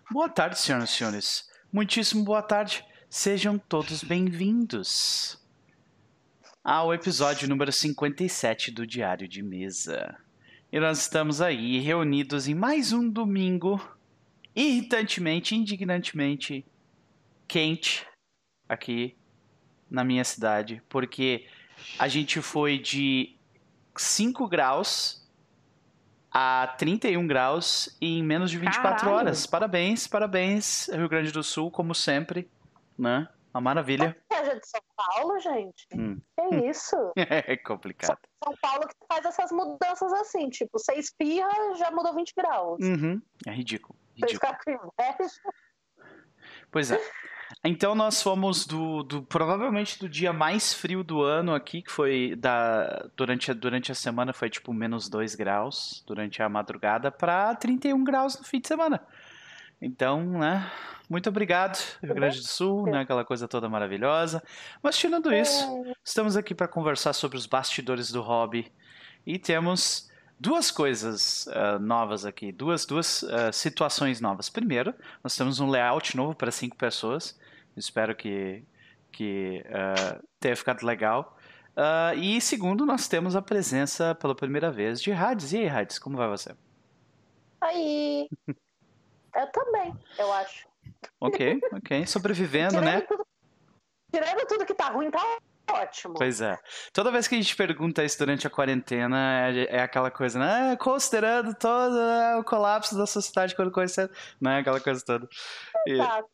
Boa tarde, senhoras e senhores. Muitíssimo boa tarde. Sejam todos bem-vindos ao episódio número 57 do Diário de Mesa. E nós estamos aí reunidos em mais um domingo irritantemente, indignantemente quente aqui na minha cidade, porque a gente foi de 5 graus a 31 graus em menos de 24 Caralho. horas. Parabéns, parabéns, Rio Grande do Sul, como sempre, né? Uma maravilha. Seja de São Paulo, gente. Que isso? É complicado. São Paulo que faz essas mudanças assim, tipo, você espirra, já mudou 20 graus. É ridículo. Você fica com inveja. Pois é. Então nós fomos provavelmente do dia mais frio do ano aqui, que foi durante a semana foi tipo menos 2 graus durante a madrugada para 31 graus no fim de semana. Então, né, muito obrigado, Rio Grande do Sul, né, aquela coisa toda maravilhosa. Mas tirando isso, estamos aqui para conversar sobre os bastidores do hobby e temos duas coisas novas aqui, duas situações novas. Primeiro, nós temos um layout novo para 5 pessoas. Espero que tenha ficado legal. E segundo, nós temos a presença pela primeira vez de Hades. E aí, Hades, como vai você? Aí. Eu também, eu acho. Ok. Sobrevivendo, né? Tirando tudo que tá ruim, tá ótimo. Pois é. Toda vez que a gente pergunta isso durante a quarentena, é aquela coisa, né? Considerando todo o colapso da sociedade quando conheceu, né? Aquela coisa toda. Exato.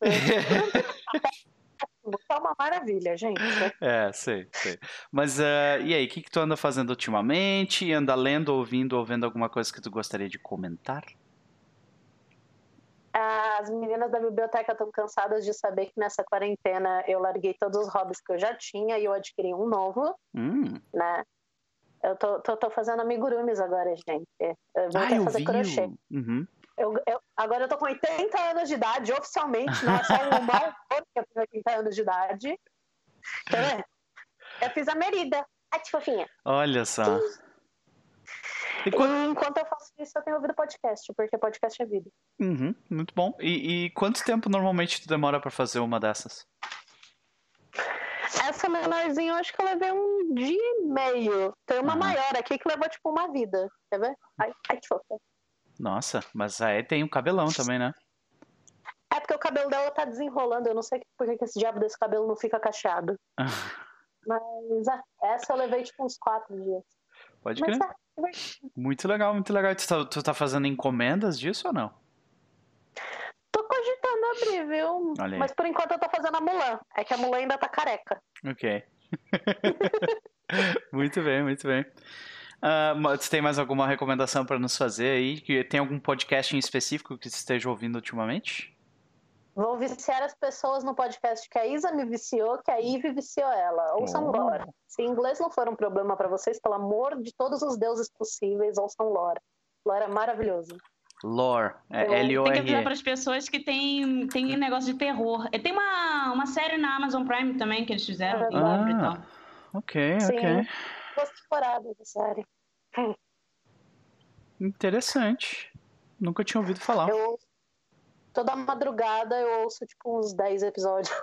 É uma maravilha, gente. Sei. Mas e aí, o que tu anda fazendo ultimamente? Anda lendo, ouvindo ou vendo alguma coisa que tu gostaria de comentar? As meninas da biblioteca estão cansadas de saber que nessa quarentena eu larguei todos os hobbies que eu já tinha e eu adquiri um novo, né? Eu tô fazendo amigurumis agora, gente. Eu voltei a fazer crochê. Agora eu tô com 80 anos de idade, oficialmente, não é só um mau humor que eu tenho 80 anos de idade. Quer ver? Eu fiz a Merida. Ai, que fofinha. Olha só. Enquanto eu faço isso, eu tenho ouvido podcast, porque podcast é vida. Muito bom. E quanto tempo normalmente tu demora pra fazer uma dessas? Essa menorzinha, eu acho que eu levei 1 dia e meio. Tem uma maior aqui que levou, tipo, uma vida. Quer ver? Ai, que fofa. Nossa, mas aí tem um cabelão também, né? É porque o cabelo dela tá desenrolando. Eu não sei por que esse diabo desse cabelo não fica cacheado. Mas essa eu levei, tipo, uns 4 dias. Pode crer. Muito legal. Tu tá fazendo encomendas disso ou não? Tô cogitando abrir, viu? Mas por enquanto eu tô fazendo a Mulan. É que a Mulan ainda tá careca. Ok. Muito bem. Você tem mais alguma recomendação pra nos fazer aí? Tem algum podcast em específico que você esteja ouvindo ultimamente? Vou viciar as pessoas no podcast que a Isa me viciou, que a Ivy viciou ela. Ouçam Lore. Se inglês não for um problema pra vocês, pelo amor de todos os deuses possíveis, ouçam Lore. Lore é maravilhoso. Lore, L-O-R-E. Tem que avisar para as pessoas que tem negócio de terror. Tem uma série na Amazon Prime também que eles fizeram. Ok. Sim, 2 temporadas da série. Interessante. Nunca tinha ouvido falar. Toda madrugada eu ouço tipo uns 10 episódios.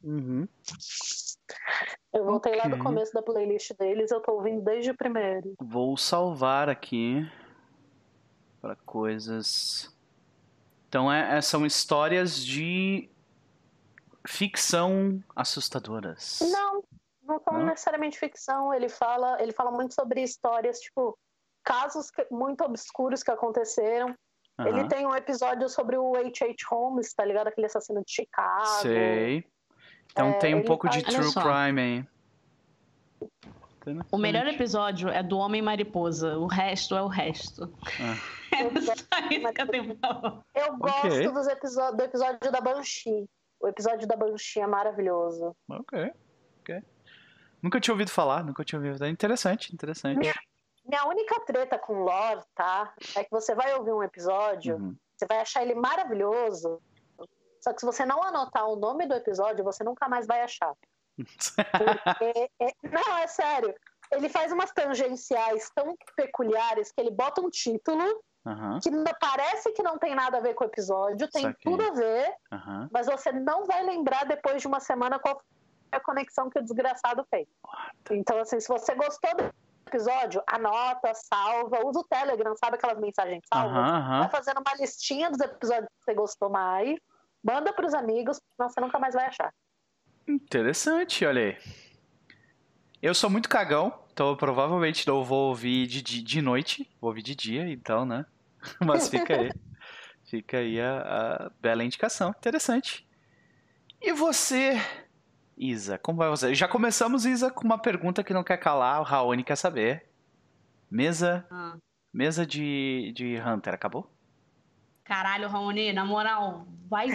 Eu voltei lá do começo da playlist deles, eu tô ouvindo desde o primeiro. Vou salvar aqui para coisas. Então são histórias de ficção assustadoras. Não são necessariamente ficção. Ele fala muito sobre histórias, tipo, casos muito obscuros que aconteceram. Ele tem um episódio sobre o H.H. Holmes, tá ligado? Aquele assassino de Chicago. Sei. Então tem um pouco de true crime aí. O melhor episódio é do Homem-Mariposa. O resto é o resto. É só isso que eu tenho pra falar. Eu gosto do episódio da Banshee. O episódio da Banshee é maravilhoso. Ok. Nunca tinha ouvido falar. Interessante. Minha única treta com lore, tá? É que você vai ouvir um episódio, você vai achar ele maravilhoso, só que se você não anotar o nome do episódio, você nunca mais vai achar. Não, é sério. Ele faz umas tangenciais tão peculiares que ele bota um título que parece que não tem nada a ver com o episódio, tem tudo a ver, mas você não vai lembrar depois de uma semana qual foi a conexão que o desgraçado fez. Então, assim, se você gostou do episódio, anota, salva, usa o Telegram, sabe aquelas mensagens salvas? Vai fazendo uma listinha dos episódios que você gostou mais, manda pros amigos, senão você nunca mais vai achar. Interessante, olha aí. Eu sou muito cagão, então eu provavelmente não vou ouvir de noite, vou ouvir de dia, então, né? Mas fica aí a bela indicação, interessante. E você, Isa, como vai você? Já começamos, Isa, com uma pergunta que não quer calar, o Raoni quer saber. Mesa de Hunter, acabou? Caralho, Raoni, na moral, vai...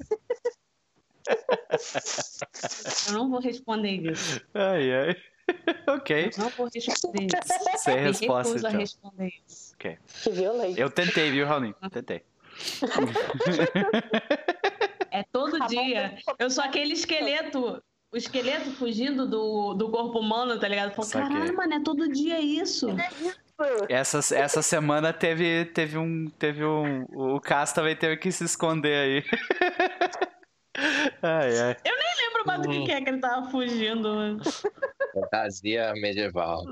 Eu não vou responder isso. Ai. Ok. Eu não vou responder isso. Sem resposta, recuso então. a responder isso. Ok. Que violento. Eu tentei, viu, Raoni? Tentei. É todo dia. Eu sou aquele esqueleto. O esqueleto fugindo do corpo humano, tá ligado? Falo, caralho, mano, é todo dia isso. Essa semana teve um. O Cass também teve que se esconder aí. Ai. Eu nem lembro mais do que é que ele tava fugindo. Fantasia medieval.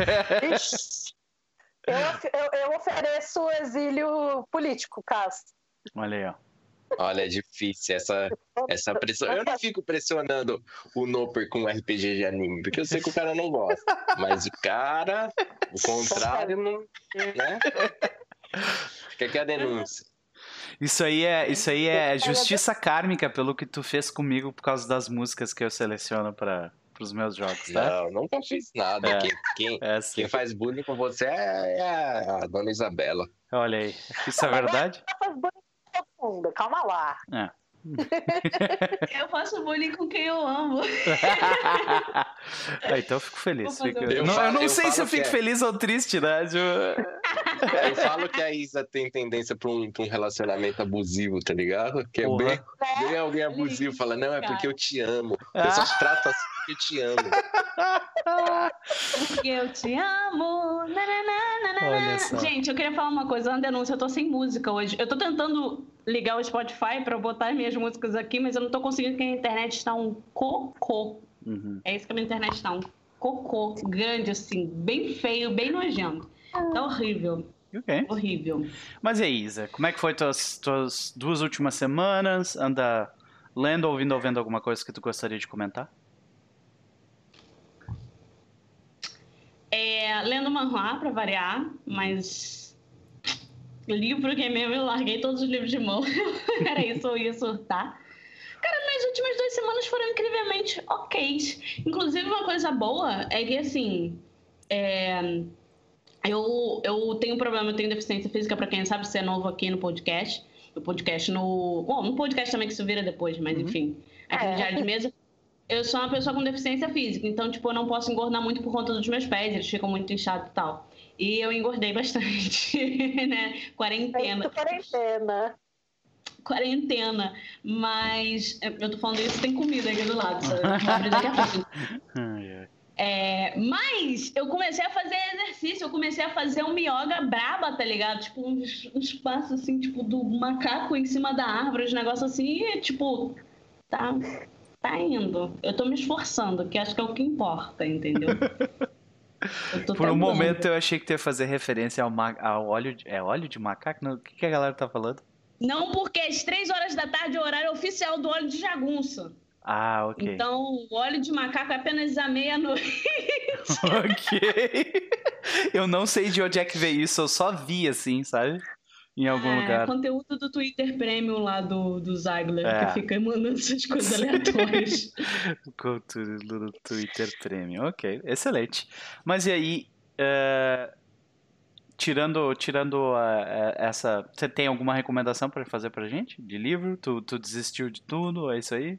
Eu ofereço exílio político, Cass. Olha aí, ó. Olha, é difícil essa pressão. Eu não fico pressionando o Noper com RPG de anime, porque eu sei que o cara não gosta. Mas o cara, o contrário, não. Né? Fica aqui a denúncia. Isso aí é justiça kármica pelo que tu fez comigo por causa das músicas que eu seleciono para os meus jogos, tá? Não, nunca fiz nada. Quem faz bullying com você é a dona Isabela. Olha aí, isso é verdade? Calma lá. Eu faço bullying com quem eu amo. Então eu fico feliz. Eu não sei se eu fico feliz ou triste, né? Eu falo que a Isa tem tendência pra um relacionamento abusivo, tá ligado? Que é bem alguém abusivo, fala, não, é porque eu te amo. Eu só te trato assim porque eu te amo. Porque eu te amo. Olha só. Gente, eu queria falar uma coisa, uma denúncia. Eu tô sem música hoje. Eu tô tentando ligar o Spotify pra botar as minhas músicas aqui, mas eu não tô conseguindo porque a internet está um cocô. É isso que a minha internet está, um cocô grande, assim, bem feio, bem nojento. Tá horrível. Ok. Horrível. Mas e aí, Isa, como é que foi tuas 2 últimas semanas? Anda lendo, ouvindo ou vendo alguma coisa que tu gostaria de comentar? Lendo manhwa pra variar, mas livro que mesmo eu larguei todos os livros de mão. Era isso, eu ia surtar. Cara, minhas últimas 2 semanas foram incrivelmente ok. Inclusive, uma coisa boa é que, assim, eu tenho um problema, eu tenho deficiência física, pra quem sabe, se é novo aqui no podcast. No podcast, no podcast também que isso vira depois, mas enfim. Aqui no Diário de Mesa. Eu sou uma pessoa com deficiência física, então, tipo, eu não posso engordar muito por conta dos meus pés, eles ficam muito inchados e tal. E eu engordei bastante, né? Quarentena. Mas eu tô falando isso, tem comida aqui do lado, sabe? Vou abrir daqui a pouco. Mas eu comecei a fazer exercício, eu comecei a fazer uma yoga braba, tá ligado? Tipo, uns passos assim, tipo, do macaco em cima da árvore, uns negócios assim, e tipo, tá indo. Eu tô me esforçando, que acho que é o que importa, entendeu? Por um momento eu achei que tu ia fazer referência ao óleo de... É óleo de macaco? Não, o que a galera tá falando? Não, porque às 3 horas da tarde é o horário oficial do óleo de jagunço. Ah, ok. Então, o óleo de macaco é apenas à meia-noite. Ok. Eu não sei de onde é que veio isso, eu só vi assim, sabe? Em algum lugar. Conteúdo do Twitter Premium lá do Zagler, que fica mandando essas coisas aleatórias. Conteúdo do Twitter Premium, ok, excelente. Mas e aí, tirando essa, você tem alguma recomendação para fazer pra gente? De livro? Tu desistiu de tudo? É isso aí?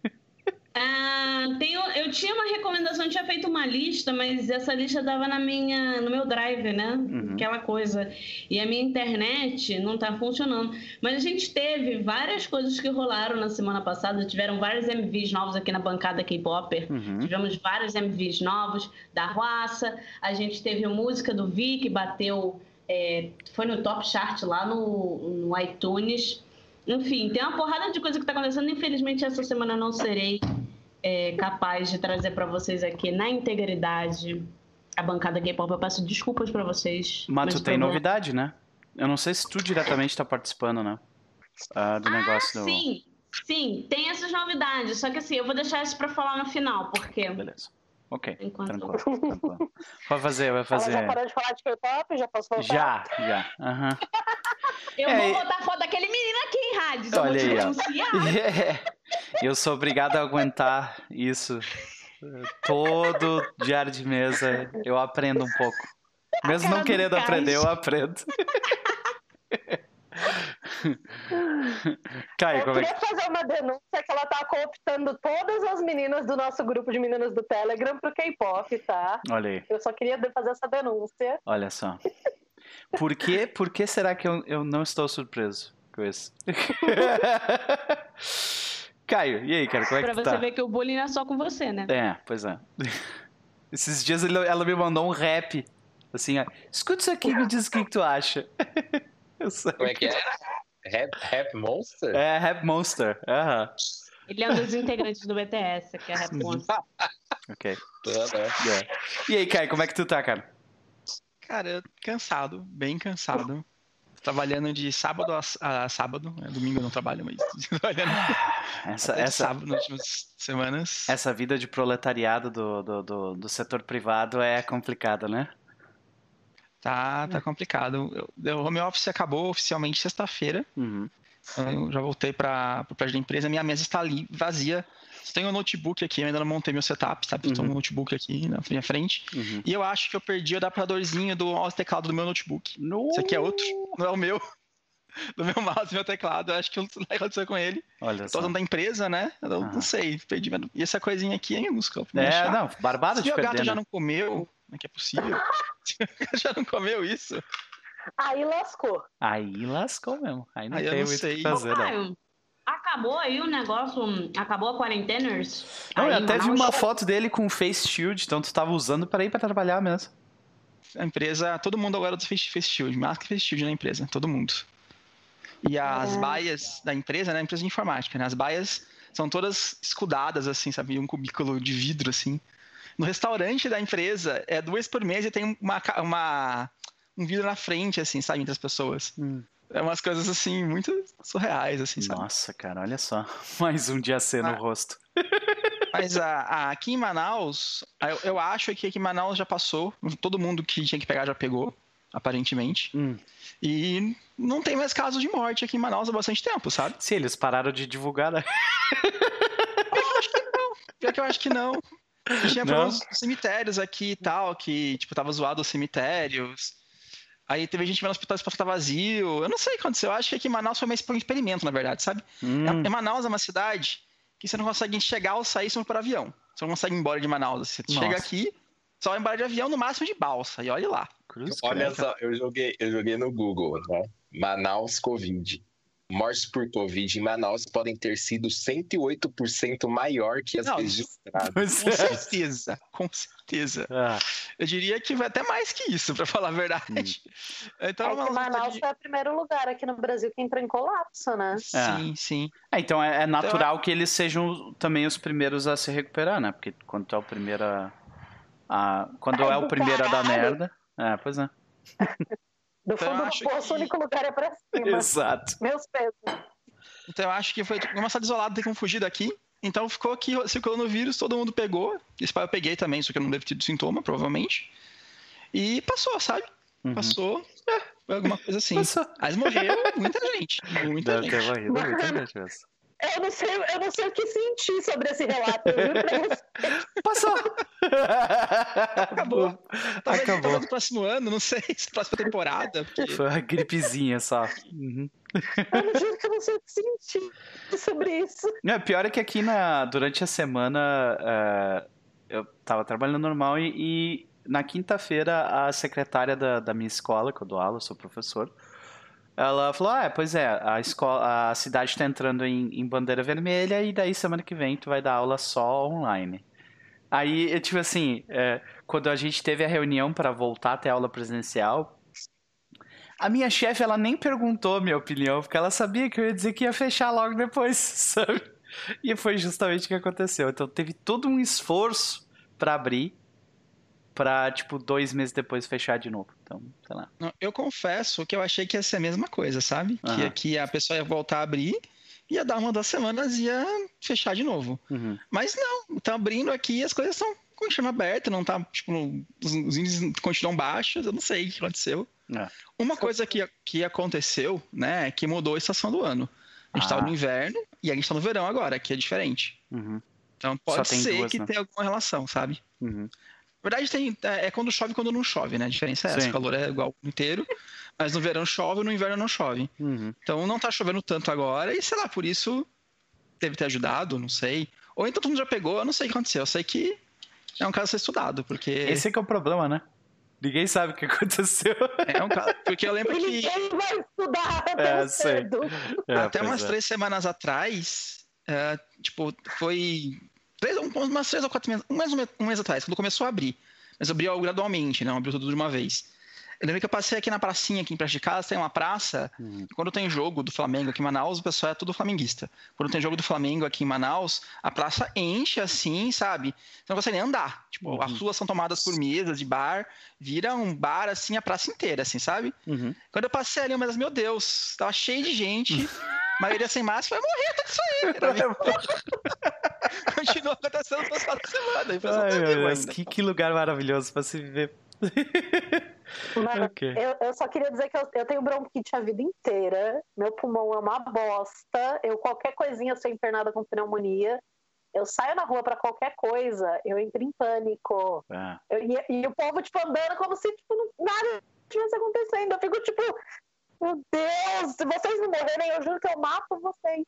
Eu tinha uma recomendação, eu tinha feito uma lista, mas essa lista estava no meu drive, né? Aquela coisa. E a minha internet não tá funcionando. Mas a gente teve várias coisas que rolaram na semana passada. Tiveram vários MVs novos aqui na bancada K-Popper. Tivemos vários MVs novos da Ruaça. A gente teve a música do Vi, que bateu foi no Top Chart lá no iTunes. Enfim, tem uma porrada de coisa que está acontecendo. Infelizmente, essa semana eu não serei capaz de trazer para vocês aqui na integridade a bancada K-pop. Eu peço desculpas para vocês. Mas tu tem novidade, né? Eu não sei se tu diretamente tá participando, né? Do negócio do... Sim, tem essas novidades. Só que assim, eu vou deixar isso pra falar no final, porque... Beleza. Ok, tranquilo. Vai fazer. Ela já parou de falar de K-pop? Já posso voltar? Já. Uhum. Eu vou botar foto daquele menino aqui em rádio. Olha aí, ó. Eu sou obrigado a aguentar isso. Todo diário de mesa, eu aprendo um pouco. Mesmo não querendo aprender, eu aprendo. Caio, eu queria fazer uma denúncia que ela tá cooptando todas as meninas do nosso grupo de meninas do Telegram pro K-pop, tá? Olha aí. Eu só queria fazer essa denúncia. Olha só. Por que será que eu não estou surpreso com isso? Caio, e aí, cara, como é que tá? Pra você ver que o bullying não é só com você, né? Pois é. Esses dias ela me mandou um rap. Assim, ó, escuta isso aqui e me diz o que tu acha. Como é que é? Rap Monster? Rap Monster. Uhum. Ele é um dos integrantes do BTS, que é Rap Monster. Ok. E aí, Caio, como é que tu tá, cara? Cara, cansado, bem cansado. Trabalhando de sábado a sábado. Domingo eu não trabalho, mas trabalhando sábado nas últimas semanas. Essa vida de proletariado do setor privado é complicada, né? Tá complicado. O home office acabou oficialmente sexta-feira. Uhum. Eu já voltei para o prédio da empresa. Minha mesa está ali, vazia. Só tenho um notebook aqui, eu ainda não montei meu setup, sabe? Tenho um notebook aqui na minha frente. Uhum. E eu acho que eu perdi o adaptadorzinho do mouse e teclado do meu notebook. Esse aqui é outro, não é o meu. Do meu mouse e meu teclado. Eu acho que o que aconteceu com ele. Olha só. Tô usando da empresa, né? Eu não sei, perdi. E essa coisinha aqui é minúscula. Não, barbada de perder, o gato já né? não comeu, como é que é possível? Já não comeu isso? Aí lascou. Aí lascou mesmo. Aí não tem muito o que fazer, não. Acabou aí o negócio, acabou a quarenteners. Não, eu até vi uma foto dele com face shield, então tu tava usando para ir para trabalhar mesmo. A empresa, todo mundo agora usa face shield, máscara e face shield na empresa, todo mundo. E as baias da empresa, né, empresa de informática, né, as baias são todas escudadas, assim, sabe, um cubículo de vidro, assim. No restaurante da empresa, 2 por mês e tem um vidro na frente, assim, sabe, entre as pessoas. É umas coisas, assim, muito surreais, assim, sabe? Nossa, cara, olha só. Mais um dia C no rosto. Mas aqui em Manaus, eu acho que aqui em Manaus já passou. Todo mundo que tinha que pegar já pegou, aparentemente. E não tem mais casos de morte aqui em Manaus há bastante tempo, sabe? Sim, eles pararam de divulgar, né? Eu acho que não. Pior que eu acho que não. Tinha problemas nos cemitérios aqui e tal, que, tipo, tava zoado os cemitérios. Aí teve gente vendo no hospital, o hospital tá vazio. Eu não sei o que aconteceu. Eu acho que aqui em Manaus foi mais um experimento, na verdade, sabe? Manaus é uma cidade que você não consegue chegar ou sair só por avião. Você não consegue ir embora de Manaus. Você chega aqui, só vai embora de avião, no máximo de balsa. E olha lá. Olha só, eu joguei no Google, né? Manaus Covid. Mortes por Covid em Manaus podem ter sido 108% maior que as registradas. Com certeza. Eu diria que vai até mais que isso, pra falar a verdade. Então, Manaus foi o primeiro lugar aqui no Brasil que entrou em colapso, né? Sim. Então é natural que eles sejam também os primeiros a se recuperar, né? Porque quando tu é o primeiro quando é o primeiro a dar merda... pois é. Do fundo do poço, o único lugar é pra cima. Exato. Meus pesos. Então eu acho que foi uma cidade isolada, tem como fugir daqui. Então ficou aqui circulando o vírus, todo mundo pegou. Esse pai eu peguei também, só que eu não devo ter tido sintoma, provavelmente. E passou, sabe? Passou. Foi alguma coisa assim. Mas morreu muita gente. Muita gente. Deve ter morrido muita gente mesmo. Eu não sei o que sentir sobre esse relato. Eu juro pra você. Passou! Acabou. Talvez no próximo ano, não sei, próxima temporada. Porque... Foi uma gripezinha só. Eu juro que eu não sei o que sentir sobre isso. Pior é que aqui durante a semana eu tava trabalhando normal e na quinta-feira a secretária da minha escola, que eu dou aula, eu sou professor, ela falou, pois é, a cidade está entrando em bandeira vermelha e daí semana que vem tu vai dar aula só online. Aí, tipo assim, quando a gente teve a reunião para voltar a ter aula presencial, A minha chefe, ela nem perguntou a minha opinião, porque ela sabia que eu ia dizer que ia fechar logo depois, sabe? E foi justamente o que aconteceu. Então teve todo um esforço pra abrir, pra, tipo, 2 meses depois fechar de novo. Então, sei lá. Não, eu confesso que eu achei que ia ser a mesma coisa, sabe? Que a pessoa ia voltar a abrir, ia dar 1 ou 2 semanas e ia fechar de novo. Mas não, tá abrindo aqui e as coisas estão continuando abertas, não tá, tipo, os índices continuam baixos, eu não sei o que aconteceu. Uma coisa que aconteceu, né, é que mudou a estação do ano. A gente tava no inverno e a gente tá no verão agora, que é diferente. Então pode ser que tenha alguma relação, sabe? Na verdade, é quando chove e quando não chove, né? A diferença é essa. O calor é igual o inteiro, mas no verão chove e no inverno não chove. Então não tá chovendo tanto agora e, sei lá, por isso deve ter ajudado, não sei. Ou então todo mundo já pegou, eu não sei o que aconteceu. Eu sei que é um caso a ser estudado, porque... Esse é que é o problema, né? Ninguém sabe o que aconteceu. É um caso, porque eu lembro que... Ninguém vai estudar tão cedo. Até umas 3 semanas atrás, tipo, foi... umas 3 ou 4 meses, um mês atrás, quando começou a abrir. Mas abriu gradualmente, não abriu tudo de uma vez. Eu lembro que eu passei aqui na pracinha, aqui em Praça de Casa, tem uma praça, quando tem jogo do Flamengo aqui em Manaus, o pessoal é tudo flamenguista. Quando tem jogo do Flamengo aqui em Manaus, a praça enche assim, sabe? Você não consegue nem andar. Tipo, as ruas são tomadas por mesas de bar, vira um bar assim, a praça inteira, assim, sabe? Quando eu passei ali, mas meu Deus, tava cheio de gente, maioria sem máscara, vai morrer tudo isso aí. Continua acontecendo no passado da semana. Que lugar maravilhoso pra se viver. Mano, eu só queria dizer que eu tenho bronquite a vida inteira. Meu pulmão é uma bosta. Qualquer coisinha, eu sou internada com pneumonia. Eu saio na rua pra qualquer coisa, eu entro em pânico. E o povo, tipo, andando como se, tipo, nada tivesse acontecendo. Eu fico, tipo, meu Deus, se vocês não morrerem, eu juro que eu mato vocês.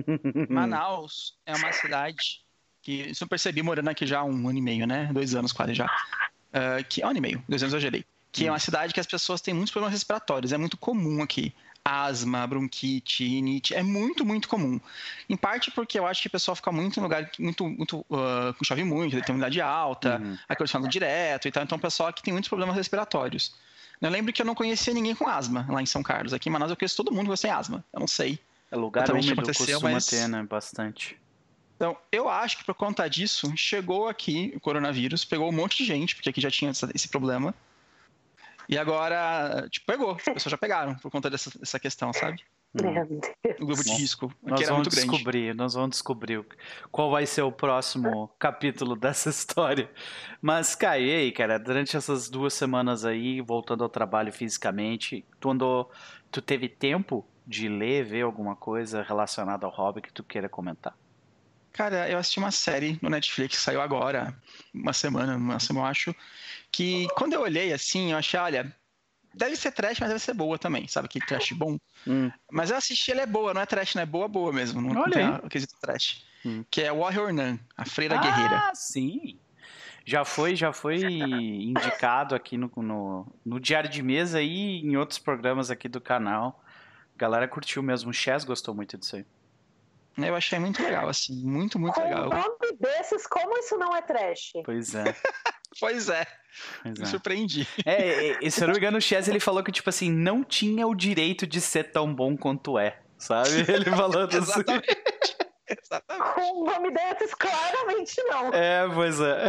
Manaus é uma cidade que, isso eu percebi morando aqui já há 1 ano e meio, né? 2 anos quase já. Que é 1 ano e meio, 2 anos eu gerei. Que é uma cidade que as pessoas têm muitos problemas respiratórios. É muito comum aqui. Asma, bronquite, rinite. É muito, muito comum. Em parte porque eu acho que o pessoal fica muito em lugar chove muito, tem umidade alta, ar-condicionado direto e tal. Então o pessoal aqui tem muitos problemas respiratórios. Eu lembro que eu não conhecia ninguém com asma lá em São Carlos. Aqui em Manaus eu conheço todo mundo que tem asma. Eu não sei. É lugar úmido, costuma ter, né? Bastante. Então, eu acho que por conta disso, chegou aqui o coronavírus, pegou um monte de gente, porque aqui já tinha esse problema. E agora, tipo, pegou. As pessoas já pegaram por conta dessa questão, sabe? O grupo de risco. Nós vamos descobrir qual vai ser o próximo capítulo dessa história. Mas, Kai, e aí, cara, durante essas 2 semanas aí, voltando ao trabalho fisicamente, tu teve tempo de ver alguma coisa relacionada ao hobby que tu queira comentar? Cara, eu assisti uma série no Netflix, saiu agora, uma semana, eu acho, que quando eu olhei assim, eu achei, olha, deve ser trash, mas deve ser boa também, sabe? Que trash bom. Mas eu assisti, ela é boa, não é trash, não é boa mesmo, não tem o quesito trash. Que é Warrior Nun, a Freira Guerreira. Ah, sim! Já foi indicado aqui no Diário de Mesa e em outros programas aqui do canal. A galera curtiu mesmo, o Chess gostou muito disso aí. Eu achei muito legal, assim, muito, muito legal. Com nome desses, como isso não é trash? Pois é. Pois é. Me surpreendi. Se eu não me engano, o Chess, ele falou que, tipo assim, não tinha o direito de ser tão bom quanto é, sabe? Ele falando assim. Exatamente. Com o nome desses, claramente não. Pois é.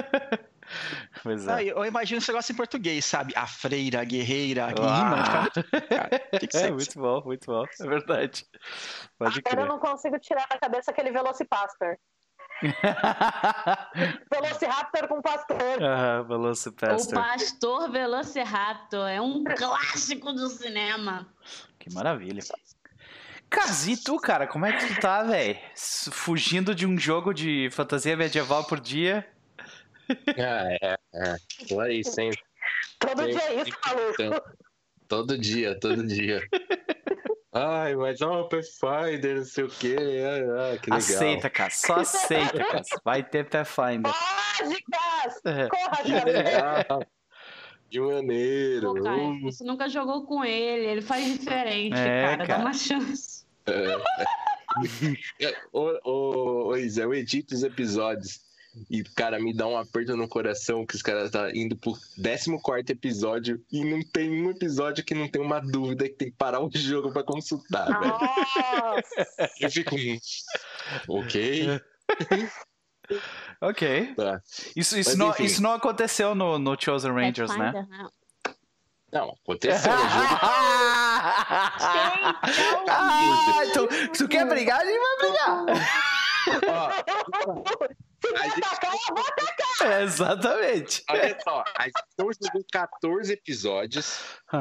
Pois é. Eu imagino esse negócio em português, sabe? A freira, a guerreira, a guerreira. Muito bom, muito bom. É verdade. Pode crer. Agora eu não consigo tirar da cabeça aquele Velocipastor. Velociraptor com pastor. Velocipastor. O Pastor Velociraptor é um clássico do cinema. Que maravilha. Casito, cara, como é que tu tá, velho? Fugindo de um jogo de fantasia medieval por dia? Tô aí sempre. Todo dia é isso, maluco. Todo dia. Ai, mas Pathfinder, não sei o quê. Que legal. Aceita, cara. Só aceita, cara. Vai ter Pathfinder. Mágicas! Corra, que legal. Que maneiro. Pô, cara, você nunca jogou com ele faz diferente, cara. Dá uma chance. Ô, Isa, eu edito os episódios. E, cara, me dá um aperto no coração que os caras estão indo pro 14º episódio e não tem um episódio que não tem uma dúvida que tem que parar o jogo pra consultar, velho. Eu fico... Ok. Ok. Tá. Isso não aconteceu no Chosen Rangers, né? Não, aconteceu. Tu quer brigar? A gente vai brigar. Exatamente. Olha só, a gente jogou 14 episódios.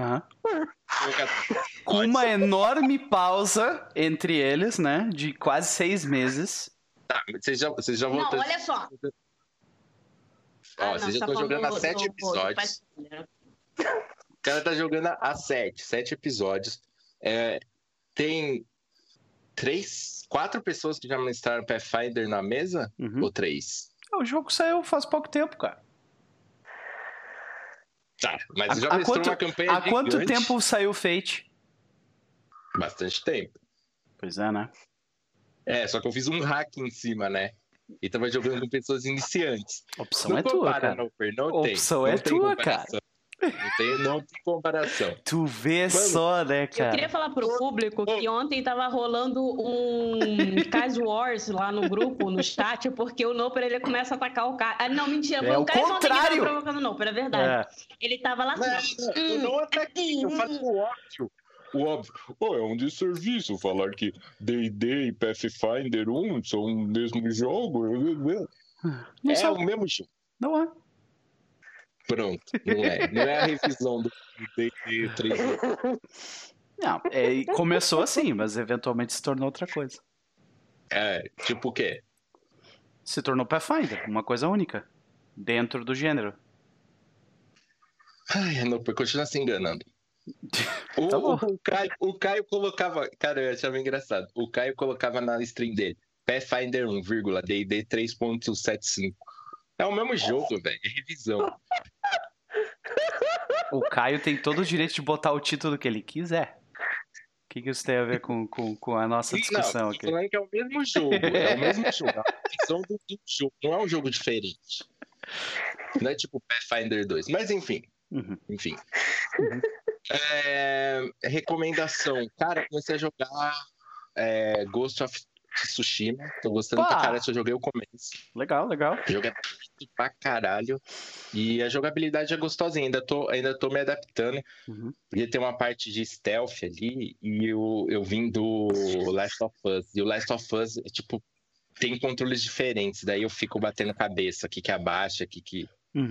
Com uma enorme pausa entre eles, né? De quase 6 meses. Tá, vocês já voltaram. Não, olha só. Vocês já estão jogando há 7 episódios. O cara tá jogando há 7 episódios. Tem 4 pessoas que já mestraram Pathfinder na mesa? Ou 3? O jogo saiu faz pouco tempo, cara. Tá, mas já mestrou uma campanha Há quanto tempo saiu o Fate? Bastante tempo. Pois é, né? Só que eu fiz um hack em cima, né? E tava jogando com pessoas iniciantes. Opção é tua, cara. Opção é tua, cara. Não tem comparação. Tu vê só, né, cara? Eu queria falar pro público que ontem tava rolando um Case Wars lá no grupo, no chat, porque o Noper, ele começa a atacar o cara. Não, mentira, foi o cara ontem que tava provocando o Noper, é verdade. Ele tava lá assim, eu não ataquei, eu falei o óbvio. O óbvio. É um desserviço falar que D&D e Pathfinder 1 são o mesmo jogo. É o mesmo jogo. Não é. Pronto, não é a revisão do D&D 3. Não, começou assim, mas eventualmente se tornou outra coisa. Tipo o quê? Se tornou Pathfinder, uma coisa única, dentro do gênero. Não, continua se enganando. O Caio colocava... Cara, eu achava engraçado. O Caio colocava na stream dele Pathfinder 1, D&D 3.75. É o mesmo jogo, velho. É revisão. O Caio tem todo o direito de botar o título que ele quiser. O que isso tem a ver com a nossa discussão aqui? Falando que é o mesmo jogo. É o mesmo jogo. É uma revisão do jogo. Não é um jogo diferente. Não é tipo Pathfinder 2. Mas enfim. Enfim. Recomendação. Cara, comecei a jogar Ghost of Tsushima. Tô gostando pra caralho. Eu joguei o começo. Legal. Joguei pra caralho. E a jogabilidade é gostosinha. Ainda tô me adaptando. Porque tem uma parte de stealth ali. E eu vim do Last of Us. E o Last of Us tipo, tem controles diferentes. Daí eu fico batendo cabeça. Aqui que abaixa, aqui que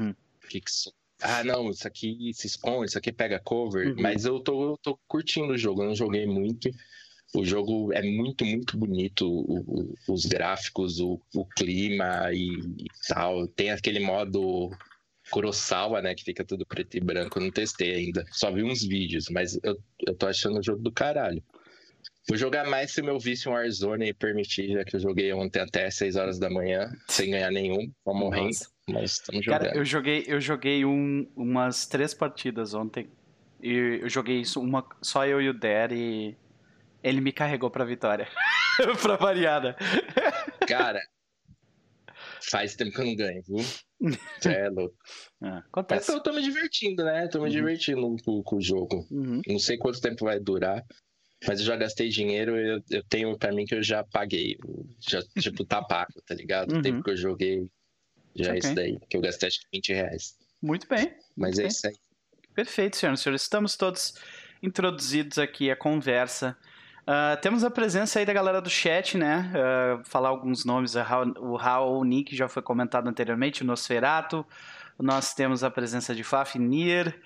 não, isso aqui se esconde, isso aqui pega cover. Mas eu tô curtindo o jogo. Eu não joguei muito. O jogo é muito, muito bonito, os gráficos, o clima e tal. Tem aquele modo Kurosawa, né, que fica tudo preto e branco. Eu não testei ainda, só vi uns vídeos, mas eu tô achando o jogo do caralho. Vou jogar mais se o meu vício em Warzone permitir, já que eu joguei ontem até 6 horas da manhã, sem ganhar nenhum, só morrendo, mas estamos jogando. Cara, eu joguei umas 3 partidas ontem, e eu joguei isso, só eu e o Der, e ele me carregou pra vitória. Pra variada. Cara, faz tempo que eu não ganho, viu? É louco. Acontece. Mas eu tô me divertindo, né? Tô me divertindo com o jogo. Não sei quanto tempo vai durar, mas eu já gastei dinheiro. Eu tenho pra mim que eu já paguei. Já, tipo, tá pago, tá ligado? O tempo que eu joguei já é isso daí. Que eu gastei acho que R$20. Muito bem. Mas muito é bem. isso aí. Perfeito, senhoras e senhores. Estamos todos introduzidos aqui à conversa. Temos a presença aí da galera do chat, né? Falar alguns nomes. O Raul Nick já foi comentado anteriormente, o Nosferato. Nós temos a presença de Fafnir.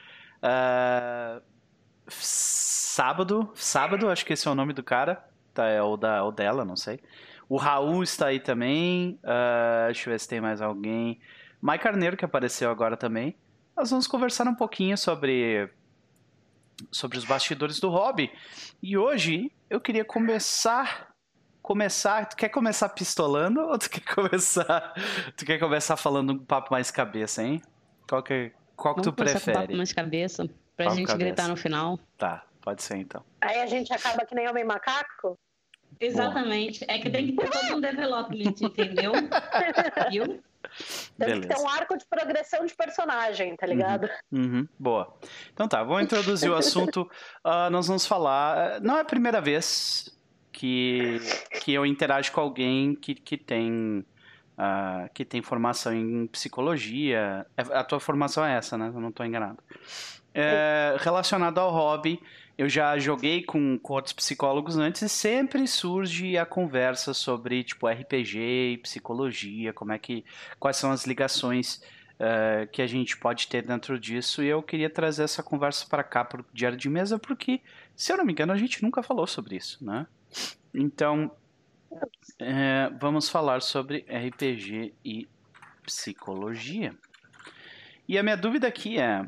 Sábado, acho que esse é o nome do cara. Tá, ou dela, não sei. O Raul está aí também. Deixa eu ver se tem mais alguém. Mai Carneiro, que apareceu agora também. Nós vamos conversar um pouquinho sobre os bastidores do hobby. E hoje eu queria começar. Tu quer começar pistolando ou tu quer começar falando um papo mais cabeça, hein? Qual que tu prefere? Papo mais cabeça, pra papo gente cabeça. Gritar no final. Tá, pode ser então. Aí a gente acaba que nem homem macaco? Exatamente. É que tem que ter todo um development, entendeu? Viu? Tem que ter um arco de progressão de personagem, tá ligado? Boa. Então tá, vou introduzir o assunto. Nós vamos falar... Não é a primeira vez que eu interajo com alguém que tem formação em psicologia. A tua formação é essa, né? Eu não estou enganado. Relacionado ao hobby, eu já joguei com outros psicólogos antes e sempre surge a conversa sobre tipo RPG e psicologia, quais são as ligações que a gente pode ter dentro disso, e eu queria trazer essa conversa para cá, para o Diário de Mesa, porque, se eu não me engano, a gente nunca falou sobre isso, né? Então, vamos falar sobre RPG e psicologia. E a minha dúvida aqui é...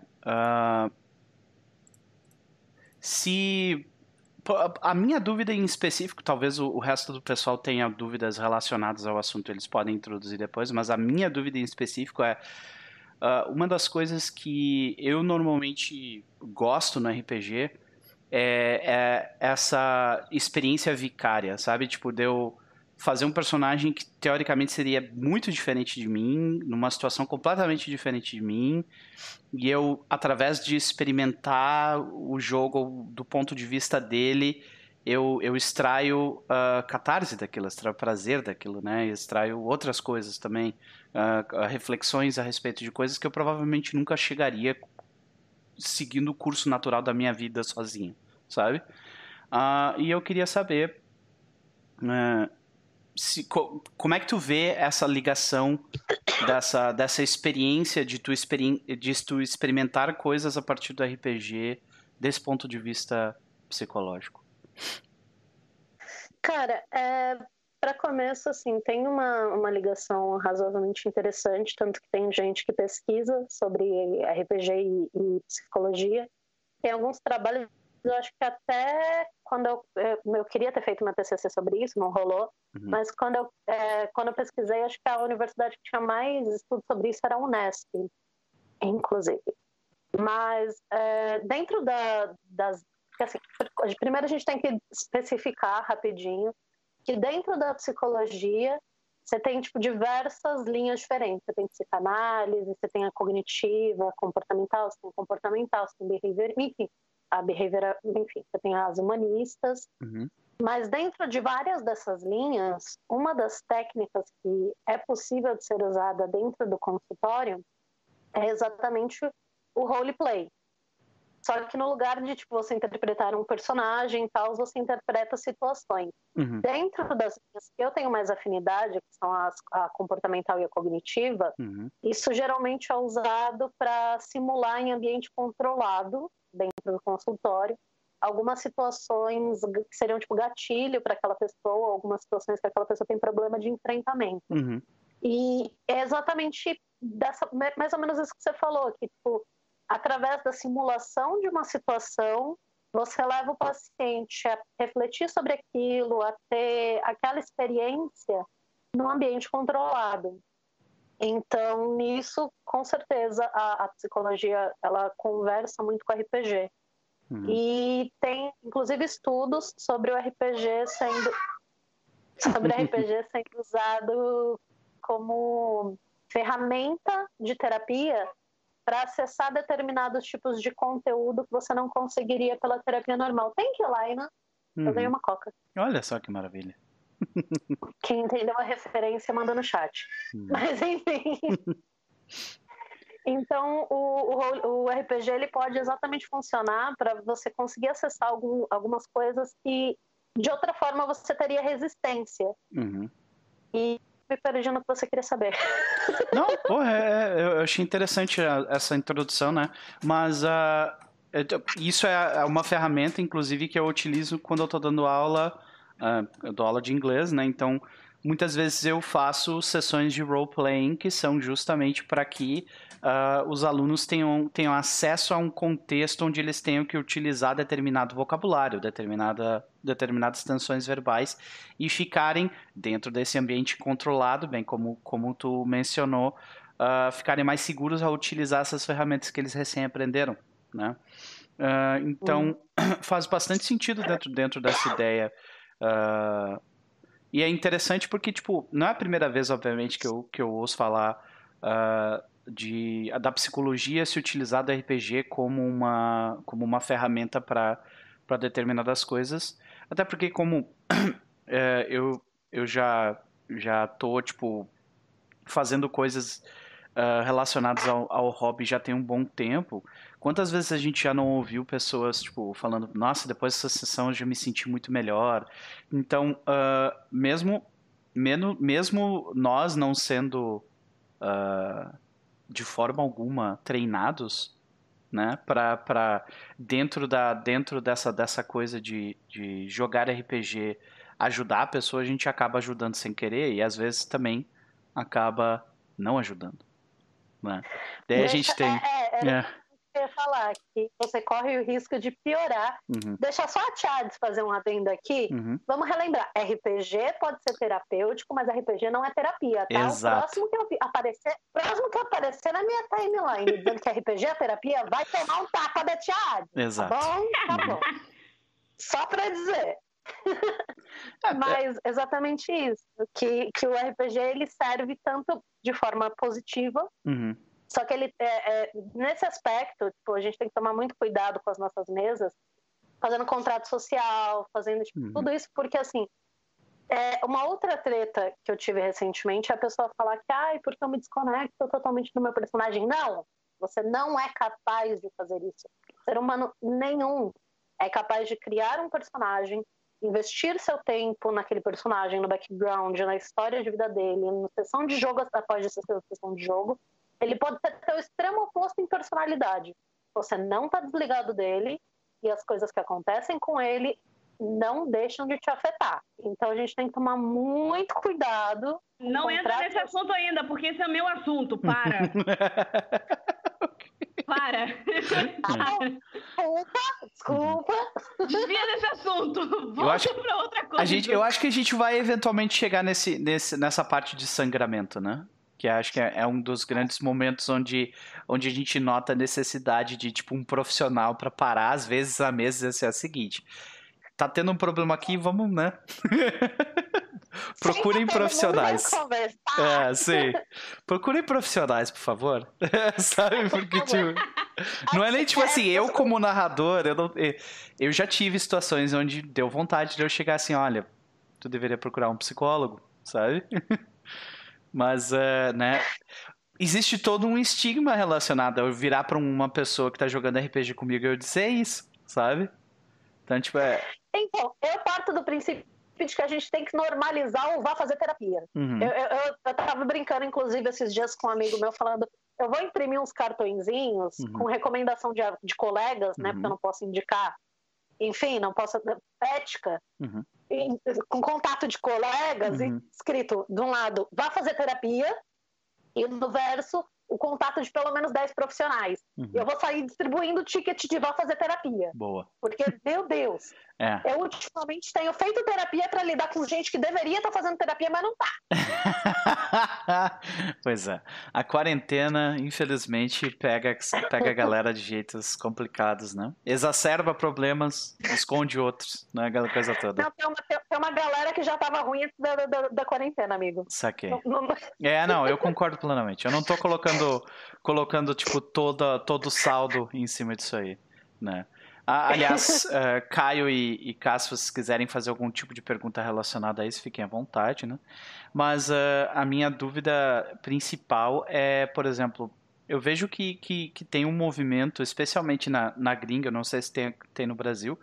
a minha dúvida em específico, talvez o resto do pessoal tenha dúvidas relacionadas ao assunto, eles podem introduzir depois, mas a minha dúvida em específico é uma das coisas que eu normalmente gosto no RPG é essa experiência vicária, sabe? Tipo, de eu fazer um personagem que teoricamente seria muito diferente de mim, numa situação completamente diferente de mim, e eu, através de experimentar o jogo do ponto de vista dele, eu extraio catarse daquilo, extraio prazer daquilo, né? Extraio outras coisas também, reflexões a respeito de coisas que eu provavelmente nunca chegaria seguindo o curso natural da minha vida sozinho, sabe? E eu queria saber... como é que tu vê essa ligação dessa experiência de tu experimentar coisas a partir do RPG desse ponto de vista psicológico? Cara, para começo, assim, tem uma ligação razoavelmente interessante, tanto que tem gente que pesquisa sobre RPG e psicologia. Tem alguns trabalhos, eu acho que até quando eu queria ter feito uma TCC sobre isso, não rolou, mas quando eu pesquisei, acho que a universidade que tinha mais estudo sobre isso era a Unesp, inclusive. Mas dentro das... Porque, assim, primeiro a gente tem que especificar rapidinho que dentro da psicologia você tem tipo, diversas linhas diferentes. Você tem psicanálise, você tem a cognitiva, comportamental, você tem behavior, enfim, você tem as humanistas. Mas dentro de várias dessas linhas, uma das técnicas que é possível de ser usada dentro do consultório é exatamente o roleplay. Só que no lugar de tipo, você interpretar um personagem e tal, você interpreta situações. Dentro das linhas que eu tenho mais afinidade, que são a comportamental e a cognitiva, isso geralmente é usado para simular em ambiente controlado, dentro do consultório, algumas situações que seriam tipo gatilho para aquela pessoa, algumas situações que aquela pessoa tem problema de enfrentamento. E é exatamente mais ou menos isso que você falou, que tipo, através da simulação de uma situação, você leva o paciente a refletir sobre aquilo, a ter aquela experiência num ambiente controlado. Então, nisso, com certeza, a psicologia ela conversa muito com o RPG. E tem, inclusive, estudos sobre o RPG sendo usado como ferramenta de terapia para acessar determinados tipos de conteúdo que você não conseguiria pela terapia normal. Tem que ir lá, né? Eu ganhei uma coca. Olha só que maravilha. Quem entendeu a referência, manda no chat. Mas, enfim. Então, o RPG ele pode exatamente funcionar para você conseguir acessar algumas coisas que, de outra forma, você teria resistência. E me perdi no que você queria saber. Não, porra, eu achei interessante essa introdução, né? Mas isso é uma ferramenta, inclusive, que eu utilizo quando eu tô dando aula, eu dou aula de inglês, né? Então, muitas vezes eu faço sessões de role-playing que são justamente para que os alunos tenham acesso a um contexto onde eles tenham que utilizar determinado vocabulário, determinadas tensões verbais e ficarem dentro desse ambiente controlado, bem como tu mencionou, ficarem mais seguros ao utilizar essas ferramentas que eles recém aprenderam, né? Então, faz bastante sentido dentro dessa ideia. E é interessante porque, tipo, não é a primeira vez, obviamente, que eu ouço falar da psicologia se utilizar do RPG como uma ferramenta para determinadas coisas. Até porque como eu já tô, tipo, fazendo coisas relacionadas ao hobby já tem um bom tempo. Quantas vezes a gente já não ouviu pessoas, tipo, falando, nossa, depois dessa sessão eu já me senti muito melhor. Então, mesmo nós não sendo de forma alguma treinados, né, para dentro dessa coisa de jogar RPG, ajudar a pessoa, a gente acaba ajudando sem querer e às vezes também acaba não ajudando, né? Daí a gente tem... Eu ia falar que você corre o risco de piorar. Deixa só a Tchades fazer um adendo aqui. Vamos relembrar, RPG pode ser terapêutico, mas RPG não é terapia, tá? Exato. O próximo que aparecer na minha timeline dizendo que RPG é terapia, vai tomar um tapa da Tchades. Exato. Tá bom? Tá bom. Só pra dizer. Mas exatamente isso, que o RPG ele serve tanto de forma positiva, só que ele nesse aspecto, tipo, a gente tem que tomar muito cuidado com as nossas mesas, fazendo contrato social, fazendo tudo isso, porque assim, uma outra treta que eu tive recentemente é a pessoa falar que porque eu me desconecto totalmente do meu personagem. Não, você não é capaz de fazer isso. Ser humano nenhum é capaz de criar um personagem, investir seu tempo naquele personagem, no background, na história de vida dele, na sessão de jogo após essa sessão de jogo. Ele pode ter o extremo oposto em personalidade. Você não está desligado dele e as coisas que acontecem com ele não deixam de te afetar. Então a gente tem que tomar muito cuidado. Não entra nesse assunto ainda, porque esse é meu assunto. Para. Para. Desculpa. Desvia desse assunto. Volta pra outra coisa. Eu acho que a gente vai eventualmente chegar nessa parte de sangramento, né? Que acho que é um dos grandes momentos onde a gente nota a necessidade de, tipo, um profissional para parar, às vezes, a mesa e dizer assim, é o seguinte, tá tendo um problema aqui, vamos, né? Procurem profissionais. Sim. Procurem profissionais, por favor. Sabe? Porque, tipo... Não é nem, tipo assim, eu como narrador, eu já tive situações onde deu vontade de eu chegar assim, olha, tu deveria procurar um psicólogo, sabe? Mas, né, existe todo um estigma relacionado a eu virar pra uma pessoa que tá jogando RPG comigo e eu dizer isso, sabe? Então, tipo, Então, eu parto do princípio de que a gente tem que normalizar ou vá fazer terapia. Eu tava brincando, inclusive, esses dias com um amigo meu, falando, eu vou imprimir uns cartõezinhos com recomendação de colegas, né, porque eu não posso indicar, enfim, não posso... Ética. Com contato de colegas, escrito de um lado, vá fazer terapia, e no verso, o contato de pelo menos 10 profissionais. Eu vou sair distribuindo ticket de vá fazer terapia. Boa. Porque, meu Deus, eu ultimamente tenho feito terapia para lidar com gente que deveria estar fazendo terapia, mas não tá. Pois é. A quarentena, infelizmente, pega a galera de jeitos complicados, né? Exacerba problemas, esconde outros, né? Aquela coisa toda. Não, tem uma galera que já tava ruim antes da quarentena, amigo. Saquei. Não, eu concordo plenamente. Eu não tô colocando tipo, todo o saldo em cima disso aí, né? Aliás, Caio e Cássio, se quiserem fazer algum tipo de pergunta relacionada a isso, fiquem à vontade, né? Mas a minha dúvida principal é, por exemplo, eu vejo que tem um movimento, especialmente na gringa, não sei se tem no Brasil,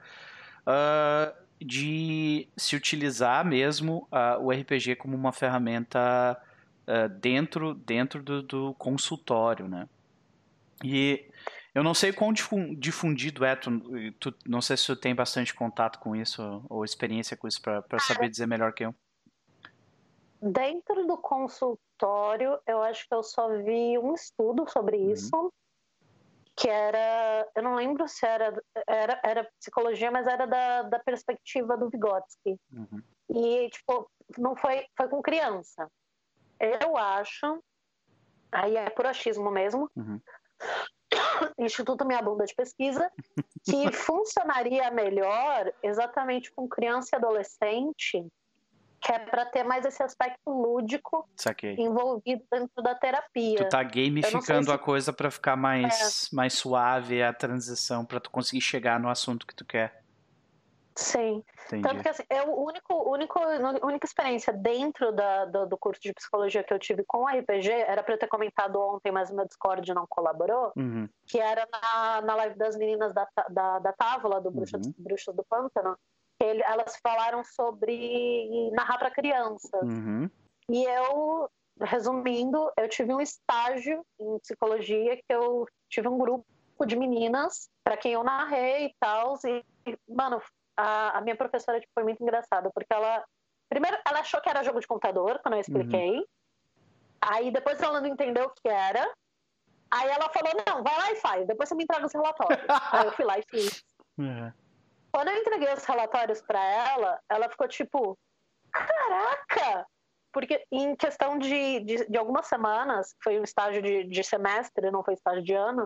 de se utilizar mesmo o RPG como uma ferramenta dentro do consultório, né? E eu não sei o quão difundido é, não sei se tu tem bastante contato com isso ou experiência com isso para saber dizer melhor que eu. Dentro do consultório, eu acho que eu só vi um estudo sobre isso, que era, eu não lembro se era psicologia, mas era da perspectiva do Vygotsky. E, tipo, não foi com criança. Eu acho, aí é por achismo mesmo, Instituto Minha Bunda de Pesquisa, que funcionaria melhor exatamente com criança e adolescente, que é pra ter mais esse aspecto lúdico envolvido dentro da terapia. Tu tá gamificando a coisa pra ficar mais suave a transição, pra tu conseguir chegar no assunto que tu quer. Sim. Entendi. Tanto que assim, a única experiência dentro do curso de psicologia que eu tive com o RPG era pra eu ter comentado ontem, mas o meu Discord não colaborou, que era na live das meninas da Távola, do Bruxas do Pântano, que elas falaram sobre narrar pra crianças. E eu, resumindo, eu tive um estágio em psicologia que eu tive um grupo de meninas pra quem eu narrei e tal, e, mano, a minha professora foi muito engraçada, porque primeiro ela achou que era jogo de computador, quando eu expliquei. Aí depois ela não entendeu o que era. Aí ela falou, não, vai lá e faz, depois você me entrega os relatórios. Aí eu fui lá e fiz. Quando eu entreguei os relatórios pra ela ficou tipo, caraca! Porque em questão de algumas semanas, foi um estágio de semestre, não foi estágio de ano,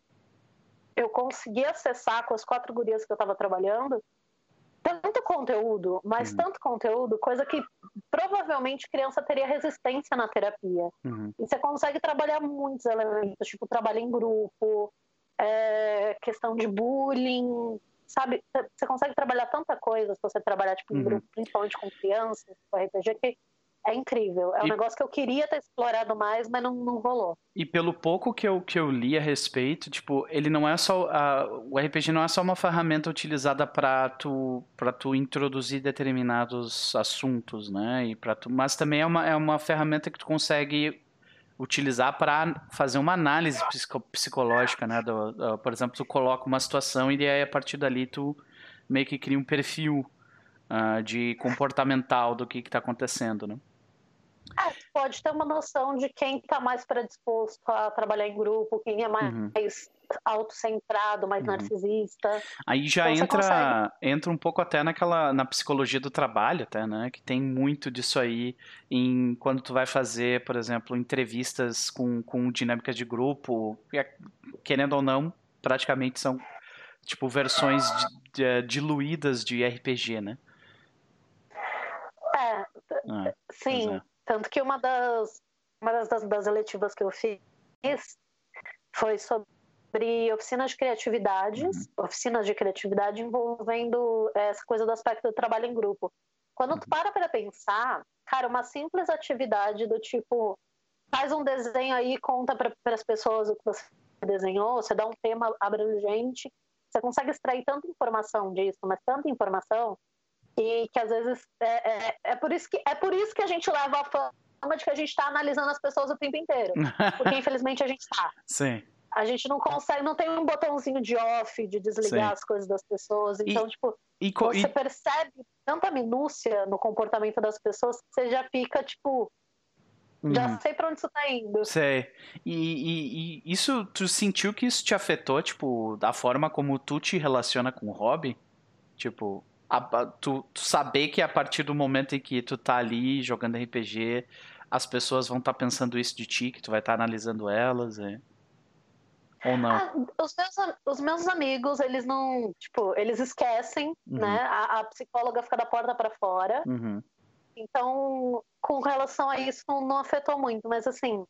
eu consegui acessar com as 4 gurias que eu tava trabalhando tanto conteúdo, mas tanto conteúdo, coisa que provavelmente criança teria resistência na terapia. E você consegue trabalhar muitos elementos, tipo trabalho em grupo, questão de bullying, sabe? Você consegue trabalhar tanta coisa se você trabalhar tipo, em grupo, principalmente com crianças, com RPG, que é incrível. É um negócio que eu queria ter explorado mais, mas não rolou. E pelo pouco que eu li a respeito, tipo, ele não é só... o RPG não é só uma ferramenta utilizada pra tu introduzir determinados assuntos, né? Mas também é uma ferramenta que tu consegue utilizar para fazer uma análise psicológica, né? Por exemplo, tu coloca uma situação e aí a partir dali tu meio que cria um perfil de comportamental do que está acontecendo, né? Pode ter uma noção de quem está mais predisposto a trabalhar em grupo, quem é mais autocentrado, mais narcisista. Aí já então, entra um pouco até na psicologia do trabalho, até, né? Que tem muito disso aí quando tu vai fazer, por exemplo, entrevistas com dinâmicas de grupo, querendo ou não, praticamente são tipo versões diluídas de RPG, né? Sim. Tanto que uma das eletivas que eu fiz foi sobre oficinas de criatividade envolvendo essa coisa do aspecto do trabalho em grupo. Quando tu para pensar, cara, uma simples atividade do tipo, faz um desenho aí e conta para as pessoas o que você desenhou, você dá um tema abrangente, você consegue extrair tanta informação disso, mas tanta informação, e que às vezes é por isso que a gente leva a fama de que a gente está analisando as pessoas o tempo inteiro. Porque infelizmente a gente está. Sim. A gente não consegue, não tem um botãozinho de off, de desligar as coisas das pessoas. Então, você percebe tanta minúcia no comportamento das pessoas que você já fica, tipo, já sei pra onde isso tá indo. Sei. E isso, tu sentiu que isso te afetou, tipo, da forma como tu te relaciona com o hobby? Tipo... Tu saber que a partir do momento em que tu tá ali jogando RPG, as pessoas vão estar pensando isso de ti, que tu vai estar analisando elas, ou não? Os meus amigos, eles não, tipo, eles esquecem, né? A psicóloga fica da porta para fora. Então, com relação a isso, não afetou muito, mas assim,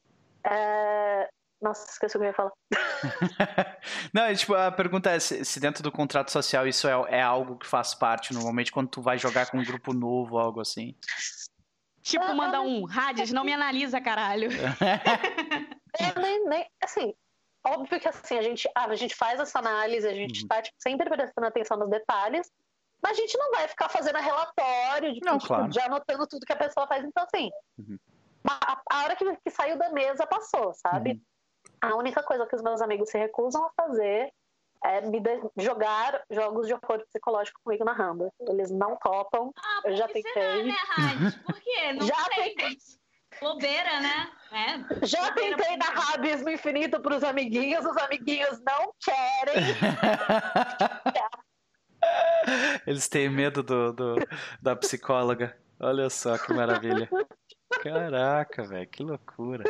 nossa, esqueci o que eu ia falar. Não, tipo, a pergunta é se dentro do contrato social isso é algo que faz parte normalmente quando tu vai jogar com um grupo novo, algo assim. Tipo, manda Hades, não me analisa, caralho. Assim, óbvio que assim, a gente faz essa análise, a gente tá tipo, sempre prestando atenção nos detalhes, mas a gente não vai ficar fazendo relatório, claro. Já anotando tudo que a pessoa faz, então assim, a hora que saiu da mesa passou, sabe? A única coisa que os meus amigos se recusam a fazer é jogar jogos de horror psicológico comigo narrando. Eles não topam. Eu já tentei. Será, né, Hades? Por quê? Não já sei. Tentei. Bobeira, né? Já tentei narrar Abismo Infinito para os amiguinhos não querem. Eles têm medo da psicóloga. Olha só que maravilha. Caraca, velho, que loucura.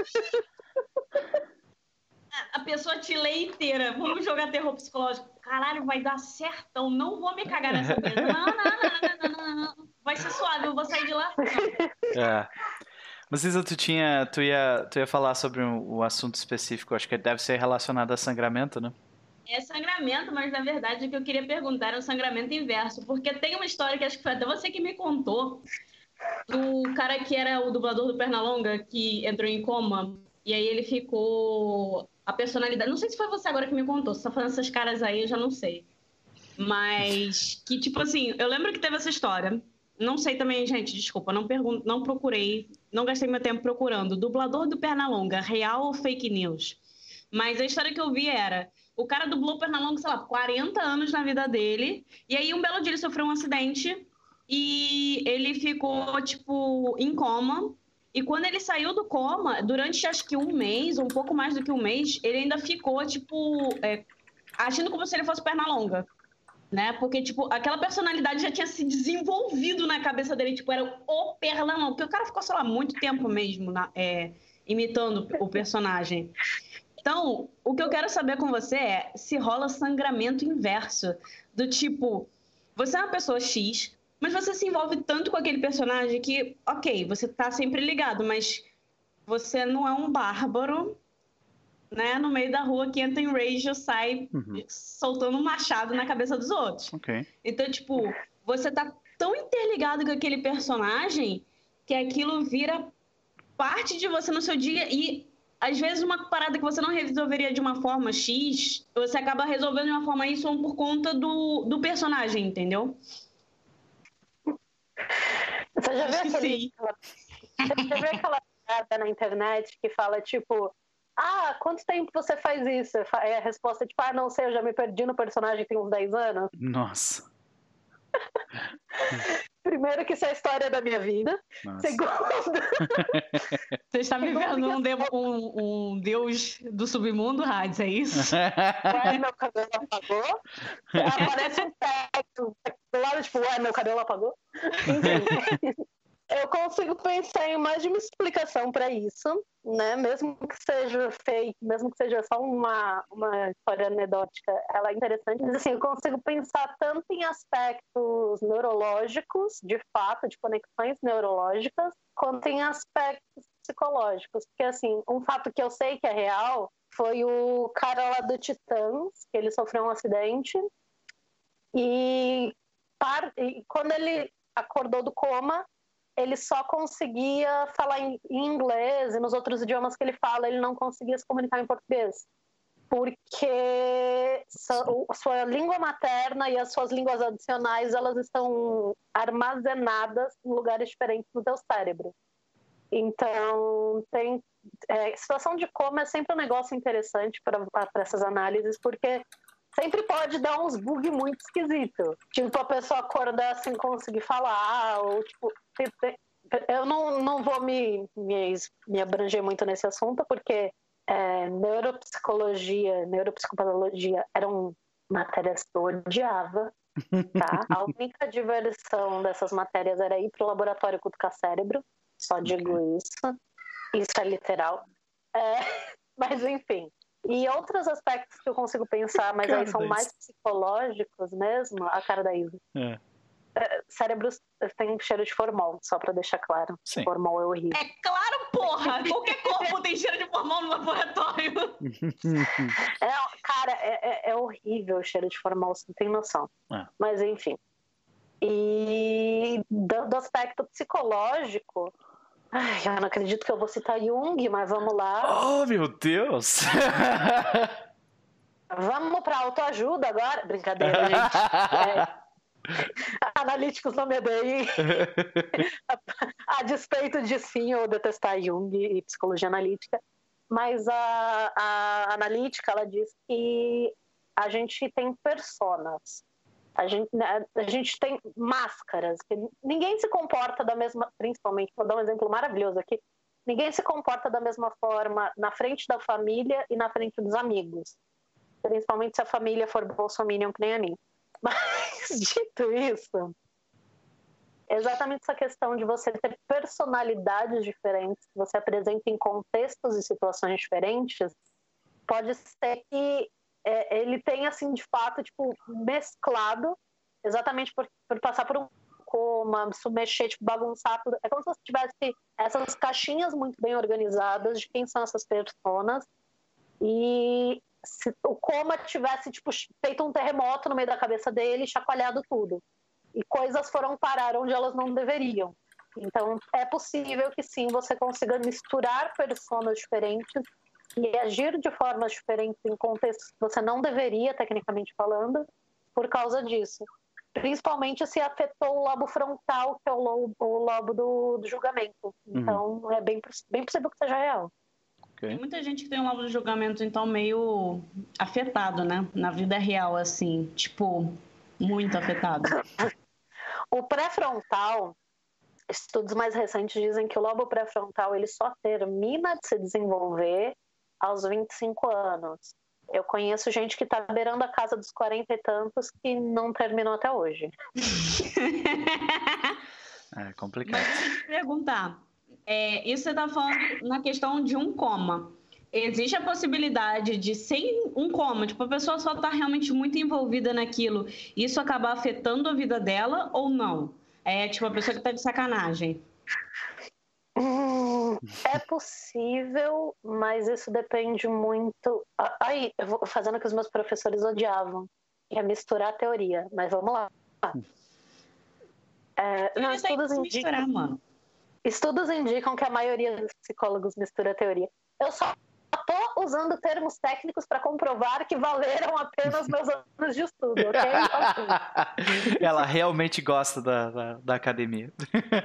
A pessoa te lê inteira. Vamos jogar terror psicológico. Caralho, vai dar certão. Não vou me cagar nessa mesa. Não. vai ser suave, eu vou sair de lá. Mas Isa, tu ia falar sobre o assunto específico, acho que deve ser relacionado a sangramento, né? É sangramento, mas na verdade o que eu queria perguntar era o sangramento inverso, porque tem uma história que acho que foi até você que me contou, do cara que era o dublador do Pernalonga, que entrou em coma, e aí ele ficou... A personalidade... Não sei se foi você agora que me contou, se você tá falando essas caras aí, eu já não sei. Mas que, tipo assim, eu lembro que teve essa história. Não sei também, gente, desculpa, não procurei, não gastei meu tempo procurando. Dublador do Pernalonga, real ou fake news? Mas a história que eu vi era... O cara dublou o Pernalonga, sei lá, 40 anos na vida dele. E aí, um belo dia, ele sofreu um acidente e ele ficou, tipo, em coma. E quando ele saiu do coma, durante acho que um mês, ou um pouco mais do que um mês, ele ainda ficou, tipo, agindo como se ele fosse Pernalonga, né? Porque, tipo, aquela personalidade já tinha se desenvolvido na cabeça dele, tipo, era o Pernalonga. Porque o cara ficou, sei lá, muito tempo mesmo imitando o personagem. Então, o que eu quero saber com você é se rola sangramento inverso. Do tipo, você é uma pessoa X, mas você se envolve tanto com aquele personagem que, ok, você tá sempre ligado, mas você não é um bárbaro, né? No meio da rua que entra em rage e sai soltando um machado na cabeça dos outros. Okay. Então, tipo, você tá tão interligado com aquele personagem que aquilo vira parte de você no seu dia e... Às vezes, uma parada que você não resolveria de uma forma X, você acaba resolvendo de uma forma Y por conta do personagem, entendeu? Você já viu aquela piada na internet que fala, tipo, quanto tempo você faz isso? A resposta é tipo, não sei, eu já me perdi no personagem tem uns 10 anos. Nossa. Primeiro que isso é a história da minha vida. Nossa. Segundo... Você está vivendo um deus do submundo, Hades, é isso? Ué, meu cabelo apagou. Aparece um teto do lado, tipo, meu cabelo apagou. Enfim, eu consigo pensar em mais de uma explicação para isso, né? Mesmo que seja fake, mesmo que seja só uma história anedótica, ela é interessante. Mas assim, eu consigo pensar tanto em aspectos neurológicos, de fato, de conexões neurológicas, quanto em aspectos psicológicos. Porque assim, um fato que eu sei que é real foi o cara lá do Titãs, que ele sofreu um acidente e quando ele acordou do coma, ele só conseguia falar em inglês e nos outros idiomas que ele fala, ele não conseguia se comunicar em português. Porque sua língua materna e as suas línguas adicionais, elas estão armazenadas em lugares diferentes no teu cérebro. Então, situação de coma é sempre um negócio interessante para essas análises, porque sempre pode dar uns bugs muito esquisitos. Tipo, a pessoa acordar sem conseguir falar, ou tipo... Eu não vou me abranger muito nesse assunto, porque neuropsicologia, neuropsicopatologia eram matérias que eu odiava, tá? A única diversão dessas matérias era ir pro laboratório cutucar cérebro, só digo isso. Isso é literal. Mas, enfim... E outros aspectos que eu consigo pensar, mas aí são mais psicológicos mesmo, a cara da Isa. Cérebros têm cheiro de formol, só pra deixar claro. Sim. Formol é horrível. É claro, porra! Qualquer corpo tem cheiro de formol no laboratório. Cara, é horrível o cheiro de formol, você não tem noção. Mas enfim. E do aspecto psicológico... eu não acredito que eu vou citar Jung, mas vamos lá. Oh, meu Deus! Vamos para autoajuda agora. Brincadeira, gente. Analíticos não me odeiem. A despeito de sim, eu detestar Jung e psicologia analítica. Mas a analítica, ela diz que a gente tem personas. A gente tem máscaras. Ninguém se comporta da mesma... Principalmente, vou dar um exemplo maravilhoso aqui. Ninguém se comporta da mesma forma na frente da família e na frente dos amigos. Principalmente se a família for bolsominion, que nem a mim. Mas, dito isso, exatamente essa questão de você ter personalidades diferentes, que você apresenta em contextos e situações diferentes, pode ser que ele tem, assim, de fato, tipo, mesclado, exatamente por passar por um coma, mexer, tipo, bagunçar tudo. É como se você tivesse essas caixinhas muito bem organizadas de quem são essas pessoas, e se o coma tivesse, tipo, feito um terremoto no meio da cabeça dele e chacoalhado tudo. E coisas foram parar onde elas não deveriam. Então, é possível que sim, você consiga misturar personas diferentes e agir de formas diferentes em contextos que você não deveria, tecnicamente falando, por causa disso. Principalmente se afetou o lobo frontal, que é o lobo do julgamento. Então, é bem possível que seja real. Okay. Tem muita gente que tem um lobo do julgamento, então, meio afetado, né? Na vida real, assim, tipo, muito afetado. O pré-frontal, estudos mais recentes dizem que o lobo pré-frontal ele só termina de se desenvolver aos 25 anos. Eu conheço gente que está beirando a casa dos 40 e tantos que não terminou até hoje. É complicado. Mas deixa eu te perguntar, isso você está falando na questão de um coma. Existe a possibilidade de, sem um coma, tipo, a pessoa só está realmente muito envolvida naquilo, isso acabar afetando a vida dela ou não? É tipo a pessoa que está de sacanagem. É possível, mas isso depende muito. Aí, eu vou fazendo o que os meus professores odiavam, que é misturar a teoria, mas vamos lá. Não, estudos indicam que a maioria dos psicólogos mistura a teoria. Eu só estou usando termos técnicos para comprovar que valeram apenas meus anos de estudo, ok? Ela realmente gosta da academia.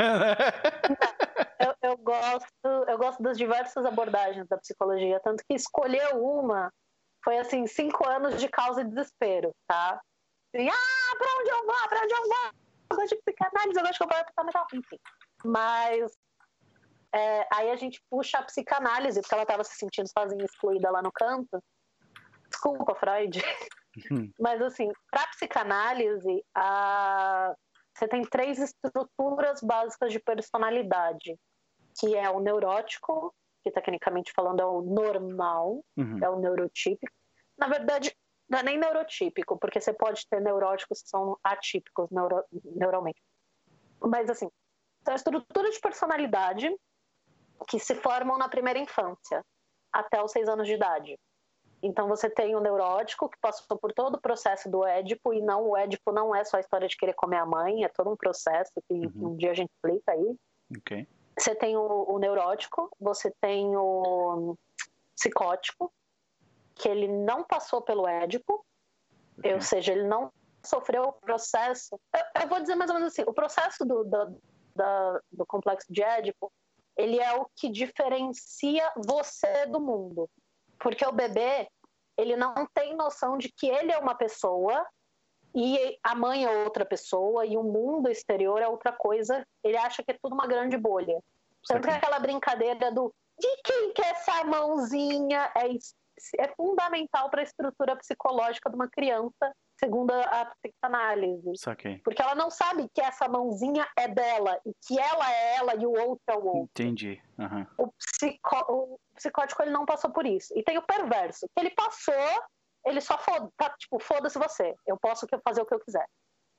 Eu gosto das diversas abordagens da psicologia, tanto que escolher uma foi assim, 5 anos de causa e desespero, tá? E, pra onde eu vou? Eu gosto de psicanálise, eu gosto de comportamental, enfim. Mas aí a gente puxa a psicanálise, porque ela estava se sentindo sozinha, excluída lá no canto. Desculpa, Freud. Mas assim, para psicanálise, você tem 3 estruturas básicas de personalidade, que é o neurótico, que tecnicamente falando é o normal, é o neurotípico. Na verdade, não é nem neurotípico, porque você pode ter neuróticos que são atípicos neuralmente. Mas assim, são estruturas de personalidade que se formam na primeira infância, até os 6 anos de idade. Então você tem o neurótico, que passou por todo o processo do Édipo, e o Édipo não é só a história de querer comer a mãe, é todo um processo que um dia a gente explica aí. Okay. Você tem o neurótico, você tem o psicótico, que ele não passou pelo Édipo, ou seja, ele não sofreu o processo. Eu vou dizer mais ou menos assim, o processo do complexo de Édipo, ele é o que diferencia você do mundo. Porque o bebê, ele não tem noção de que ele é uma pessoa e a mãe é outra pessoa e o mundo exterior é outra coisa. Ele acha que é tudo uma grande bolha. Tanto que aquela brincadeira de quem que é essa mãozinha é fundamental para a estrutura psicológica de uma criança, segundo a psicanálise. Porque ela não sabe que essa mãozinha é dela e que ela é ela e o outro é o outro. Entendi. O psicótico ele não passou por isso. E tem o perverso, que ele passou, ele só foda-se você, eu posso fazer o que eu quiser.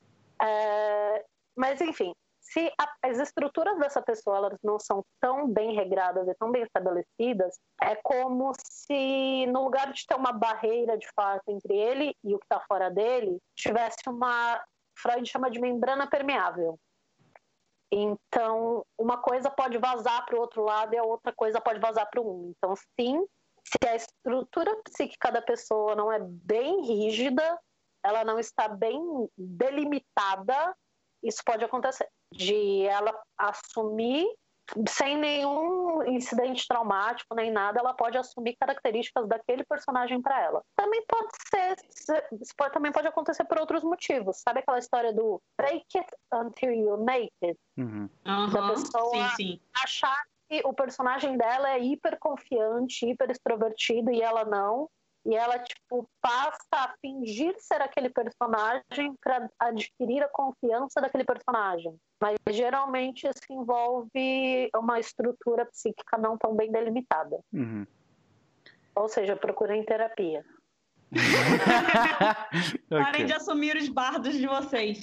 Mas enfim, se as estruturas dessa pessoa elas não são tão bem regradas e tão bem estabelecidas, é como se no lugar de ter uma barreira de fato entre ele e o que está fora dele, tivesse Freud chama de membrana permeável. Então, uma coisa pode vazar para o outro lado e a outra coisa pode vazar para um. Então, sim, se a estrutura psíquica da pessoa não é bem rígida, ela não está bem delimitada, isso pode acontecer. De ela assumir, sem nenhum incidente traumático nem nada, ela pode assumir características daquele personagem para ela. Também também pode acontecer por outros motivos. Sabe aquela história do fake it until you make it? Da pessoa achar que o personagem dela é hiper confiante, hiper extrovertido e ela não. E ela, passa a fingir ser aquele personagem para adquirir a confiança daquele personagem. Mas, geralmente, isso envolve uma estrutura psíquica não tão bem delimitada. Ou seja, procura em terapia. Parem de assumir os bardos de vocês.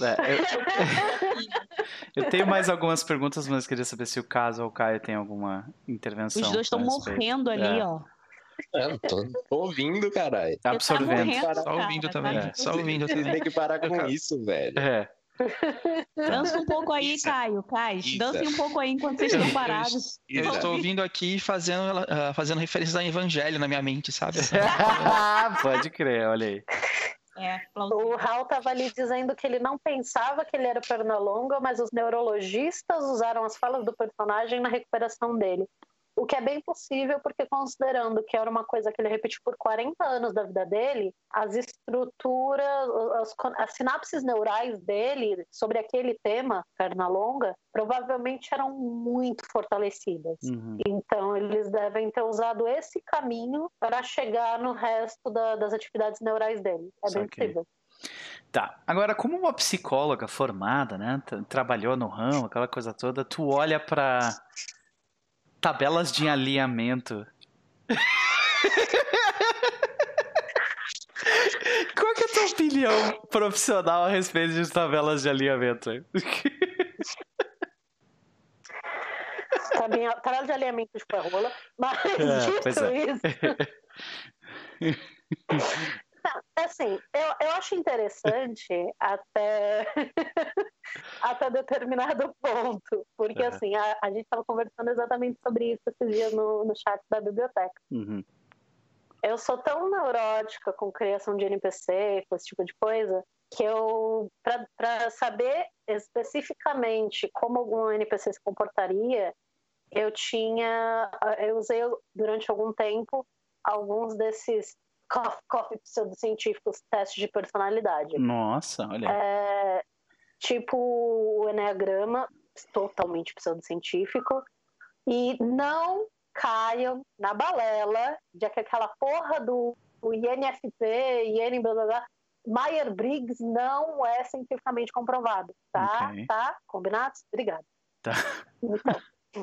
Eu tenho mais algumas perguntas, mas queria saber se o Caso ou o Caio tem alguma intervenção. Os dois estão morrendo ali, ó. Eu tô ouvindo, caralho. Tá absorvendo. Só ouvindo também. Só ouvindo também. Tem que parar com isso, velho. Dança um pouco aí, Caio. Dance um pouco aí enquanto vocês estão parados. Eu estou ouvindo aqui fazendo referências ao Evangelho na minha mente, sabe? Pode crer, olha aí. O Hal tava ali dizendo que ele não pensava que ele era Pernalonga, mas os neurologistas usaram as falas do personagem na recuperação dele. O que é bem possível, porque considerando que era uma coisa que ele repetiu por 40 anos da vida dele, as estruturas, as sinapses neurais dele sobre aquele tema, Pernalonga, provavelmente eram muito fortalecidas. Então, eles devem ter usado esse caminho para chegar no resto das atividades neurais dele. É bem possível. Tá, agora como uma psicóloga formada, né, trabalhou no ramo, aquela coisa toda, tu olha pra tabelas de alinhamento. Qual que é a tua opinião profissional a respeito de tabelas de alinhamento? Tabela de alinhamento de rola, mas dito isso... Assim, eu acho interessante até determinado ponto, porque assim, a gente estava conversando exatamente sobre isso esses dias no chat da biblioteca. Eu sou tão neurótica com criação de NPC, com esse tipo de coisa, que para saber especificamente como algum NPC se comportaria, eu usei durante algum tempo alguns desses pseudocientíficos, testes de personalidade. Nossa, olha aí. Tipo o Enneagrama, totalmente pseudocientífico, e não caiam na balela de que aquela porra do INFP, IN blá blá blá, Myers-Briggs não é cientificamente comprovado, tá? Okay. Tá? Combinados? Obrigada. Tá. Então...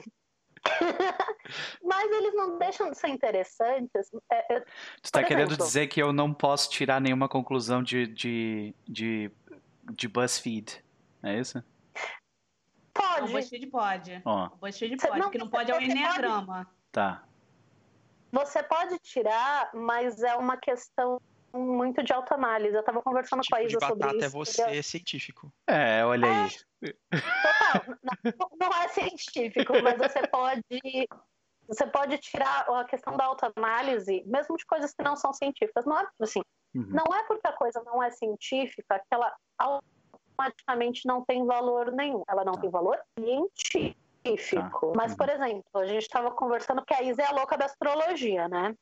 Mas eles não deixam de ser interessantes. Tu tá querendo dizer que eu não posso tirar nenhuma conclusão de BuzzFeed, é isso? Pode. O BuzzFeed pode. Oh. O BuzzFeed pode, o que não pode é o Enneagrama. Tá. Você pode tirar, mas é uma questão muito de autoanálise. Eu estava conversando com a Isa sobre isso. É você científico. Olha aí. Total. Não é científico, mas você pode tirar a questão da autoanálise, mesmo de coisas que não são científicas. Não é assim. Não é porque a coisa não é científica que ela automaticamente não tem valor nenhum. Ela não tem valor científico. Mas, por exemplo, a gente estava conversando que a Isa é a louca da astrologia, né?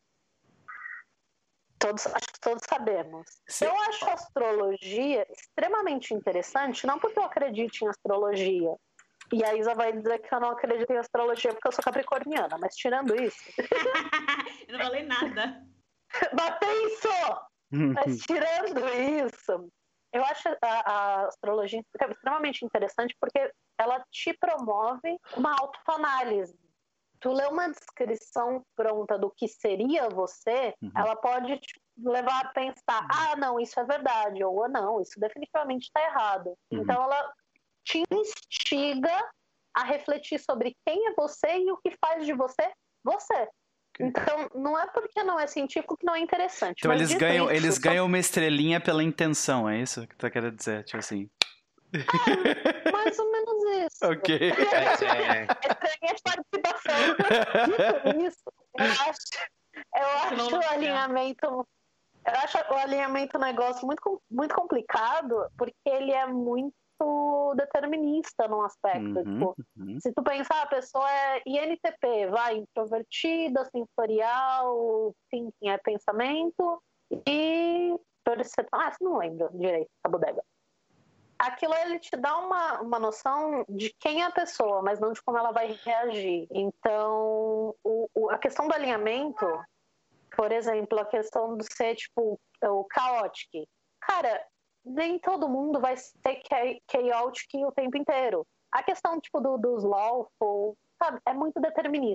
Acho que todos sabemos. Sim. Eu acho a astrologia extremamente interessante, não porque eu acredito em astrologia. E a Isa vai dizer que eu não acredito em astrologia porque eu sou capricorniana, mas tirando isso... Eu não falei nada. Mas pensou! Mas tirando isso, eu acho a astrologia extremamente interessante porque ela te promove uma autoanálise. Tu lê uma descrição pronta do que seria você, ela pode te levar a pensar, não, isso é verdade, ou não, isso definitivamente está errado. Então ela te instiga a refletir sobre quem é você e o que faz de você, você. Então, não é porque não é científico que não é interessante. Então eles ganham uma estrelinha pela intenção, é isso que tu tá querendo dizer? Tipo assim... mais ou menos isso. Ok. Estrelinha de participação. Dito isso, eu acho o alinhamento... Eu acho o alinhamento um negócio muito, muito complicado, porque ele é muito determinista num aspecto. Tipo, se tu pensar, a pessoa é INTP, introvertida, sensorial, thinking é pensamento, e percepção, não lembro direito, a bodega. Aquilo ele te dá uma noção de quem é a pessoa, mas não de como ela vai reagir. Então, a questão do alinhamento, por exemplo, a questão do ser, tipo, o chaotic. Cara, nem todo mundo vai ser chaotic o tempo inteiro. A questão, tipo, dos lawful, sabe, é muito determinista.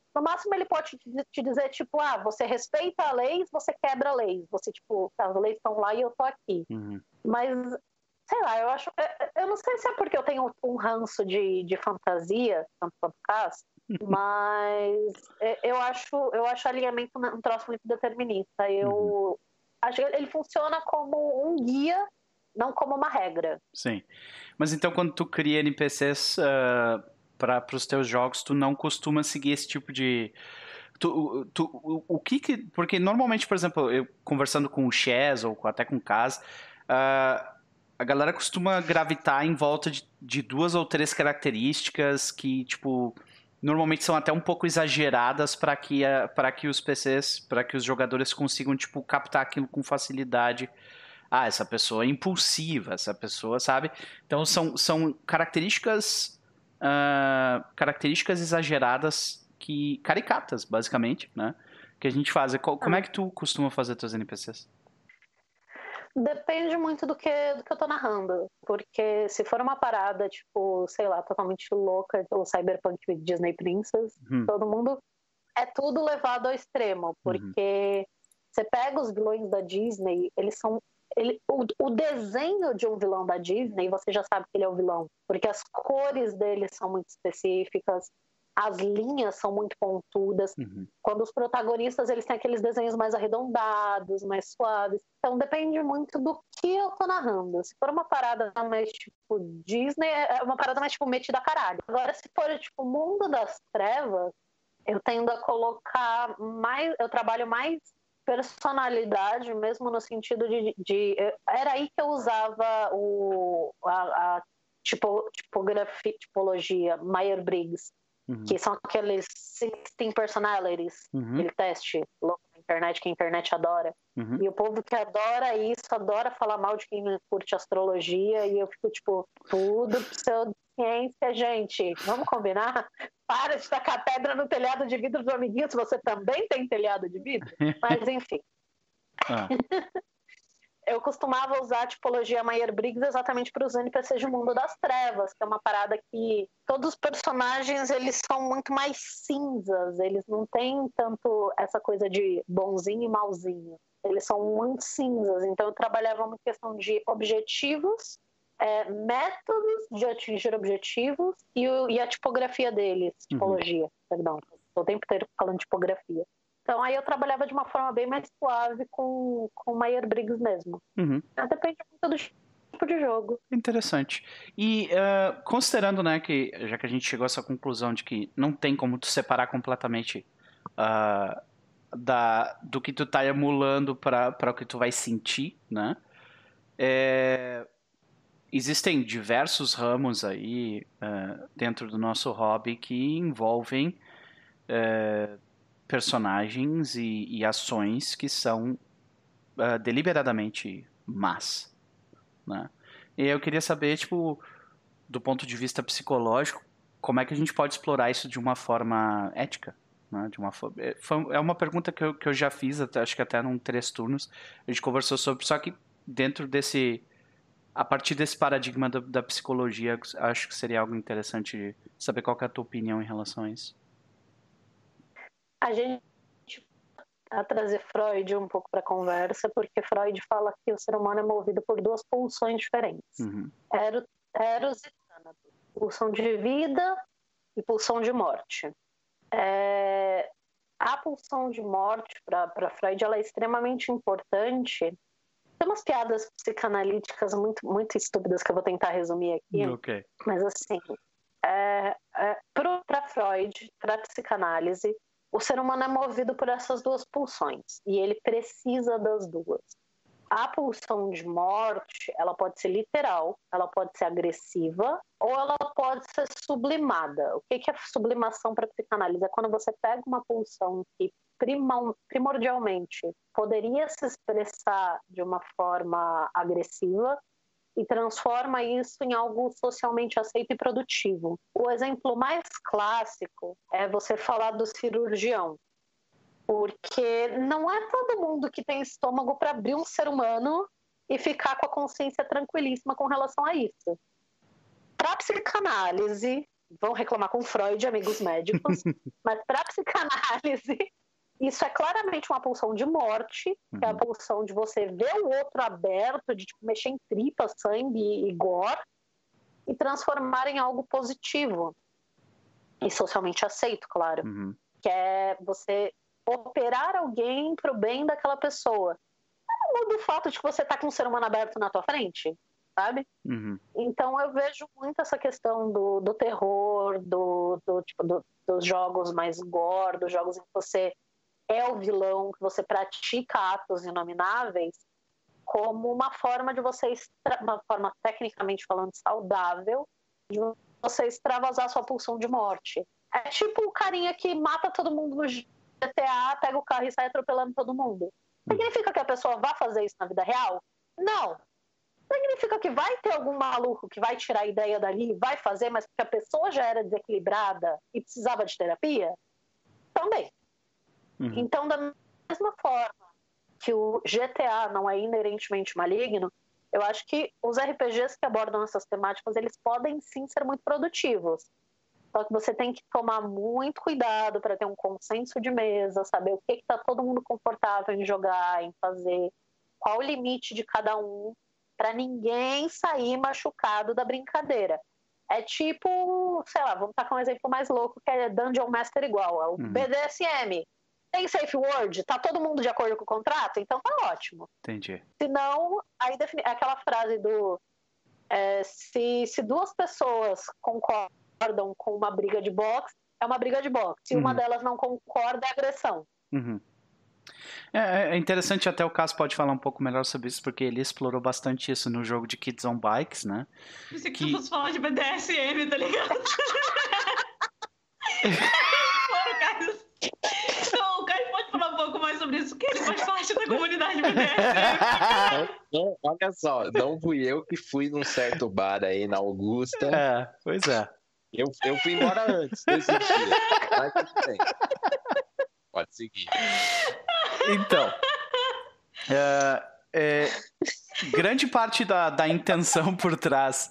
No máximo ele pode te dizer, tipo, você respeita a lei, você quebra a lei. Você, tipo, as leis estão lá e eu tô aqui. Mas, sei lá, eu não sei se é porque eu tenho um ranço de fantasia, tanto quanto caso, mas eu acho alinhamento um troço muito determinista. Eu acho que ele funciona como um guia, não como uma regra. Sim. Mas então quando tu cria NPCs para os teus jogos, tu não costuma seguir esse tipo de... Porque normalmente, por exemplo, eu conversando com o Chess ou até com o Kaz, a galera costuma gravitar em volta de 2 ou 3 características que, tipo, normalmente são até um pouco exageradas para que os PCs, para que os jogadores consigam, tipo, captar aquilo com facilidade. Essa pessoa é impulsiva, essa pessoa, sabe? Então são características exageradas, caricatas, basicamente, né? Que a gente faz. Como é que tu costuma fazer teus NPCs? Depende muito do que eu tô narrando. Porque se for uma parada, tipo, sei lá, totalmente louca, ou Cyberpunk Disney Princess, todo mundo... É tudo levado ao extremo. Porque você pega os vilões da Disney, eles são... o desenho de um vilão da Disney, você já sabe que ele é o vilão. Porque as cores dele são muito específicas. As linhas são muito pontudas. Quando os protagonistas, eles têm aqueles desenhos mais arredondados, mais suaves. Então, depende muito do que eu tô narrando. Se for uma parada mais, tipo, Disney, é uma parada mais, tipo, metida a caralho. Agora, se for, tipo, Mundo das Trevas, eu tendo a colocar mais... Eu trabalho mais personalidade, mesmo no sentido de era aí que eu usava a tipologia Myers-Briggs, que são aqueles 16 personalities, aquele teste louco na internet que a internet adora. E o povo que adora isso, adora falar mal de quem não curte astrologia, e eu fico tipo, tudo pseudociência, gente, vamos combinar? Para de tacar pedra no telhado de vidro do amiguinho, se você também tem telhado de vidro. Mas enfim. Eu costumava usar a tipologia Myers-Briggs exatamente para os NPCs de Mundo das Trevas, que é uma parada que todos os personagens, eles são muito mais cinzas, eles não têm tanto essa coisa de bonzinho e malzinho, eles são muito cinzas. Então eu trabalhava uma questão de objetivos, métodos de atingir objetivos e a tipografia deles, tipologia, perdão, o tempo inteiro falando tipografia. Então, aí eu trabalhava de uma forma bem mais suave com Myers-Briggs mesmo. Depende muito do tipo de jogo. Interessante. E considerando, né, que já que a gente chegou a essa conclusão de que não tem como tu separar completamente do que tu tá emulando para o que tu vai sentir, né? Existem diversos ramos aí dentro do nosso hobby que envolvem personagens e ações que são deliberadamente más, né? E eu queria saber, tipo, do ponto de vista psicológico, como é que a gente pode explorar isso de uma forma ética, né? É uma pergunta que eu já fiz, acho que até num 3 turnos, a gente conversou sobre, só que dentro a partir desse paradigma da psicologia, acho que seria algo interessante saber qual que é a tua opinião em relação a isso. A gente vai trazer Freud um pouco para a conversa, porque Freud fala que o ser humano é movido por 2 pulsões diferentes. Eros e Thanatos. Pulsão de vida e pulsão de morte. A pulsão de morte, para Freud, ela é extremamente importante. Tem umas piadas psicanalíticas muito, muito estúpidas que eu vou tentar resumir aqui. Okay. Mas assim, para Freud, para a psicanálise, o ser humano é movido por essas 2 pulsões e ele precisa das 2. A pulsão de morte, ela pode ser literal, ela pode ser agressiva ou ela pode ser sublimada. O que é sublimação para a psicanálise? É quando você pega uma pulsão que primordialmente poderia se expressar de uma forma agressiva e transforma isso em algo socialmente aceito e produtivo. O exemplo mais clássico é você falar do cirurgião, porque não é todo mundo que tem estômago para abrir um ser humano e ficar com a consciência tranquilíssima com relação a isso. Para a psicanálise, vão reclamar com Freud, amigos médicos, mas para psicanálise, isso é claramente uma pulsão de morte, que é a pulsão de você ver o outro aberto, de tipo, mexer em tripa, sangue e gore, e transformar em algo positivo. E socialmente aceito, claro. Que é você operar alguém para o bem daquela pessoa. Não muda o fato de que você está com um ser humano aberto na tua frente, sabe? Então eu vejo muito essa questão do terror, dos jogos mais gore, dos jogos em que você é o vilão, que você pratica atos inomináveis, como uma forma de você, uma forma tecnicamente falando saudável, de você extravasar sua pulsão de morte. É tipo o carinha que mata todo mundo no GTA, pega o carro e sai atropelando todo mundo. Significa que a pessoa vai fazer isso na vida real? Não. Significa que vai ter algum maluco que vai tirar a ideia dali, vai fazer, mas porque a pessoa já era desequilibrada e precisava de terapia? Também. Então, da mesma forma que o GTA não é inerentemente maligno, eu acho que os RPGs que abordam essas temáticas, eles podem sim ser muito produtivos. Só que você tem que tomar muito cuidado para ter um consenso de mesa, saber o que está todo mundo confortável em jogar, em fazer, qual o limite de cada um, para ninguém sair machucado da brincadeira. É tipo, sei lá, vamos tacar um exemplo mais louco, que é Dungeon Master igual, é o BDSM. Tem safe word? Tá todo mundo de acordo com o contrato? Então tá ótimo. Entendi. Se não, aí aquela frase do se duas pessoas concordam com uma briga de boxe, é uma briga de boxe. Se uma delas não concorda, é agressão. É interessante, até o Caso pode falar um pouco melhor sobre isso, porque ele explorou bastante isso no jogo de Kids on Bikes, né? Pensei que tu fosse falar de BDSM, tá ligado? O Caio pode falar um pouco mais sobre isso, porque ele faz parte da comunidade BDSM. Não, olha só, não fui eu que fui num certo bar aí na Augusta. Pois é. Eu fui embora antes desse dia, mas tudo bem. Pode seguir. Então, grande parte da intenção por trás,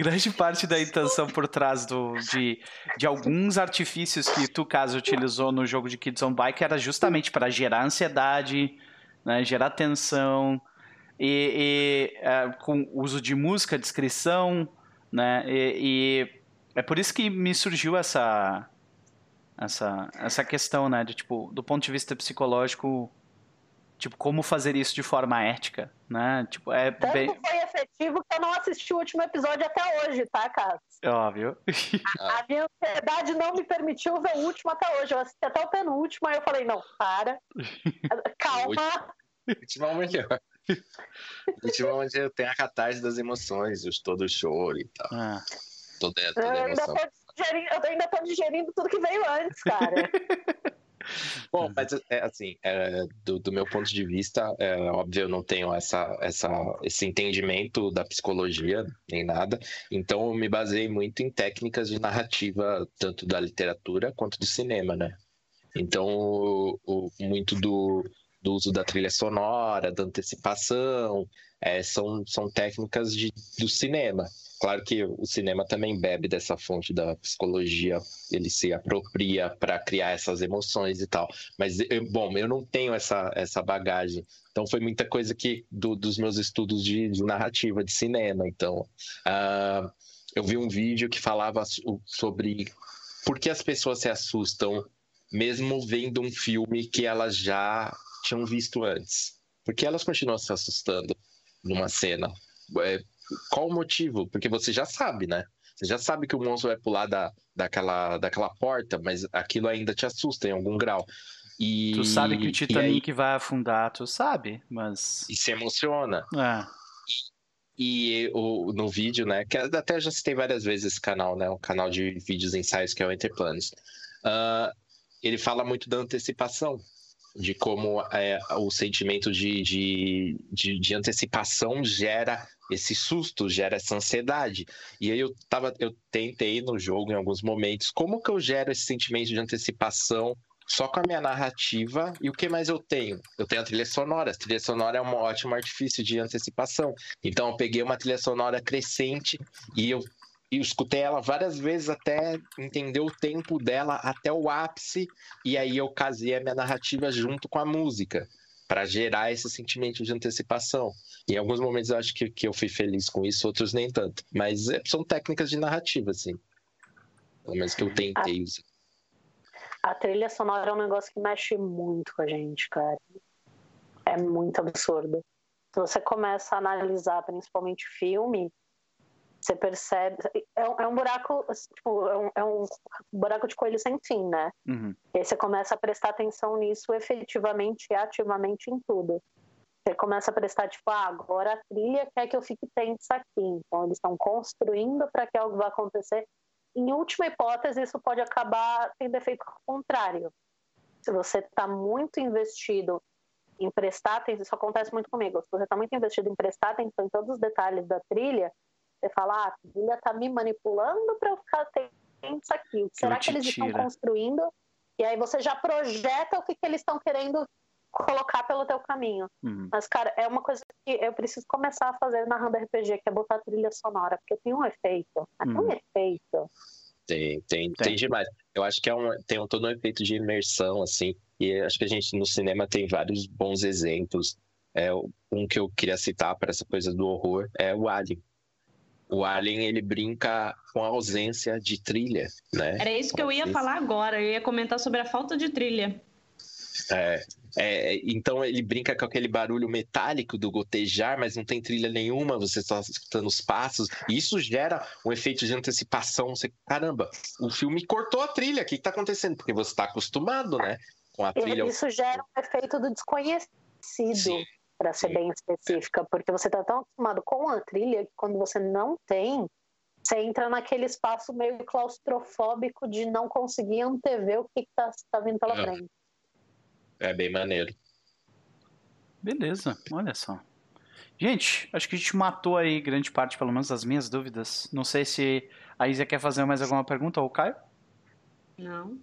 de alguns artifícios que tu, Caso, utilizou no jogo de Kids on Bike era justamente para gerar ansiedade, né, gerar tensão, com uso de música, descrição, né, e é por isso que me surgiu essa questão, né, de, tipo, do ponto de vista psicológico, tipo, como fazer isso de forma ética, né, tipo, Tanto foi efetivo que eu não assisti o último episódio até hoje, tá, Caso? Óbvio. A minha ansiedade não me permitiu ver o último até hoje, eu assisti até o penúltimo, aí eu falei, não, para, calma. O último é o melhor. O último é onde tem a catarse das emoções, todo o choro e tal. Toda a emoção. Eu ainda tô digerindo tudo que veio antes, cara. Bom, mas assim, do meu ponto de vista, óbvio, eu não tenho esse entendimento da psicologia, nem nada, então eu me baseei muito em técnicas de narrativa, tanto da literatura quanto do cinema, né? Então, muito do uso da trilha sonora, da antecipação, são técnicas do cinema. Claro que o cinema também bebe dessa fonte da psicologia, ele se apropria para criar essas emoções e tal. Mas, eu não tenho essa bagagem. Então, foi muita coisa dos meus estudos de narrativa, de cinema. Então, eu vi um vídeo que falava sobre por que as pessoas se assustam mesmo vendo um filme que elas já tinham visto antes. Por que elas continuam se assustando numa cena? Qual o motivo? Porque você já sabe, né? Você já sabe que o monstro vai pular daquela porta, mas aquilo ainda te assusta em algum grau. Tu sabe que o Titanic vai afundar, tu sabe, mas... E se emociona. E no vídeo, né? Que até já citei várias vezes esse canal, né? Um canal de vídeos e ensaios que é o Interplanos. Ele fala muito da antecipação. De como o sentimento de antecipação gera esse susto, gera essa ansiedade. E aí eu tentei no jogo, em alguns momentos, como que eu gero esse sentimento de antecipação só com a minha narrativa. E o que mais eu tenho? Eu tenho a trilha sonora. A trilha sonora é um ótimo artifício de antecipação. Então eu peguei uma trilha sonora crescente e eu eu escutei ela várias vezes até entender o tempo dela até o ápice, e aí eu casei a minha narrativa junto com a música, para gerar esse sentimento de antecipação. E em alguns momentos eu acho que eu fui feliz com isso, outros nem tanto. Mas são técnicas de narrativa, assim. Pelo menos que eu tentei usar. A trilha sonora é um negócio que mexe muito com a gente, cara. É muito absurdo. Se você começa a analisar, principalmente filme, você percebe... É um buraco, tipo, é um buraco de coelho sem fim, né? Uhum. E aí você começa a prestar atenção nisso efetivamente e ativamente em tudo. Você começa a prestar, tipo, agora a trilha quer que eu fique tensa aqui. Então eles estão construindo para que algo vá acontecer. Em última hipótese, isso pode acabar tendo efeito contrário. Se você está muito investido em prestar atenção, isso acontece muito comigo, se você está muito investido em prestar atenção em todos os detalhes da trilha, você fala, a trilha está me manipulando para eu ficar tensa aqui. O que será que eles estão construindo? E aí você já projeta o que eles estão querendo colocar pelo teu caminho. Mas, cara, é uma coisa que eu preciso começar a fazer narrando RPG, que é botar trilha sonora, porque tem um efeito. Tem um efeito. Tem demais. Eu acho que tem todo um efeito de imersão, assim, e acho que a gente no cinema tem vários bons exemplos. Um que eu queria citar para essa coisa do horror é o Alien. O Alien, ele brinca com a ausência de trilha, né? Era isso que eu ia falar agora, eu ia comentar sobre a falta de trilha. Então ele brinca com aquele barulho metálico do gotejar, mas não tem trilha nenhuma, você está escutando os passos, e isso gera um efeito de antecipação. Você, caramba, o filme cortou a trilha, o que está acontecendo? Porque você está acostumado, né, com a trilha. Isso gera um efeito do desconhecido, para ser bem específica, porque você está tão acostumado com a trilha que quando você não tem, você entra naquele espaço meio claustrofóbico de não conseguir antever o que está vindo pela frente. É bem maneiro. Beleza, olha só. Gente, acho que a gente matou aí grande parte, pelo menos, das minhas dúvidas. Não sei se a Isa quer fazer mais alguma pergunta, ou o Caio? Não.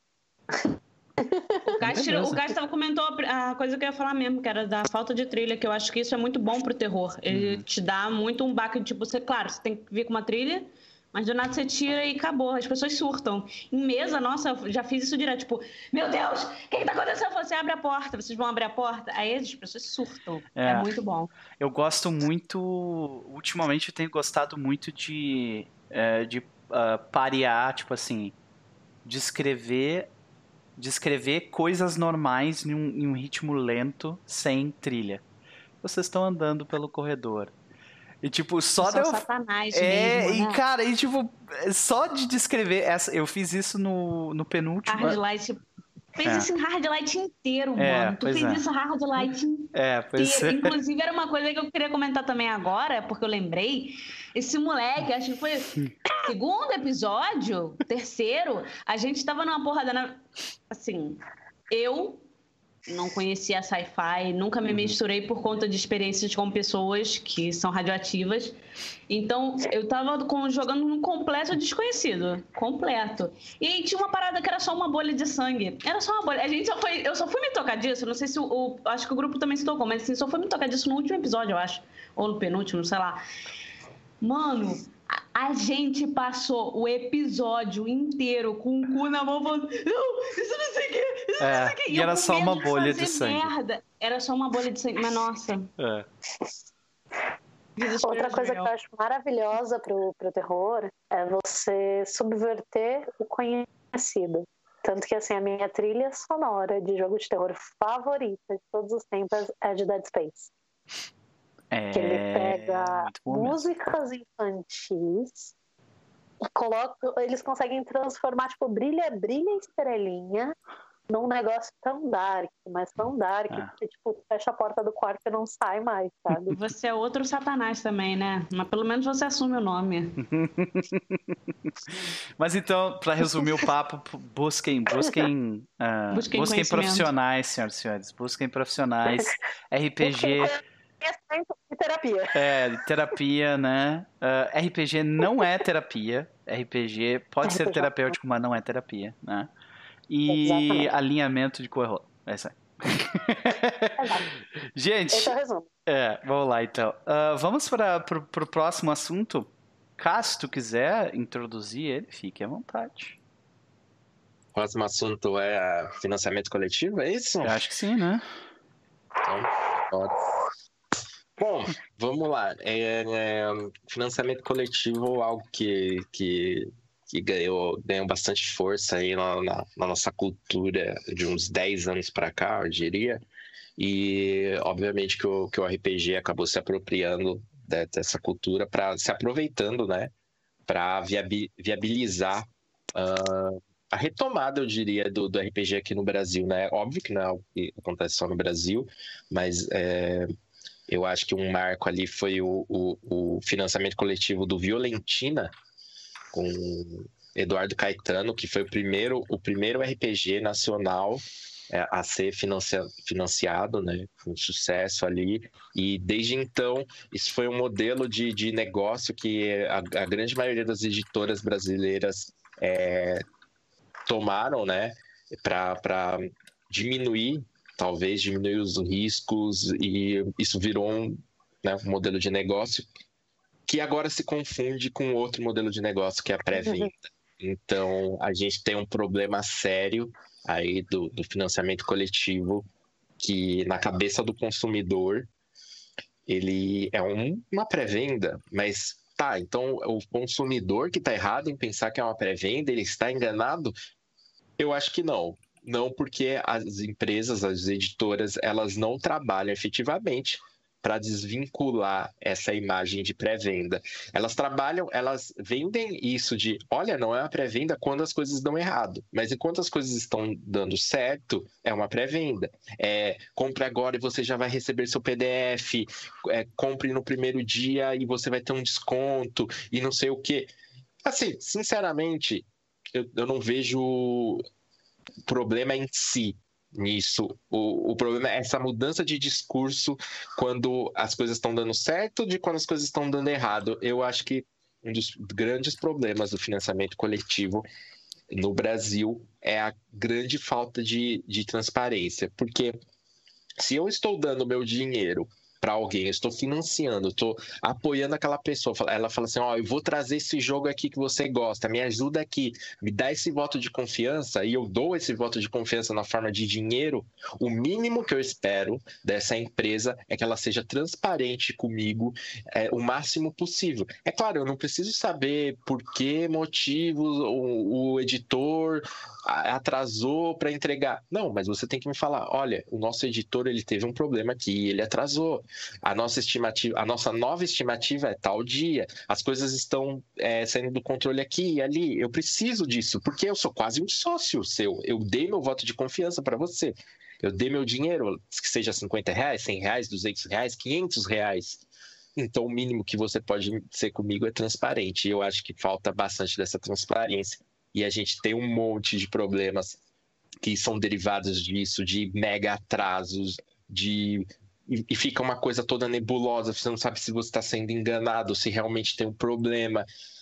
O Cássio comentou a coisa que eu ia falar mesmo, que era da falta de trilha, que eu acho que isso é muito bom pro terror. Ele te dá muito um baque, tipo, claro, você tem que vir com uma trilha, mas do nada você tira e acabou. As pessoas surtam. Em mesa, nossa, eu já fiz isso direto. Tipo, meu Deus, o que tá acontecendo? Você abre a porta, vocês vão abrir a porta. Aí as pessoas surtam. É muito bom. Eu gosto muito... Ultimamente eu tenho gostado muito de parear, tipo assim, descrever coisas normais em um ritmo lento, sem trilha. Vocês estão andando pelo corredor. E tipo, só deu... Satanás mesmo, e né? cara, e tipo, só de descrever eu fiz isso no penúltimo. Hardlight. Fez isso em Hardlight inteiro, mano. Tu fez isso Hardlight inteiro. Inclusive, era uma coisa que eu queria comentar também agora, porque eu lembrei. Esse moleque, acho que foi segundo episódio, terceiro, a gente tava numa porrada. Assim, eu não conhecia sci-fi, nunca me misturei por conta de experiências com pessoas que são radioativas. Então, eu tava jogando num completo desconhecido. Completo. E aí tinha uma parada que era só uma bolha de sangue. Era só uma bolha. Eu só fui me tocar disso, não sei se acho que o grupo também se tocou, mas assim, só fui me tocar disso no último episódio, eu acho. Ou no penúltimo, sei lá. Mano, a gente passou o episódio inteiro com o cu na mão falando, não, isso não sei o que, isso não sei o que. E era só uma bolha de sangue. Era só uma bolha de sangue, mas nossa. Outra coisa que eu acho maravilhosa pro terror é você subverter o conhecido. Tanto que, assim, a minha trilha sonora de jogo de terror favorita de todos os tempos é de Dead Space. Que ele pega músicas infantis e eles conseguem transformar, tipo, brilha estrelinha num negócio tão dark, mas tão dark que, tipo, fecha a porta do quarto e não sai mais, sabe? Você é outro Satanás também, né? Mas pelo menos você assume o nome. Mas então, para resumir o papo, busquem profissionais, senhoras e senhores. Busquem profissionais, RPG... terapia. Terapia, né? RPG não é terapia. RPG pode ser terapêutico, mas não é terapia, né? E exatamente. Alinhamento de cor. É isso aí. Gente, esse é o resumo. Vamos lá então. Vamos para o próximo assunto. Caso tu quiser introduzir ele, fique à vontade. O próximo assunto é financiamento coletivo, é isso? Eu acho que sim, né? Então, bom, vamos lá. Financiamento coletivo, algo que ganhou bastante força aí na nossa cultura de uns 10 anos para cá, eu diria. E, obviamente, que o RPG acabou se apropriando dessa cultura, se aproveitando, né, para viabilizar a retomada, eu diria, do RPG aqui no Brasil, né? Óbvio que não é algo que acontece só no Brasil, mas eu acho que um marco ali foi o financiamento coletivo do Violentina, com Eduardo Caetano, que foi o primeiro RPG nacional a ser financiado, né, com sucesso ali, e desde então isso foi um modelo de negócio que a grande maioria das editoras brasileiras tomaram, né, para diminuir os riscos, e isso virou um modelo de negócio que agora se confunde com outro modelo de negócio, que é a pré-venda. Então, a gente tem um problema sério aí do financiamento coletivo, que na cabeça do consumidor, ele é uma pré-venda, mas tá, então o consumidor que está errado em pensar que é uma pré-venda, ele está enganado? Eu acho que não. Não, porque as empresas, as editoras, elas não trabalham efetivamente para desvincular essa imagem de pré-venda. Elas vendem isso de, olha, não é uma pré-venda quando as coisas dão errado, mas enquanto as coisas estão dando certo, é uma pré-venda. Compre agora e você já vai receber seu PDF, compre no primeiro dia e você vai ter um desconto e não sei o quê. Assim, sinceramente, eu não vejo problema em si nisso. O problema é essa mudança de discurso quando as coisas estão dando certo de quando as coisas estão dando errado. Eu acho que um dos grandes problemas do financiamento coletivo no Brasil é a grande falta de transparência. Porque se eu estou dando meu dinheiro para alguém, eu estou financiando, estou apoiando aquela pessoa, ela fala assim, eu vou trazer esse jogo aqui que você gosta, me ajuda aqui, me dá esse voto de confiança, e eu dou esse voto de confiança na forma de dinheiro. O mínimo que eu espero dessa empresa é que ela seja transparente comigo o máximo possível. É claro, eu não preciso saber por que motivos o editor atrasou para entregar. Não, mas você tem que me falar, olha, o nosso editor ele teve um problema aqui, ele atrasou. A nossa nova estimativa é tal dia. As coisas estão saindo do controle aqui e ali. Eu preciso disso, porque eu sou quase um sócio seu. Eu dei meu voto de confiança para você. Eu dei meu dinheiro, que seja R$50, R$100, R$200, R$500. Então, o mínimo que você pode ser comigo é transparente. E eu acho que falta bastante dessa transparência. E a gente tem um monte de problemas que são derivados disso, de mega atrasos, e fica uma coisa toda nebulosa, você não sabe se você está sendo enganado, se realmente tem um problema.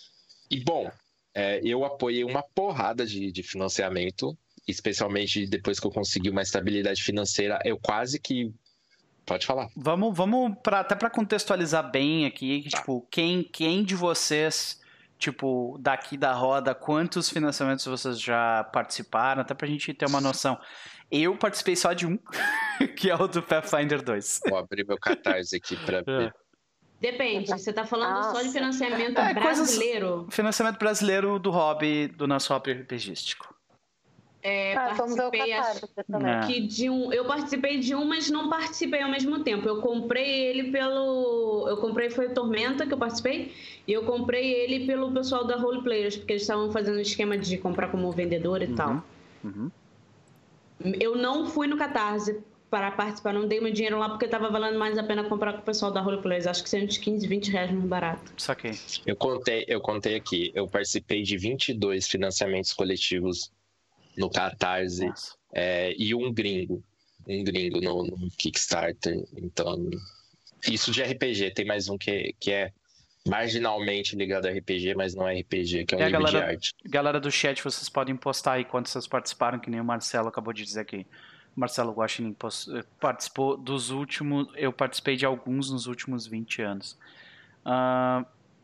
E, bom, eu apoiei uma porrada de financiamento, especialmente depois que eu consegui uma estabilidade financeira, eu quase que... Pode falar. Vamos até para contextualizar bem aqui, tipo, quem de vocês... Tipo, daqui da roda, quantos financiamentos vocês já participaram, até pra gente ter uma noção. Eu participei só de um, que é o do Pathfinder 2. Vou abrir meu Catarse aqui pra ver. Depende, você tá falando só de financiamento brasileiro? Financiamento brasileiro do hobby, do nosso hobby RPGístico. Eu participei de um, mas não participei ao mesmo tempo. Eu comprei ele foi o Tormenta que eu participei, e eu comprei ele pelo pessoal da Role Players, porque eles estavam fazendo um esquema de comprar como vendedor e tal. Eu não fui no Catarse para participar, não dei meu dinheiro lá porque estava valendo mais a pena comprar com o pessoal da Role Players. Acho que são uns 15, 20 reais mais barato. Saquei. Eu contei aqui, eu participei de 22 financiamentos coletivos no Catarse, e um gringo no Kickstarter. Então, isso de RPG, tem mais um que é marginalmente ligado a RPG, mas não é RPG, que é um livro de arte. Galera do chat, vocês podem postar aí quantos vocês participaram, que nem o Marcelo acabou de dizer aqui. O Marcelo Guaxinim participou dos últimos... Eu participei de alguns nos últimos 20 anos.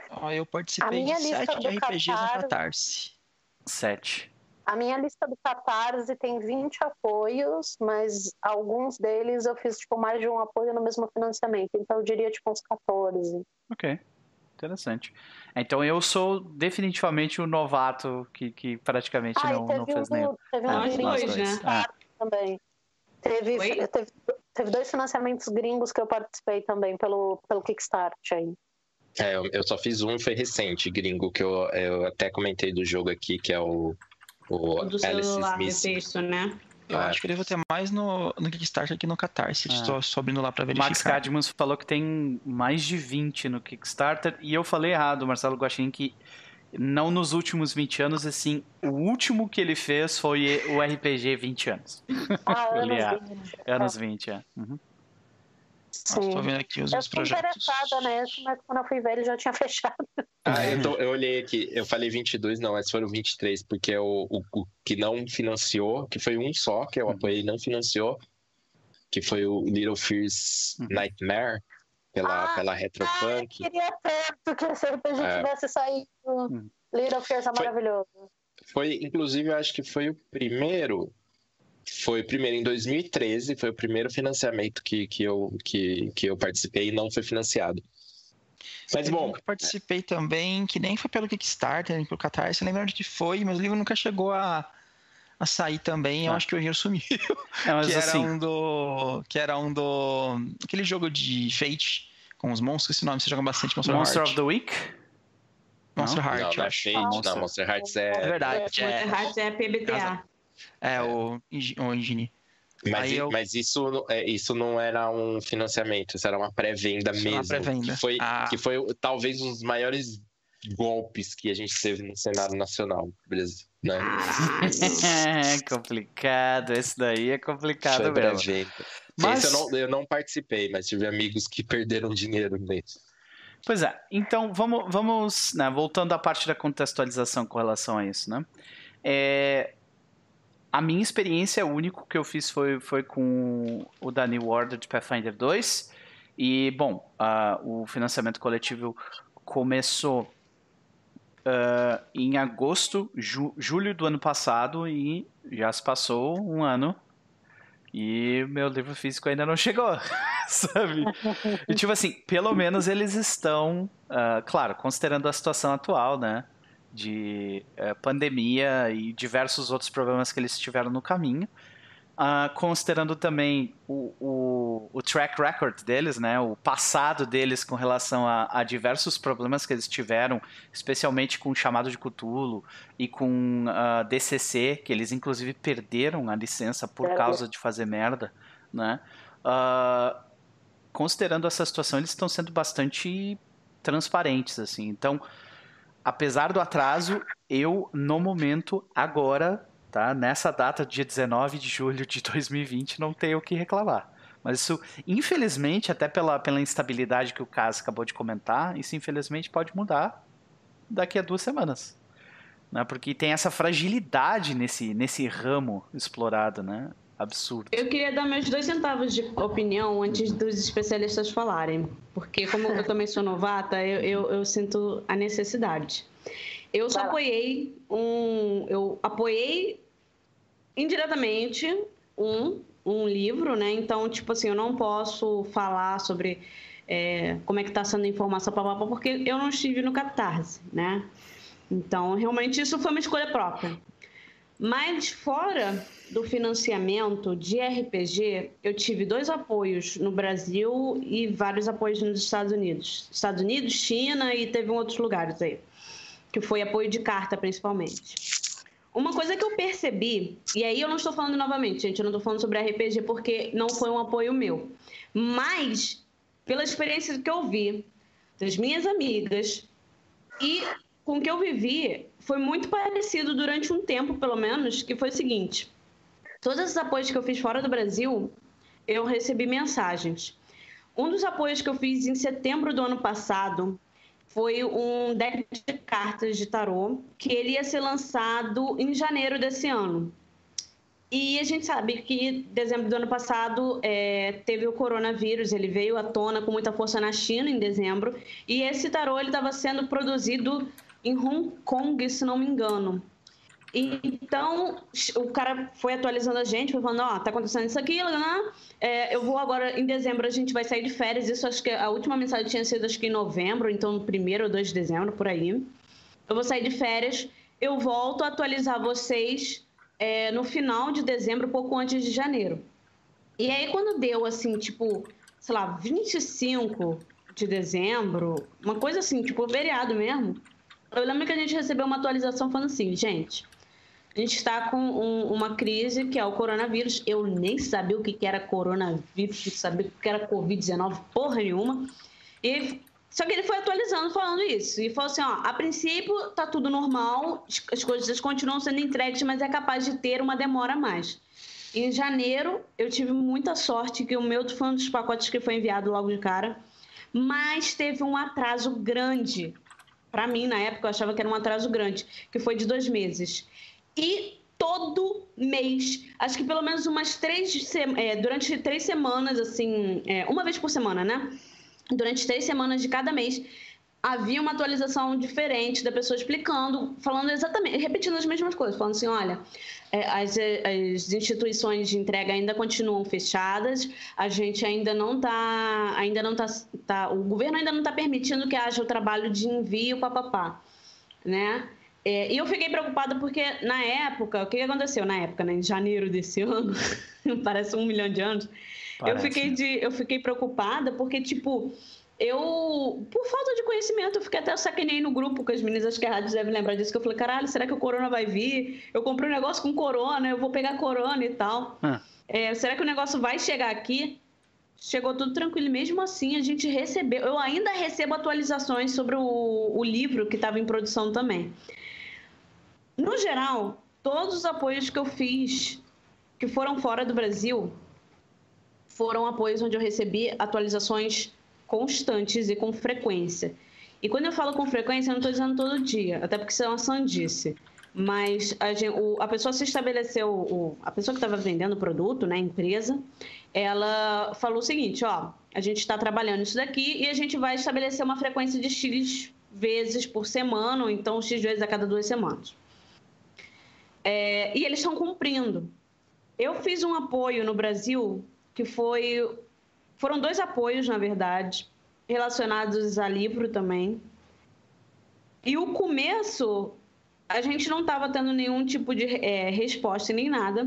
Eu participei de 7 de RPGs no Catarse. 7. A minha lista do Catarse tem 20 apoios, mas alguns deles eu fiz mais de um apoio no mesmo financiamento. Então eu diria uns 14. Ok, interessante. Então eu sou definitivamente o novato que praticamente não fez nenhum. Teve dois, né? Também. Teve 2 financiamentos gringos que eu participei também pelo Kickstart aí. Eu só fiz um, foi recente, gringo, que eu até comentei do jogo aqui, que é o do celular, texto, né? Eu acho que eu devo ter mais no Kickstarter que no Catarse. Estou subindo lá para verificar. Max Cadmus falou que tem mais de 20 no Kickstarter. E eu falei errado, Marcelo Guaxinim, que não nos últimos 20 anos, assim, o último que ele fez foi o RPG 20 anos. Anos 20, Sim. Estou vendo aqui os projetos. Eu estou interessada nesse, mas quando eu fui ver ele já tinha fechado. Eu olhei aqui, eu falei 22, não, mas foram 23, porque o que não financiou, que foi um só, que eu apoiei, não financiou, que foi o Little Fears Nightmare, pela Retropunk. Eu queria tanto que esse RPG tivesse saído. Little Fears é maravilhoso. Inclusive, eu acho que foi o primeiro... Foi o primeiro em 2013, foi o primeiro financiamento que eu participei e não foi financiado. Mas bom... Eu participei também, que nem foi pelo Kickstarter, nem pelo Catarse, eu não lembro onde que foi, mas o livro nunca chegou a sair também, eu acho que o dinheiro sumiu. Que era aquele jogo de Fate com os monstros, esse nome, você joga bastante Monster of the Week? Monster Heart, não é Fate, não, Monster Hearts é... É verdade. Monster Hearts é PBTA. O Engine. Mas isso não era um financiamento, isso era uma pré-venda mesmo. Uma pré-venda. Que foi talvez um dos maiores golpes que a gente teve no cenário nacional, beleza? Né? É complicado, esse daí é complicado foi mesmo. Pré-venda. Mas esse eu não participei, mas tive amigos que perderam dinheiro nisso. Pois é, então vamos né, voltando à parte da contextualização com relação a isso, né? A minha experiência, o único que eu fiz foi com o da New Order de Pathfinder 2. E, bom, o financiamento coletivo começou em agosto, julho do ano passado e já se passou um ano. E meu livro físico ainda não chegou, sabe? E tipo assim, pelo menos eles estão, claro, considerando a situação atual, né? De pandemia e diversos outros problemas que eles tiveram no caminho, considerando também o track record deles, né, o passado deles com relação a diversos problemas que eles tiveram, especialmente com o chamado de Cthulhu e com DCC, que eles inclusive perderam a licença por causa de fazer merda, né? Considerando essa situação, eles estão sendo bastante transparentes, assim. Então, apesar do atraso, eu, no momento, agora, tá, nessa data, dia 19 de julho de 2020, não tenho o que reclamar. Mas isso, infelizmente, até pela instabilidade que o Cas acabou de comentar, isso, infelizmente, pode mudar daqui a 2 semanas. Né? Porque tem essa fragilidade nesse ramo explorado, né? Absurdo. Eu queria dar meus 2 centavos de opinião antes dos especialistas falarem, porque como eu também sou novata, eu sinto a necessidade. Eu só apoiei eu apoiei indiretamente um livro, né? Então, tipo assim, eu não posso falar sobre como é que tá sendo a informação, porque eu não estive no Catarse, né? Então, realmente, isso foi uma escolha própria. Mas fora do financiamento de RPG, eu tive 2 apoios no Brasil e vários apoios nos Estados Unidos. Estados Unidos, China e teve em outros lugares aí. Que foi apoio de carta, principalmente. Uma coisa que eu percebi, e aí eu não estou falando novamente, gente, eu não estou falando sobre RPG porque não foi um apoio meu. Mas, pela experiência que eu vi das minhas amigas e com o que eu vivi, foi muito parecido durante um tempo, pelo menos, que foi o seguinte. Todos esses apoios que eu fiz fora do Brasil, eu recebi mensagens. Um dos apoios que eu fiz em setembro do ano passado foi um deck de cartas de tarô, que ele ia ser lançado em janeiro desse ano. E a gente sabe que dezembro do ano passado teve o coronavírus, ele veio à tona com muita força na China em dezembro, e esse tarô estava sendo produzido em Hong Kong, se não me engano. Então, o cara foi atualizando a gente, foi falando, tá acontecendo isso aqui, eu vou agora, em dezembro a gente vai sair de férias, isso acho que a última mensagem tinha sido acho que em novembro, então 1º ou 2 de dezembro, por aí. Eu vou sair de férias, eu volto a atualizar vocês no final de dezembro, pouco antes de janeiro. E aí quando deu assim, tipo, sei lá, 25 de dezembro, uma coisa assim, tipo feriado mesmo, eu lembro que a gente recebeu uma atualização falando assim, gente, a gente está com uma crise que é o coronavírus. Eu nem sabia o que era coronavírus, não sabia o que era Covid-19, porra nenhuma. Só que ele foi atualizando falando isso. E falou assim, a princípio tá tudo normal, as coisas continuam sendo entregues, mas é capaz de ter uma demora a mais. Em janeiro, eu tive muita sorte que o meu foi um dos pacotes que foi enviado logo de cara, mas teve um atraso grande. Para mim, na época, eu achava que era um atraso grande, que foi de 2 meses. E todo mês, acho que pelo menos durante 3 semanas, assim, uma vez por semana, né? Durante 3 semanas de cada mês, havia uma atualização diferente da pessoa explicando, falando exatamente, repetindo as mesmas coisas, falando assim, olha, as instituições de entrega ainda continuam fechadas, a gente ainda não tá, o governo ainda não está permitindo que haja o trabalho de envio, papapá, né? E eu fiquei preocupada porque, na época, o que aconteceu na época, né? Em janeiro desse ano, parece 1 milhão de anos, eu fiquei preocupada porque, tipo, por falta de conhecimento, eu fiquei até sacanei no grupo com as meninas, acho que a rádio deve lembrar disso, que eu falei, caralho, será que o corona vai vir? Eu comprei um negócio com corona, eu vou pegar corona e tal. Será que o negócio vai chegar aqui? Chegou tudo tranquilo, e mesmo assim a gente recebeu, eu ainda recebo atualizações sobre o livro que estava em produção também. No geral, todos os apoios que eu fiz, que foram fora do Brasil, foram apoios onde eu recebi atualizações constantes e com frequência. E quando eu falo com frequência, eu não estou dizendo todo dia, até porque isso é uma sandice. Mas a pessoa se estabeleceu, a pessoa que estava vendendo o produto, né, a empresa, ela falou o seguinte, a gente está trabalhando isso daqui e a gente vai estabelecer uma frequência de X vezes por semana, ou então X vezes a cada 2 semanas. E eles estão cumprindo. Eu fiz um apoio no Brasil que foram 2 apoios, na verdade, relacionados a livro também. E o começo, a gente não estava tendo nenhum tipo de resposta nem nada.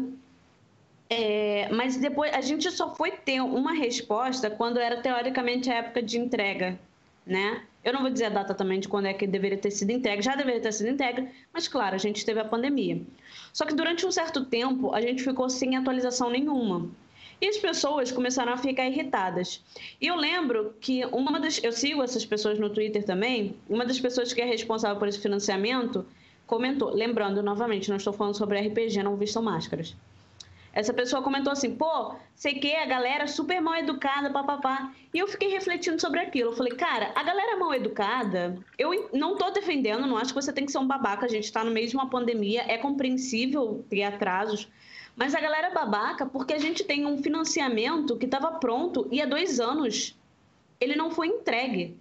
Mas depois, a gente só foi ter uma resposta quando era, teoricamente, a época de entrega, né? Eu não vou dizer a data também de quando é que deveria ter sido entregue, já deveria ter sido entregue, mas, claro, a gente teve a pandemia. Só que durante um certo tempo, a gente ficou sem atualização nenhuma. E as pessoas começaram a ficar irritadas. E eu lembro que eu sigo essas pessoas no Twitter também, uma das pessoas que é responsável por esse financiamento comentou, lembrando, novamente, não estou falando sobre RPG, não vistam máscaras. Essa pessoa comentou assim, sei que a galera super mal educada, papapá. E eu fiquei refletindo sobre aquilo. Eu falei, cara, a galera mal educada, eu não tô defendendo, não acho que você tem que ser um babaca, a gente tá no meio de uma pandemia, é compreensível ter atrasos. Mas a galera é babaca porque a gente tem um financiamento que estava pronto e há 2 anos ele não foi entregue.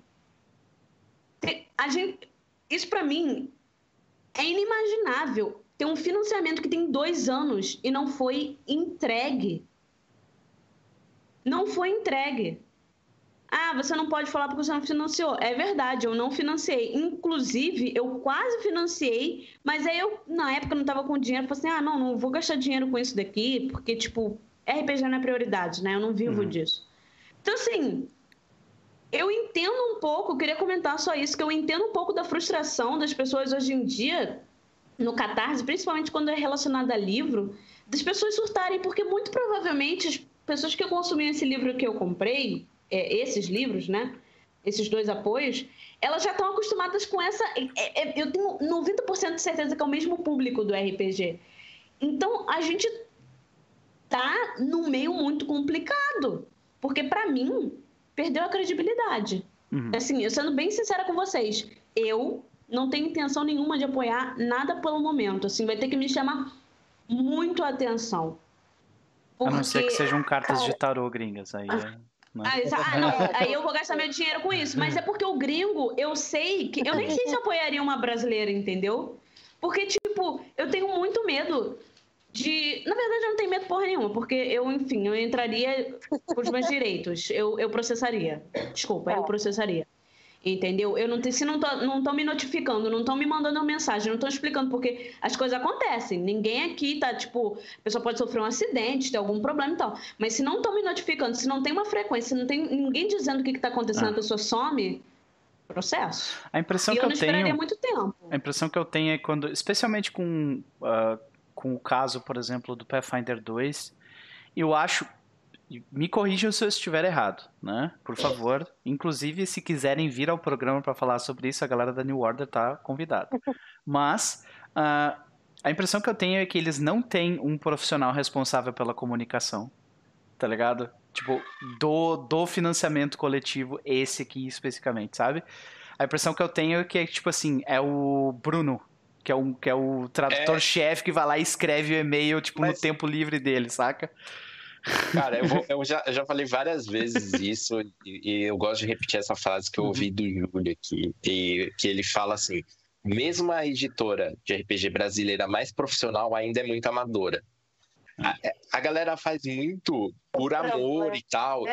Isso para mim é inimaginável. Tem um financiamento que tem 2 anos e não foi entregue. Não foi entregue. Você não pode falar porque você não financiou. É verdade, eu não financiei. Inclusive, eu quase financiei, mas aí eu, na época, não estava com dinheiro. Falei assim, não vou gastar dinheiro com isso daqui, porque, tipo, RPG não é prioridade, né? Eu não vivo disso. Então, assim, eu entendo um pouco, queria comentar só isso, que eu entendo um pouco da frustração das pessoas hoje em dia, no Catarse, principalmente quando é relacionado a livro, das pessoas surtarem, porque muito provavelmente as pessoas que consumiam esse livro que eu comprei, esses livros, né? Esses 2 apoios, elas já estão acostumadas com essa... eu tenho 90% de certeza que é o mesmo público do RPG. Então, a gente tá num meio muito complicado. Porque, para mim, perdeu a credibilidade. Assim, eu sendo bem sincera com vocês, eu não tenho intenção nenhuma de apoiar nada pelo momento. Assim, vai ter que me chamar muito atenção. Porque, a não ser que sejam cartas de tarô gringas, aí... Não, aí eu vou gastar meu dinheiro com isso. Mas é porque o gringo, eu sei que... Eu nem sei se eu apoiaria uma brasileira, entendeu? Porque, tipo, eu tenho muito medo de... Na verdade, eu não tenho medo porra nenhuma, porque eu entraria com os meus direitos. Eu processaria. Desculpa, eu processaria. Entendeu? Se não estão me notificando, não estão me mandando mensagem, não estão explicando, porque as coisas acontecem. Ninguém aqui tá, tipo, a pessoa pode sofrer um acidente, ter algum problema e tal. Mas se não estão me notificando, se não tem uma frequência, se não tem ninguém dizendo o que está acontecendo, a pessoa some, processo. A impressão e que eu não esperaria muito tempo. A impressão que eu tenho é quando, especialmente com o caso, por exemplo, do Pathfinder 2, eu acho... Me corrijam se eu estiver errado, né? Por favor. Inclusive, se quiserem vir ao programa para falar sobre isso, a galera da New Order tá convidada. Mas a impressão que eu tenho é que eles não têm um profissional responsável pela comunicação, tá ligado? Tipo, do financiamento coletivo, esse aqui especificamente, sabe? A impressão que eu tenho é que, tipo assim, é o Bruno, que é o tradutor-chefe que vai lá e escreve o e-mail, tipo, no tempo livre dele, saca? Cara, eu já falei várias vezes isso e eu gosto de repetir essa frase que eu ouvi do Júlio aqui, que ele fala assim: mesmo a editora de RPG brasileira mais profissional ainda é muito amadora. A galera faz muito por amor e tal,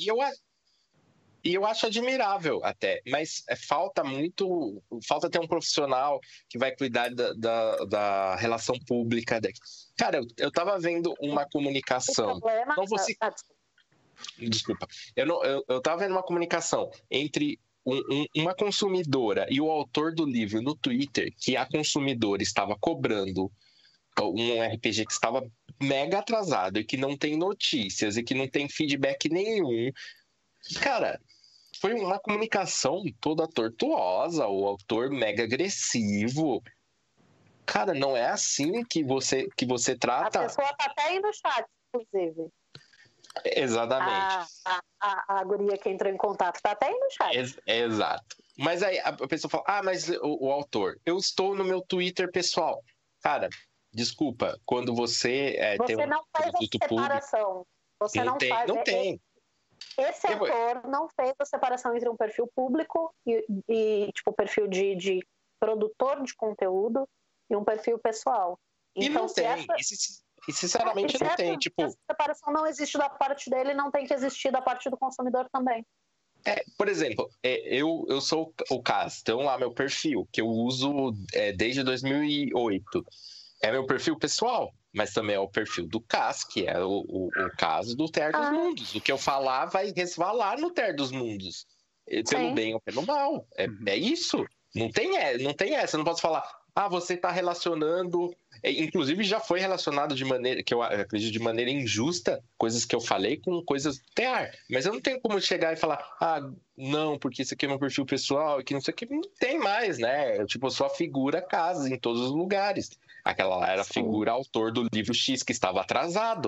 e eu acho admirável até, mas falta ter um profissional que vai cuidar da relação pública. Cara, eu tava vendo uma comunicação. Desculpa. Eu tava vendo uma comunicação entre uma consumidora e o autor do livro no Twitter, que a consumidora estava cobrando um RPG que estava mega atrasado e que não tem notícias e que não tem feedback nenhum. Cara, foi uma comunicação toda tortuosa, o autor mega agressivo. Cara, não é assim que você trata... A pessoa tá até aí no chat, inclusive. Exatamente. A guria que entrou em contato tá até aí no chat. Exato. Mas aí a pessoa fala, mas o autor, eu estou no meu Twitter pessoal. Cara, desculpa, quando você tem um não faz a separação. Você não faz. Não tem. Esse autor não fez a separação entre um perfil público e tipo, perfil de produtor de conteúdo e um perfil pessoal. Então, e não tem. E sinceramente não tem. Tipo, essa separação não existe da parte dele, não tem que existir da parte do consumidor também. Por exemplo, eu sou o Cas, então lá meu perfil, que eu uso desde 2008. É meu perfil pessoal, mas também é o perfil do Cas, que é o caso do Ter dos Mundos. O que eu falar vai resvalar no Ter dos Mundos. Pelo bem ou pelo mal. É isso. Não tem essa. Eu não posso falar, você está relacionando... Inclusive já foi relacionado de maneira, que eu acredito, de maneira injusta, coisas que eu falei com coisas do TEAR. Mas eu não tenho como chegar e falar, não, porque isso aqui é meu perfil pessoal, e que não sei o que. Não tem mais, né? Tipo, sua figura casa em todos os lugares. Aquela lá era a figura autor do livro X que estava atrasado.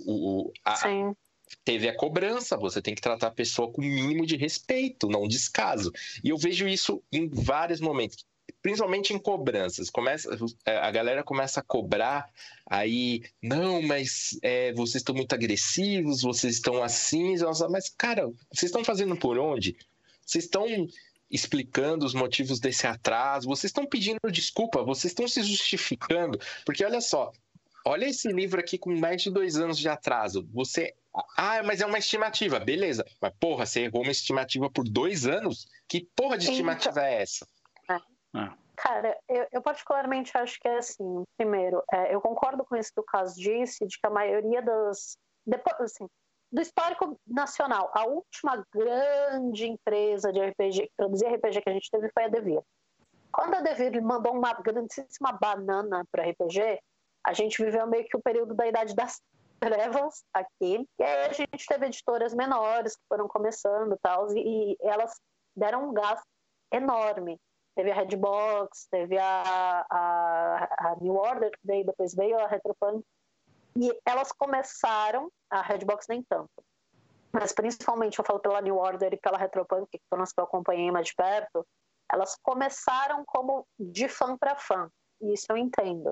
Teve a cobrança, você tem que tratar a pessoa com o mínimo de respeito, não descaso. E eu vejo isso em vários momentos. Principalmente em cobranças, a galera começa a cobrar, aí, não, mas vocês estão muito agressivos, vocês estão assim, mas, cara, vocês estão fazendo por onde? Vocês estão explicando os motivos desse atraso, vocês estão pedindo desculpa, vocês estão se justificando, porque olha só, olha esse livro aqui com mais de 2 anos de atraso, mas é uma estimativa, beleza, mas porra, você errou uma estimativa por 2 anos? Que porra de estimativa é essa? Cara, eu particularmente acho que é assim, primeiro, eu concordo com isso que o Caso disse, de que a maioria do histórico nacional, a última grande empresa de RPG, que produzia RPG que a gente teve foi a Devir. Quando a Devir mandou uma grandíssima banana para RPG, a gente viveu meio que o período da Idade das Trevas aqui, e aí a gente teve editoras menores que foram começando e elas deram um gasto enorme. Teve a Redbox, teve a New Order, que depois veio a Retropunk. E elas começaram, a Redbox nem tanto, mas principalmente eu falo pela New Order e pela Retropunk, que foram as que eu acompanhei mais de perto, elas começaram como de fã para fã. E isso eu entendo.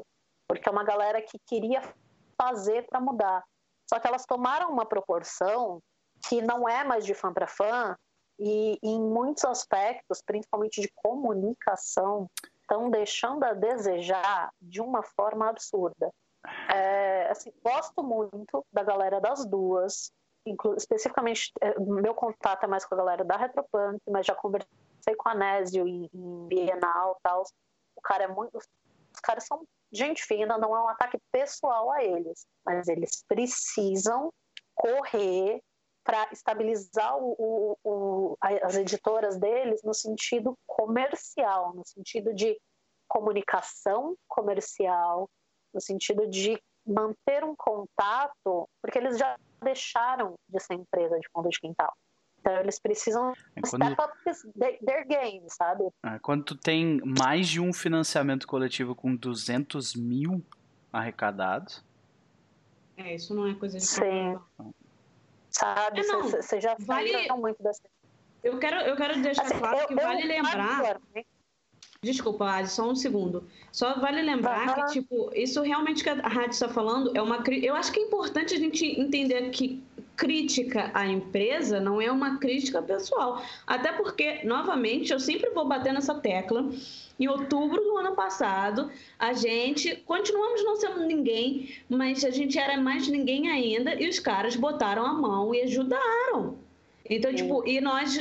porque é uma galera que queria fazer para mudar. Só que elas tomaram uma proporção que não é mais de fã para fã, e em muitos aspectos, principalmente de comunicação, estão deixando a desejar de uma forma absurda. Assim, gosto muito da galera das duas, especificamente meu contato é mais com a galera da Retropunk, mas já conversei com a Nésio em Bienal e tal. Os caras são gente fina, não é um ataque pessoal a eles, mas eles precisam correr para estabilizar as editoras deles no sentido comercial, no sentido de comunicação comercial, no sentido de manter um contato, porque eles já deixaram de ser empresa de fundo de quintal. Então eles precisam step up their game, sabe? Quando tu tem mais de um financiamento coletivo com 200 mil arrecadados... isso não é coisa de Sim. Sabe? Você já saíram muito dessa... Eu quero deixar claro que vale lembrar... Desculpa, Adi, só um segundo. Só vale lembrar que, tipo, isso realmente que a Rádio está falando é uma... Eu acho que é importante a gente entender que crítica à empresa não é uma crítica pessoal. Até porque, novamente, eu sempre vou bater nessa tecla. Em outubro do ano passado, a gente... Continuamos não sendo ninguém, mas a gente era mais ninguém ainda e os caras botaram a mão e ajudaram. Então, tipo, e nós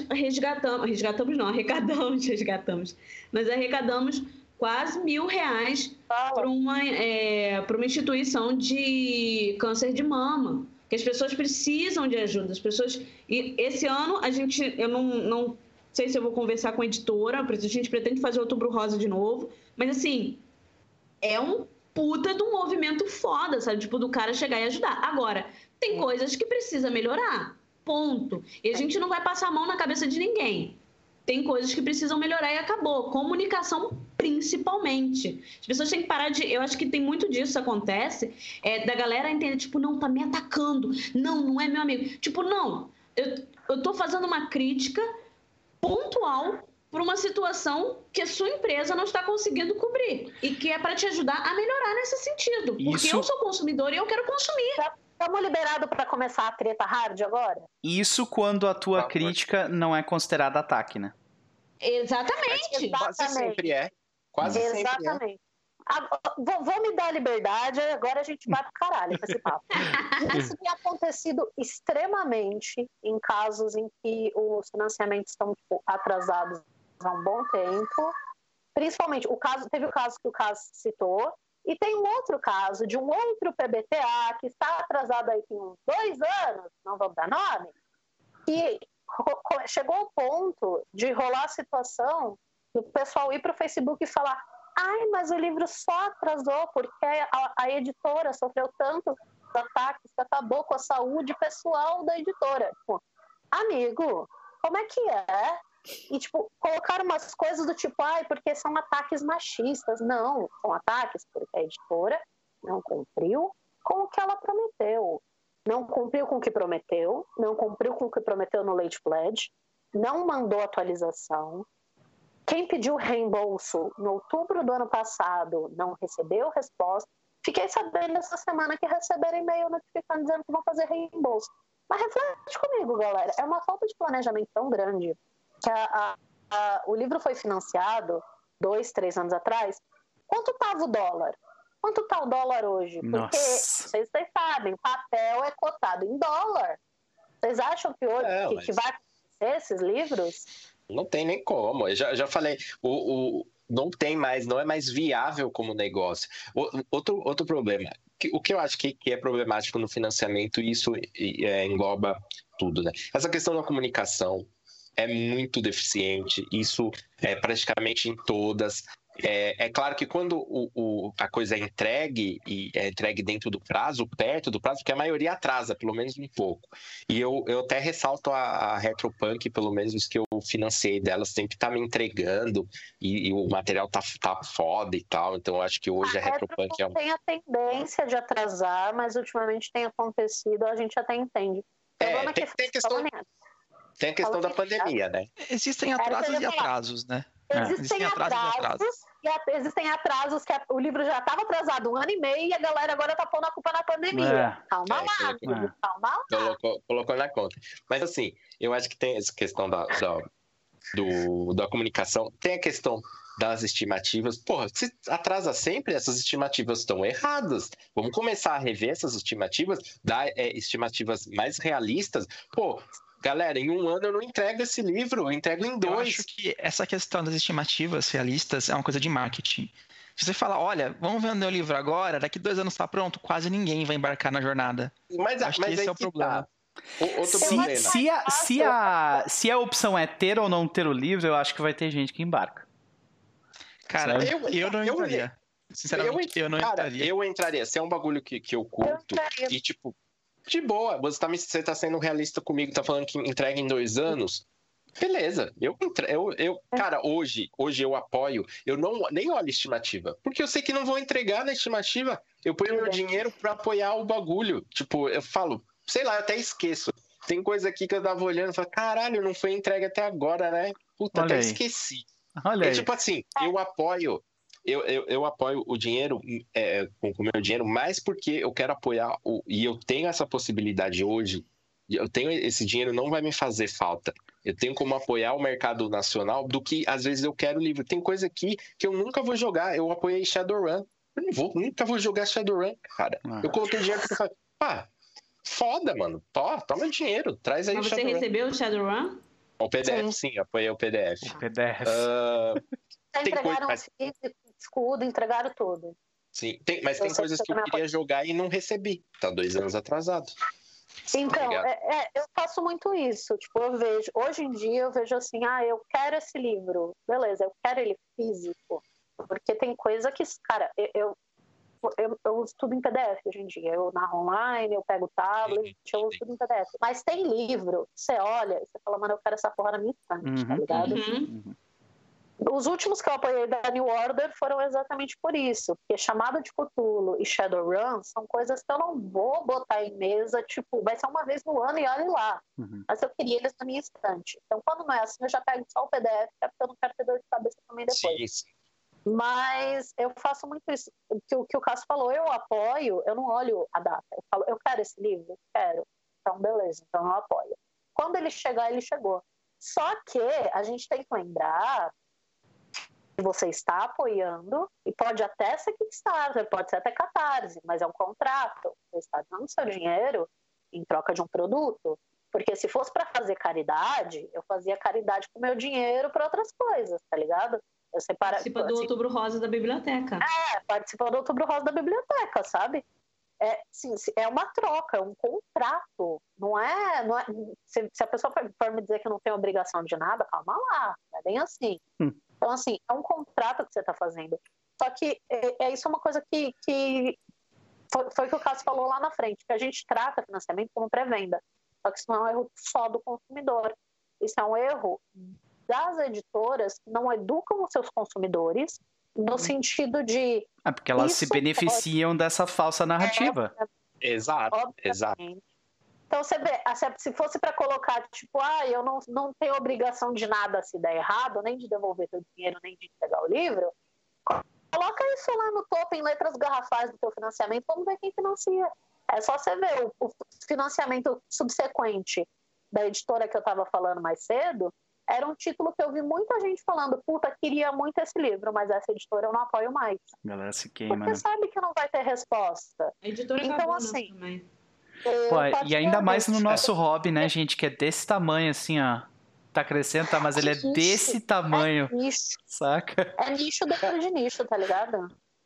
nós arrecadamos quase R$1.000 para uma instituição de câncer de mama, que as pessoas precisam de ajuda, e esse ano eu não sei se eu vou conversar com a editora, a gente pretende fazer Outubro Rosa de novo, mas assim, é um puta de um movimento foda, sabe, tipo, do cara chegar e ajudar. Agora, tem coisas que precisa melhorar. Ponto. E a gente não vai passar a mão na cabeça de ninguém. Tem coisas que precisam melhorar e acabou. Comunicação, principalmente. As pessoas têm que parar de... Eu acho que tem muito disso que acontece, da galera entender, tipo, não, tá me atacando. Não é meu amigo. Tipo, não. Eu tô fazendo uma crítica pontual para uma situação que a sua empresa não está conseguindo cobrir. E que é para te ajudar a melhorar nesse sentido. Porque eu sou consumidor e eu quero consumir. Estamos liberados para começar a treta hard agora? Isso quando a tua crítica não é considerada ataque, né? Exatamente. Quase sempre é. Quase sempre é. Vou me dar a liberdade, agora a gente vai pro caralho com esse papo. Isso tem acontecido extremamente em casos em que os financiamentos estão atrasados há um bom tempo. Principalmente, teve o caso que o Caso citou, e tem um outro caso de um outro PBTA que está atrasado aí tem uns 2 anos, não vamos dar nome, que chegou ao ponto de rolar a situação do pessoal ir para o Facebook e falar: ai, mas o livro só atrasou porque a editora sofreu tantos ataques que acabou com a saúde pessoal da editora. Tipo, amigo, como é que é? E, tipo, colocaram umas coisas do tipo, ai, porque são ataques machistas. Não, são ataques porque a editora não cumpriu com o que ela prometeu. Não cumpriu com o que prometeu, não cumpriu com o que prometeu no Late Pledge, não mandou atualização. Quem pediu reembolso no outubro do ano passado não recebeu resposta. Fiquei sabendo essa semana que receberam e-mail notificando dizendo que vão fazer reembolso. Mas reflete comigo, galera, é uma falta de planejamento tão grande que o livro foi financiado 2, 3 anos atrás. Quanto estava o dólar? Quanto está o dólar hoje? Porque vocês sabem, papel é cotado em dólar. Vocês acham que hoje que vai acontecer esses livros? Não tem nem como. Eu já falei, não tem mais, não é mais viável como negócio. Outro problema, o que eu acho que é problemático no financiamento, e isso engloba tudo, né? Essa questão da comunicação é muito deficiente, isso é praticamente em todas. É claro que quando a coisa é entregue, e é entregue dentro do prazo, perto do prazo, porque a maioria atrasa, pelo menos um pouco. E eu até ressalto a Retropunk, pelo menos os que eu financiei dela, sempre tá me entregando, e o material tá foda e tal. Então eu acho que hoje a Retropunk tem a tendência de atrasar, mas ultimamente tem acontecido, a gente até entende. Tem a questão da pandemia, né? Existem atrasos e atrasos, né? Existem atrasos existem atrasos que o livro já estava atrasado 1 ano e meio e a galera agora tá pondo a culpa na pandemia. Calma lá, calma lá. Colocou na conta. Mas assim, eu acho que tem essa questão da comunicação, tem a questão das estimativas. Porra, se atrasa sempre, essas estimativas estão erradas. Vamos começar a rever essas estimativas, dar estimativas mais realistas. Pô, galera, em 1 ano eu não entrego esse livro, eu entrego em 2. Eu acho que essa questão das estimativas realistas é uma coisa de marketing. Se você fala, olha, vamos vender o livro agora, daqui 2 anos está pronto, quase ninguém vai embarcar na jornada. Mas esse é o problema. Se a opção é ter ou não ter o livro, eu acho que vai ter gente que embarca. Cara, eu não entraria. Sinceramente, eu não entraria. Eu entraria. Se é um bagulho que eu curto e, tipo, de boa, você tá sendo realista comigo, tá falando que entrega em 2 anos, beleza. Cara, hoje eu apoio, eu nem olho a estimativa, porque eu sei que não vou entregar na estimativa. Eu ponho meu dinheiro pra apoiar o bagulho. Tipo, eu falo, sei lá, eu até esqueço. Tem coisa aqui que eu tava olhando e falo, caralho, não foi entregue até agora, né? Puta, até esqueci. Olha aí. Tipo assim, eu apoio o dinheiro, com o meu dinheiro, mais porque eu quero apoiar, e eu tenho essa possibilidade hoje, eu tenho esse dinheiro, não vai me fazer falta. Eu tenho como apoiar o mercado nacional do que, às vezes, eu quero livro. Tem coisa aqui que eu nunca vou jogar. Eu apoiei Shadowrun. Eu nunca vou jogar Shadowrun, cara. Eu coloquei dinheiro porque eu falei, foda, mano. Toma dinheiro, traz aí o Shadowrun. Mas você recebeu o Shadowrun? O PDF, sim, apoiei o PDF. O PDF. Entregaram físico, escudo, entregaram tudo. Sim, mas tem coisas que eu queria jogar e não recebi. Tá 2 anos atrasado. Então, eu faço muito isso. Tipo, eu vejo, hoje em dia eu vejo assim, eu quero esse livro. Beleza, eu quero ele físico. Porque tem coisa que, cara, eu uso tudo em PDF hoje em dia. Eu narro online, eu pego o tablet, eu uso tudo em PDF. Mas tem livro, você olha e você fala, mano, eu quero essa porra na minha estante, tá ligado? Os últimos que eu apoiei da New Order foram exatamente por isso. Porque Chamada de Cthulhu e Shadowrun são coisas que eu não vou botar em mesa, tipo, vai ser uma vez no ano e olhe lá. Mas eu queria eles na minha estante. Então, quando não é assim, eu já pego só o PDF, porque eu não quero ter dor de cabeça também depois. Sim. Mas eu faço muito isso. O que o Cássio falou, eu apoio, eu não olho a data. Eu falo, eu quero esse livro? Quero. Então, beleza, então eu apoio. Quando ele chegar, ele chegou. Só que a gente tem que lembrar que você está apoiando, e pode até ser Kickstarter, pode ser até Catarse, mas é um contrato. Você está dando seu dinheiro em troca de um produto. Porque se fosse para fazer caridade, eu fazia caridade com meu dinheiro para outras coisas, tá ligado? Participa do Outubro Rosa da biblioteca. Participa do Outubro Rosa da biblioteca, sabe? Sim, é uma troca, é um contrato. Não é se a pessoa for me dizer que não tem obrigação de nada, calma lá, não é bem assim. Então, assim, é um contrato que você está fazendo. Só que isso é uma coisa que foi o que o Cássio falou lá na frente, que a gente trata financiamento como pré-venda. Só que isso não é um erro só do consumidor. Isso é um erro das editoras que não educam os seus consumidores no sentido de... porque elas se beneficiam dessa falsa narrativa. Exato. Então, você vê, se fosse para colocar, tipo, eu não tenho obrigação de nada se der errado, nem de devolver teu dinheiro, nem de entregar o livro, coloca isso lá no topo, em letras garrafais do teu financiamento, vamos ver quem financia. É só você ver o financiamento subsequente da editora que eu estava falando mais cedo, era um título que eu vi muita gente falando, puta, queria muito esse livro, mas essa editora eu não apoio mais. Galera se queima, porque sabe que não vai ter resposta. A editora então, assim... também. E ainda mais no nosso hobby, né, gente, que é desse tamanho, assim, ó. Tá crescendo, tá, mas ele é desse tamanho. É nicho. Saca? É nicho dentro de nicho, tá ligado?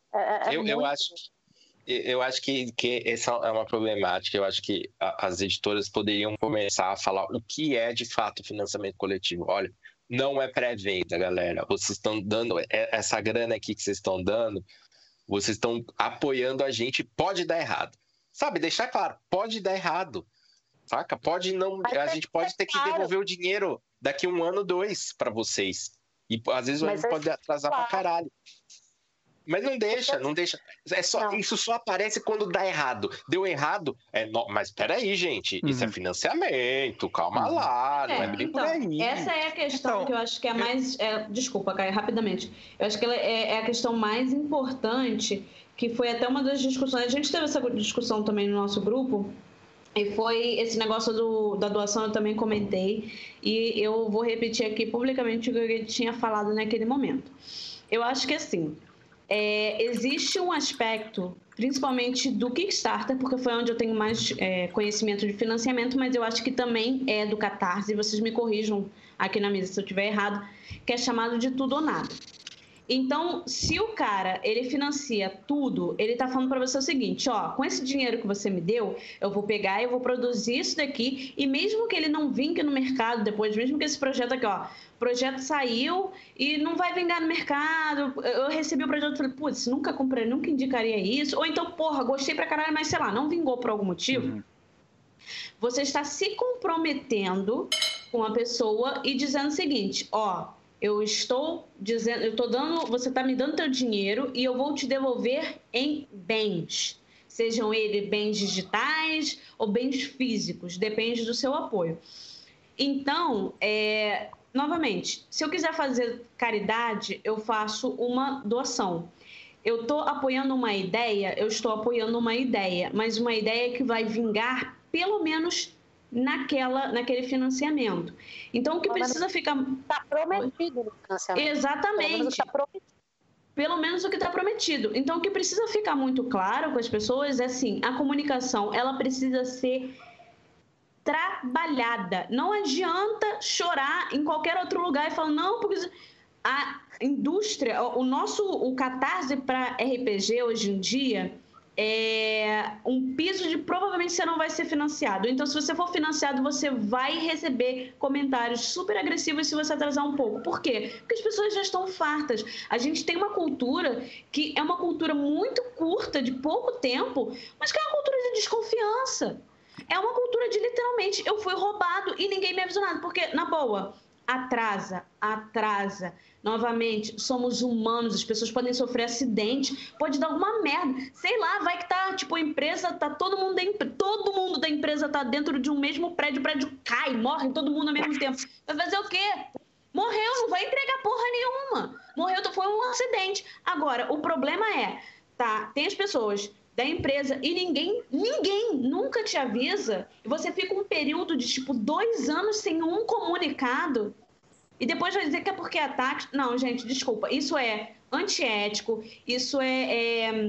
Eu acho que essa é uma problemática. Eu acho que as editoras poderiam começar a falar o que é de fato financiamento coletivo. Olha, não é pré-venda, galera. Vocês estão dando essa grana aqui que vocês estão dando, vocês estão apoiando a gente. Pode dar errado, sabe? Deixar claro, pode dar errado, saca? Pode não. A gente pode ter que devolver o dinheiro daqui 1 ano, 2 para vocês. E às vezes a gente pode atrasar pra caralho. Mas não deixa. É só, isso só aparece quando dá errado. Deu errado, mas peraí, gente, isso é financiamento, calma lá, não é bem por aí. Essa é a questão que eu acho que é mais... desculpa, Caio, rapidamente. Eu acho que ela é a questão mais importante, que foi até uma das discussões. A gente teve essa discussão também no nosso grupo, e foi esse negócio da doação, eu também comentei, e eu vou repetir aqui publicamente o que eu tinha falado naquele momento. Eu acho que assim... existe um aspecto, principalmente do Kickstarter, porque foi onde eu tenho mais conhecimento de financiamento, mas eu acho que também é do Catarse, vocês me corrijam aqui na mesa se eu estiver errado, que é chamado de tudo ou nada. Então, se o cara, ele financia tudo, ele tá falando para você o seguinte, com esse dinheiro que você me deu, eu vou pegar, eu vou produzir isso daqui, e mesmo que ele não vingue no mercado depois, mesmo que esse projeto aqui, o projeto saiu e não vai vingar no mercado, eu recebi o projeto e falei, putz, nunca comprei, nunca indicaria isso, ou então, gostei pra caralho, mas sei lá, não vingou por algum motivo, você está se comprometendo com a pessoa e dizendo o seguinte, você está me dando teu dinheiro e eu vou te devolver em bens, sejam eles bens digitais ou bens físicos, depende do seu apoio. Então, novamente, se eu quiser fazer caridade, eu faço uma doação. Eu estou apoiando uma ideia, mas uma ideia que vai vingar pelo menos naquele financiamento. Então, o que precisa ficar... Está prometido no financiamento. Exatamente. Pelo menos o que está prometido. Então, o que precisa ficar muito claro com as pessoas é assim, a comunicação, ela precisa ser trabalhada. Não adianta chorar em qualquer outro lugar e falar, não, porque a indústria, o Catarse para RPG hoje em dia... um piso de provavelmente você não vai ser financiado. Então, se você for financiado, você vai receber comentários super agressivos se você atrasar um pouco. Por quê? Porque as pessoas já estão fartas. A gente tem uma cultura que é uma cultura muito curta, de pouco tempo, mas que é uma cultura de desconfiança. É uma cultura de, literalmente, eu fui roubado e ninguém me avisou nada. Porque, na boa, atrasa. Novamente, somos humanos, as pessoas podem sofrer acidente, pode dar alguma merda, sei lá, vai que tá, a empresa, tá todo mundo da empresa tá dentro de um mesmo prédio, o prédio cai, morre todo mundo ao mesmo tempo. Vai fazer o quê? Morreu, não vai entregar porra nenhuma. Morreu, foi um acidente. Agora, o problema tem as pessoas da empresa e ninguém nunca te avisa, e você fica um período de, 2 anos sem um comunicado, e depois vai dizer que é porque é ataque. Não, gente, desculpa. Isso é antiético, isso é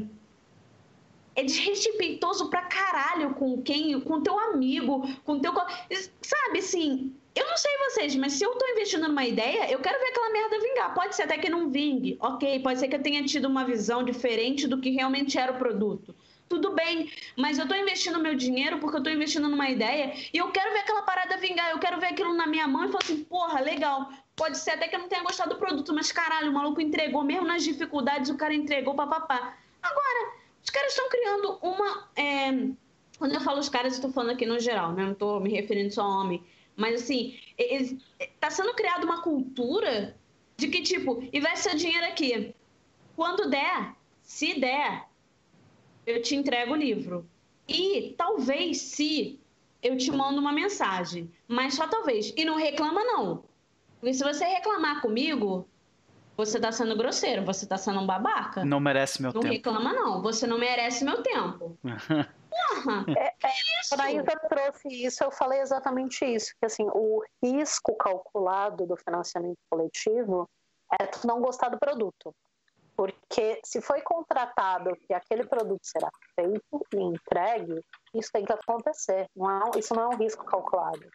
desrespeitoso pra caralho com teu amigo, com teu... Sabe, assim, eu não sei vocês, mas se eu tô investindo numa ideia, eu quero ver aquela merda vingar. Pode ser até que não vingue, ok, pode ser que eu tenha tido uma visão diferente do que realmente era o produto. Tudo bem, mas eu tô investindo meu dinheiro porque eu tô investindo numa ideia e eu quero ver aquela parada vingar, eu quero ver aquilo na minha mão e falar assim, porra, legal. Pode ser até que eu não tenha gostado do produto, mas caralho, o maluco entregou, mesmo nas dificuldades, o cara entregou, papapá. Agora, os caras estão criando uma... Quando eu falo os caras, eu tô falando aqui no geral, né? Não tô me referindo só a homem. Mas assim, tá sendo criada uma cultura de que, investe seu dinheiro aqui. Quando der, se der, eu te entrego o livro. E talvez se eu te mando uma mensagem, mas só talvez. E não reclama, não. Porque se você reclamar comigo, você tá sendo grosseiro, você tá sendo um babaca. Não merece meu tempo. Não reclama, não. Você não merece meu tempo. Porra! Quando a Isa trouxe isso, eu falei exatamente isso. Que assim, o risco calculado do financiamento coletivo é tu não gostar do produto. Porque se foi contratado que aquele produto será feito e entregue, isso tem que acontecer. Isso não é um risco calculado.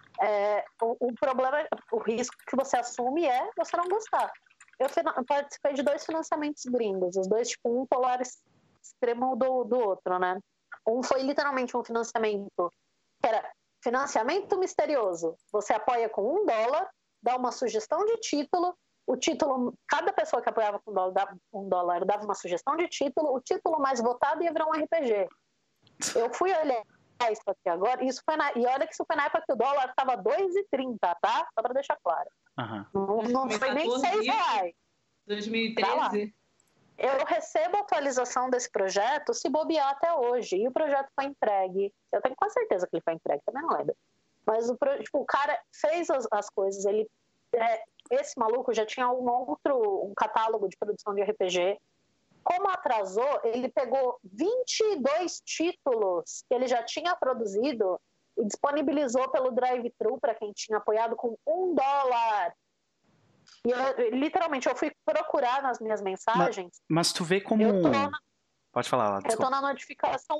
O problema, o risco que você assume é você não gostar. Eu participei de 2 financiamentos gringos, os 2, um polar extremo do outro, né? Um foi literalmente um financiamento que era financiamento misterioso. Você apoia com $1, dá uma sugestão de título, o título, cada pessoa que apoiava com $1 dava uma sugestão de título, o título mais votado ia virar um RPG. Eu fui olhar isso aqui agora, e olha que isso foi na época que o dólar estava $2,30, tá? Só para deixar claro. Uhum. Não foi nem R$6. 2013? Eu recebo a atualização desse projeto se bobear até hoje. E o projeto foi entregue. Eu tenho quase certeza que ele foi entregue, também não lembro. Mas o cara fez as coisas. Esse maluco já tinha um catálogo de produção de RPG. Como atrasou, ele pegou 22 títulos que ele já tinha produzido e disponibilizou pelo drive-thru para quem tinha apoiado com $1. E literalmente eu fui procurar nas minhas mensagens. Mas tu vê como. Pode falar. Eu tô na notificação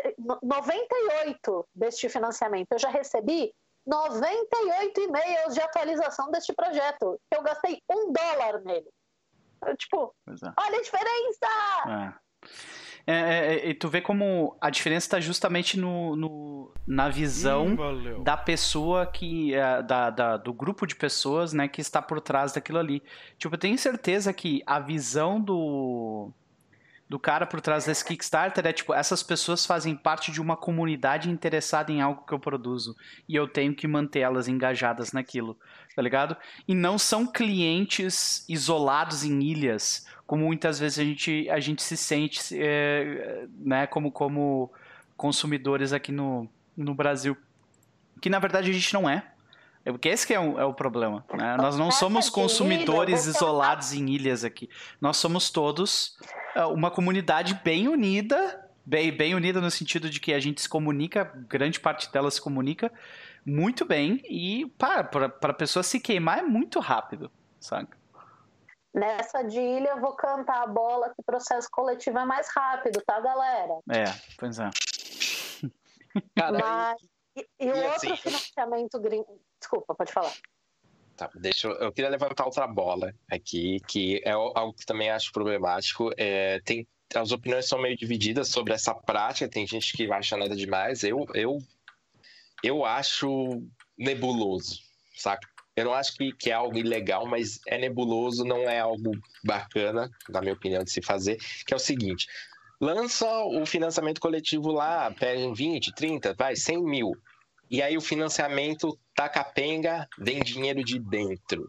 98 deste financiamento. Eu já recebi 98 e-mails de atualização deste projeto. Eu gastei $1 nele. Olha a diferença! E tu vê como a diferença está justamente na visão da pessoa do grupo de pessoas, né, que está por trás daquilo ali. Tipo, eu tenho certeza que a visão do cara por trás desse Kickstarter é tipo, essas pessoas fazem parte de uma comunidade interessada em algo que eu produzo e eu tenho que manter elas engajadas naquilo, tá ligado? E não são clientes isolados em ilhas, como muitas vezes a gente se sente, né, como consumidores aqui no Brasil, que na verdade a gente não é. Porque esse que é o problema, né? Nós não somos consumidores isolados em ilhas aqui. Nós somos todos uma comunidade bem unida, bem unida no sentido de que a gente se comunica, grande parte dela se comunica muito bem e para a pessoa se queimar é muito rápido, sabe? Nessa de ilha eu vou cantar a bola que o processo coletivo é mais rápido, tá, galera? Pois é. Mas... E o outro financiamento gringo... Desculpa, pode falar. Tá, eu queria levantar outra bola aqui, que é algo que também acho problemático. As opiniões são meio divididas sobre essa prática, tem gente que acha nada demais. Eu acho nebuloso, saca? Eu não acho que é algo ilegal, mas é nebuloso, não é algo bacana, na minha opinião, de se fazer, que é o seguinte... Lança o financiamento coletivo lá, pega 20, 30, vai, 100 mil. E aí o financiamento tá capenga, vem dinheiro de dentro.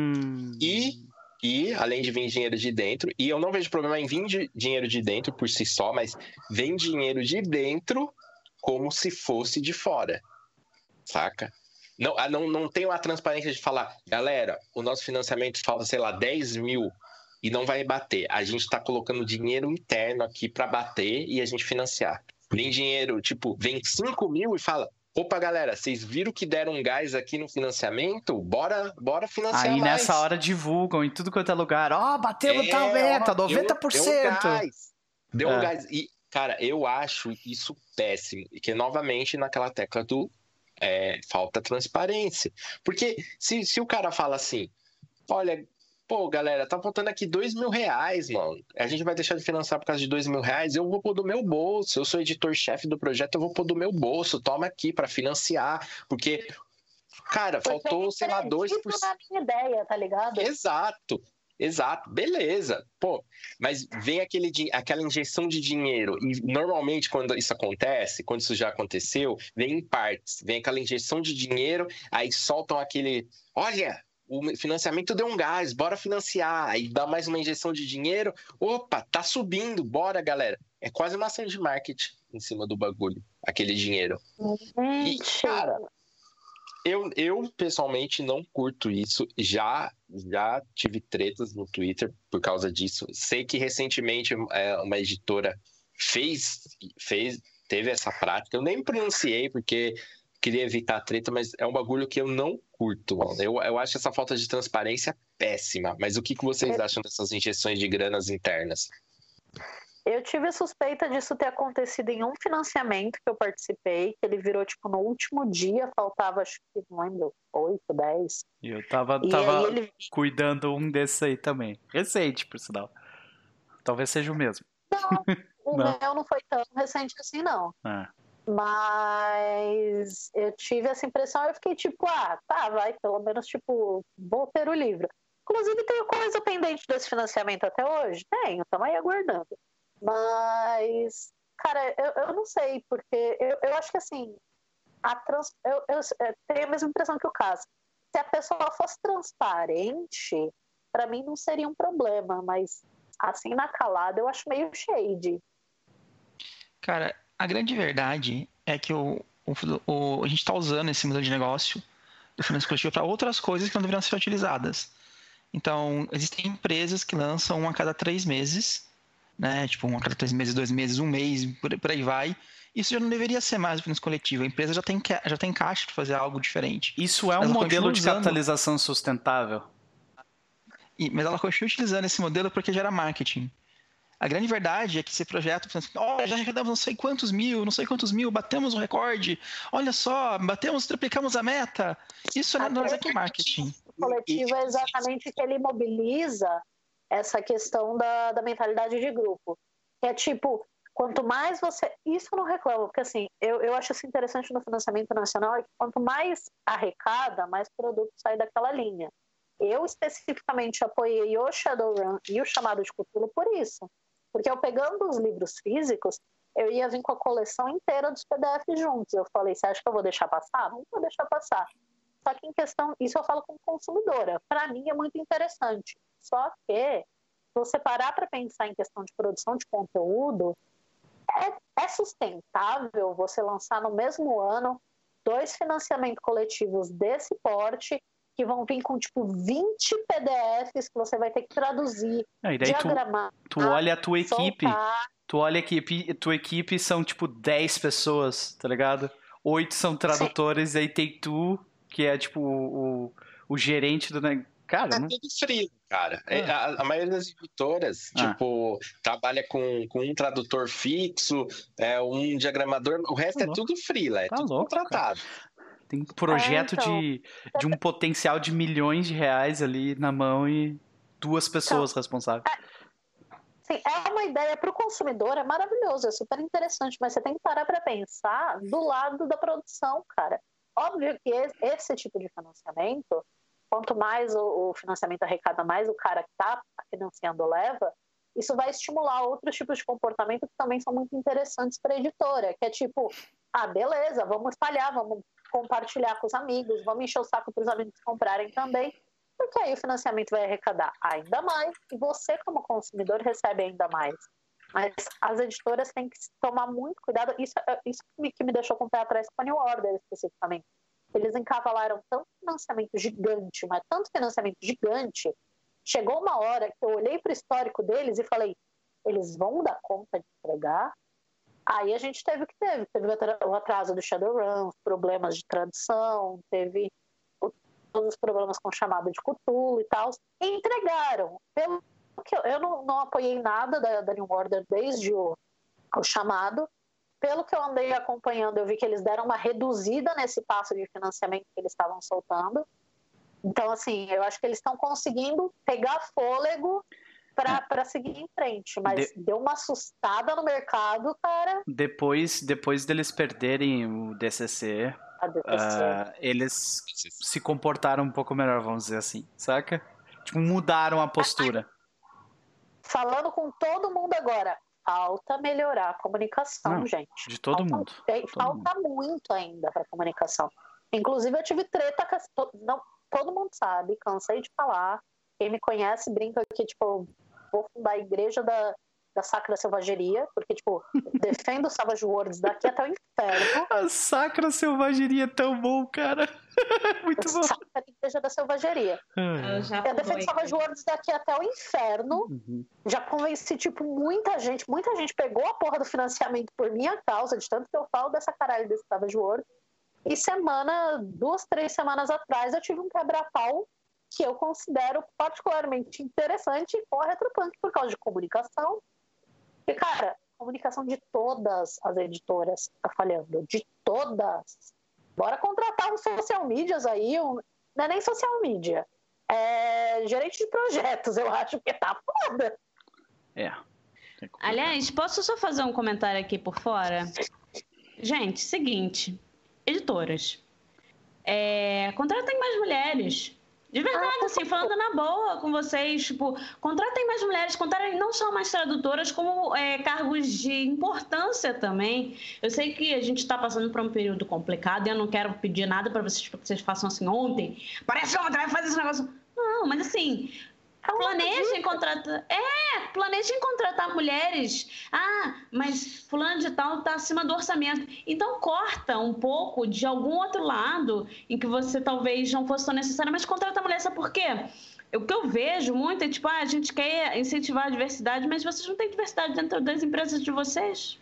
E, além de vir dinheiro de dentro, e eu não vejo problema em vir dinheiro de dentro por si só, mas vem dinheiro de dentro como se fosse de fora. Saca? Não tem a transparência de falar, galera, o nosso financiamento falta, sei lá, 10 mil. E não vai bater. A gente está colocando dinheiro interno aqui para bater e a gente financiar. Vem dinheiro, vem 5 mil e fala, opa, galera, vocês viram que deram um gás aqui no financiamento? Bora financiar mais. Aí nessa hora divulgam em tudo quanto é lugar. Bateu tal meta, 90%. Deu um gás. E, cara, eu acho isso péssimo. E que, novamente, naquela tecla do falta transparência. Porque se o cara fala assim, olha... Pô, galera, tá faltando aqui R$2.000, mano. A gente vai deixar de financiar por causa de R$2.000? Eu vou pôr do meu bolso. Eu sou editor-chefe do projeto, eu vou pôr do meu bolso. Toma aqui pra financiar. Porque, cara, faltou, sei lá, 2%. Na minha ideia, tá ligado? Exato. Beleza. Pô, mas vem aquela injeção de dinheiro. E normalmente, quando isso acontece, quando isso já aconteceu, vem em partes. Vem aquela injeção de dinheiro, aí soltam aquele... Olha... O financiamento deu um gás, bora financiar. Aí dá mais uma injeção de dinheiro. Opa, tá subindo, bora, galera. É quase uma ação de marketing em cima do bagulho, aquele dinheiro. E, cara, eu pessoalmente não curto isso. Já tive tretas no Twitter por causa disso. Sei que recentemente uma editora teve essa prática. Eu nem pronunciei porque... queria evitar a treta, mas é um bagulho que eu não curto, mano. Eu acho essa falta de transparência péssima. Mas o que vocês acham dessas injeções de granas internas? Eu tive a suspeita disso ter acontecido em um financiamento que eu participei, que ele virou, no último dia, faltava, acho que, não lembro, 8, 10. E eu tava cuidando um desses aí também. Recente, por sinal. Talvez seja o mesmo. Não, o meu não foi tão recente assim, não. Mas eu tive essa impressão, eu fiquei vai, pelo menos, vou ter o livro. Inclusive, tenho coisa pendente desse financiamento até hoje? Tenho, estamos aí aguardando. Mas, cara, eu não sei, porque eu acho que, assim, eu tenho a mesma impressão que o Cássio. Se a pessoa fosse transparente, para mim não seria um problema, mas assim na calada, eu acho meio shady. Cara, a grande verdade é que a gente está usando esse modelo de negócio do financiamento coletivo para outras coisas que não deveriam ser utilizadas. Então, existem empresas que lançam uma a cada 3 meses, né? Tipo, uma a cada 3 meses, 2 meses, 1 mês, por aí vai. Isso já não deveria ser mais o financiamento coletivo. A empresa já tem caixa para fazer algo diferente. Isso é um modelo de capitalização sustentável. Mas ela continua utilizando esse modelo porque gera marketing. A grande verdade é que esse projeto, já arrecadamos não sei quantos mil, batemos o recorde, olha só, triplicamos a meta. Isso não é que marketing. O coletivo é exatamente que ele mobiliza essa questão da mentalidade de grupo. É tipo, quanto mais você... Isso eu não reclamo, porque assim, eu acho isso interessante no financiamento nacional, é que quanto mais arrecada, mais produto sai daquela linha. Eu especificamente apoiei o Shadowrun e o Chamado de Cthulhu por isso. Porque eu pegando os livros físicos, eu ia vir com a coleção inteira dos PDFs juntos. Eu falei, você acha que eu vou deixar passar? Não vou deixar passar. Só que em questão, isso eu falo como consumidora. Para mim é muito interessante. Só que, se você parar para pensar em questão de produção de conteúdo, é sustentável você lançar no mesmo ano 2 financiamentos coletivos desse porte que vão vir com, tipo, 20 PDFs que você vai ter que traduzir, diagramar, tu olha a tua equipe, soltar. Tu olha que tua equipe são, tipo, 10 pessoas, tá ligado? 8 são tradutores, e aí tem tu, que é, tipo, o gerente do negócio. Cara, tudo frio, cara. A maioria das editoras, tipo, trabalha com um tradutor fixo, um diagramador, o resto é tudo freela, é tudo contratado. Cara. Tem um projeto de um potencial de milhões de reais ali na mão e 2 pessoas responsáveis. Sim, é uma ideia para o consumidor, é maravilhoso, é super interessante, mas você tem que parar para pensar do lado da produção, cara. Óbvio que esse tipo de financiamento, quanto mais o financiamento arrecada, mais o cara que está financiando leva, isso vai estimular outros tipos de comportamento que também são muito interessantes para a editora, que é tipo, beleza, vamos espalhar, vamos compartilhar com os amigos, vamos encher o saco para os amigos comprarem também, porque aí o financiamento vai arrecadar ainda mais e você, como consumidor, recebe ainda mais. Mas as editoras têm que tomar muito cuidado. Isso que me deixou com o pé atrás com a New Order, especificamente. Eles encavalaram tanto financiamento gigante, mas tanto financiamento gigante, chegou uma hora que eu olhei para o histórico deles e falei, eles vão dar conta de entregar? Aí a gente teve o atraso do Shadowrun, os problemas de tradução, teve todos os problemas com chamada de Cthulhu e tal, e entregaram. Pelo que eu não apoiei nada da New Order desde o chamado. Pelo que eu andei acompanhando, eu vi que eles deram uma reduzida nesse passo de financiamento que eles estavam soltando. Então, assim, eu acho que eles estão conseguindo pegar fôlego para seguir em frente, mas deu uma assustada no mercado, cara. Depois deles perderem o DCC, eles se comportaram um pouco melhor, vamos dizer assim, saca? Tipo, mudaram a postura. Falando com todo mundo agora, falta melhorar a comunicação, gente. De todo mundo. Falta muito ainda para comunicação. Inclusive, eu tive treta com... todo mundo sabe, cansei de falar. Quem me conhece brinca que, tipo, vou fundar a igreja da Sacra Selvageria, porque, tipo, defendo o Savage Worlds daqui até o inferno. A Sacra Selvageria é tão bom, cara. Muito bom. Sacra Igreja da Selvageria. Eu defendo Savage Worlds daqui até o inferno. Uhum. Já convenci, tipo, muita gente pegou a porra do financiamento por minha causa, de tanto que eu falo dessa caralho desse Savage Worlds. E 2, 3 semanas atrás, eu tive um quebra-pau que eu considero particularmente interessante com a Retropunk por causa de comunicação. E, cara, comunicação de todas as editoras tá falhando. De todas. Bora contratar uns social medias aí. Não é nem social media. É gerente de projetos, eu acho que tá foda. Aliás, posso só fazer um comentário aqui por fora? Gente, seguinte. Editoras. Contratem mais mulheres. De verdade, assim, falando na boa com vocês, tipo, contratem mais mulheres, contratem não só mais tradutoras, como cargos de importância também. Eu sei que a gente está passando por um período complicado e eu não quero pedir nada para vocês façam assim ontem. Parece ontem, vai fazer esse negócio. Não, mas assim, Planejem contratar. Planejem contratar mulheres. Mas fulano de tal está acima do orçamento. Então corta um pouco de algum outro lado em que você talvez não fosse tão necessário, mas contrata a mulher. Sabe por quê? O que eu vejo muito é tipo, a gente quer incentivar a diversidade, mas vocês não têm diversidade dentro das empresas de vocês.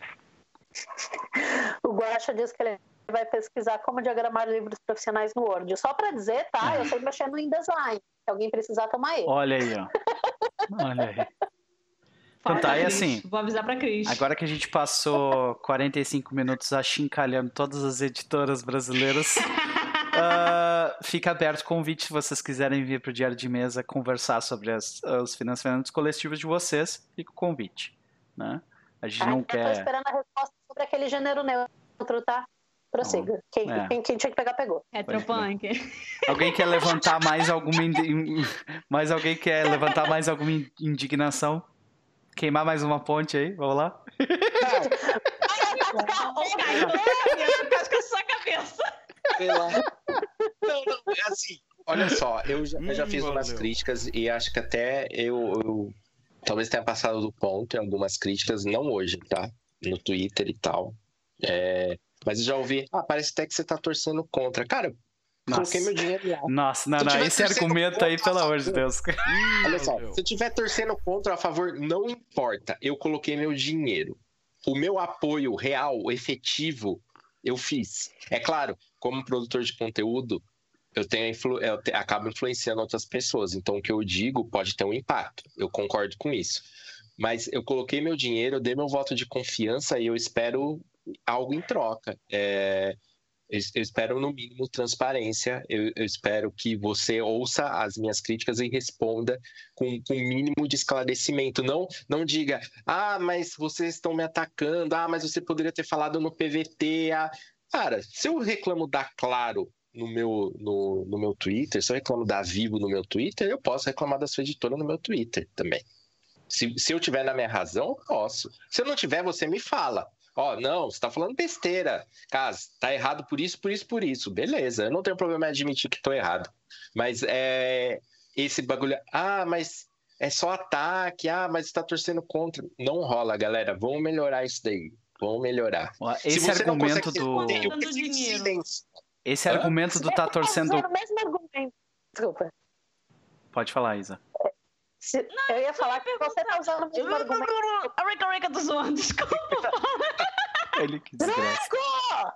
O Guaxa diz que ele vai pesquisar como diagramar livros profissionais no Word. Só para dizer, tá? Eu sei mexendo em design. Se alguém precisar, toma ele. Olha aí, ó. Olha aí. Então tá, e assim... Vou avisar pra Cris. Agora que a gente passou 45 minutos achincalhando todas as editoras brasileiras, fica aberto o convite se vocês quiserem vir pro Diário de Mesa conversar sobre os financiamentos coletivos de vocês. Fica o convite, né? A gente não quer... Eu tô esperando a resposta sobre aquele gênero neutro, tá? Prossiga. Quem tinha que pegar, pegou. Retropunk. Alguém quer levantar mais alguma indignação? Queimar mais uma ponte aí? Vamos lá? Casca a sua cabeça. Sei lá. Não, é assim, olha só, eu já fiz umas críticas e acho que até eu talvez tenha passado do ponto em algumas críticas, não hoje, tá? No Twitter e tal. Mas eu já ouvi, parece até que você tá torcendo contra. Cara, coloquei meu dinheiro lá. Nossa, não, esse argumento aí, pelo amor de Deus. Olha só, se eu estiver torcendo contra ou a favor, não importa. Eu coloquei meu dinheiro. O meu apoio real, efetivo, eu fiz. É claro, como produtor de conteúdo, eu acabo influenciando outras pessoas. Então, o que eu digo pode ter um impacto. Eu concordo com isso. Mas eu coloquei meu dinheiro, eu dei meu voto de confiança e eu espero algo em troca. Eu espero, no mínimo, transparência. Eu espero que você ouça as minhas críticas e responda com o mínimo de esclarecimento. Não diga, mas vocês estão me atacando, mas você poderia ter falado no PVT. Cara, se eu reclamo da Claro no meu Twitter, se eu reclamo da Vivo no meu Twitter, eu posso reclamar da sua editora no meu Twitter também. Se eu tiver na minha razão, eu posso. Se eu não tiver, você me fala. Não, você tá falando besteira. Cara, tá errado por isso, por isso, por isso. Beleza, eu não tenho problema em admitir que tô errado. Mas esse bagulho... mas é só ataque. Mas você tá torcendo contra. Não rola, galera. Vamos melhorar isso daí. Vamos melhorar. Esse argumento do... Esse argumento do tá torcendo... o mesmo argumento. Desculpa. Pode falar, Isa. Eu ia falar que você tá usando o mesmo argumento. A Rica do zoando, desculpa. Ele que desgraça.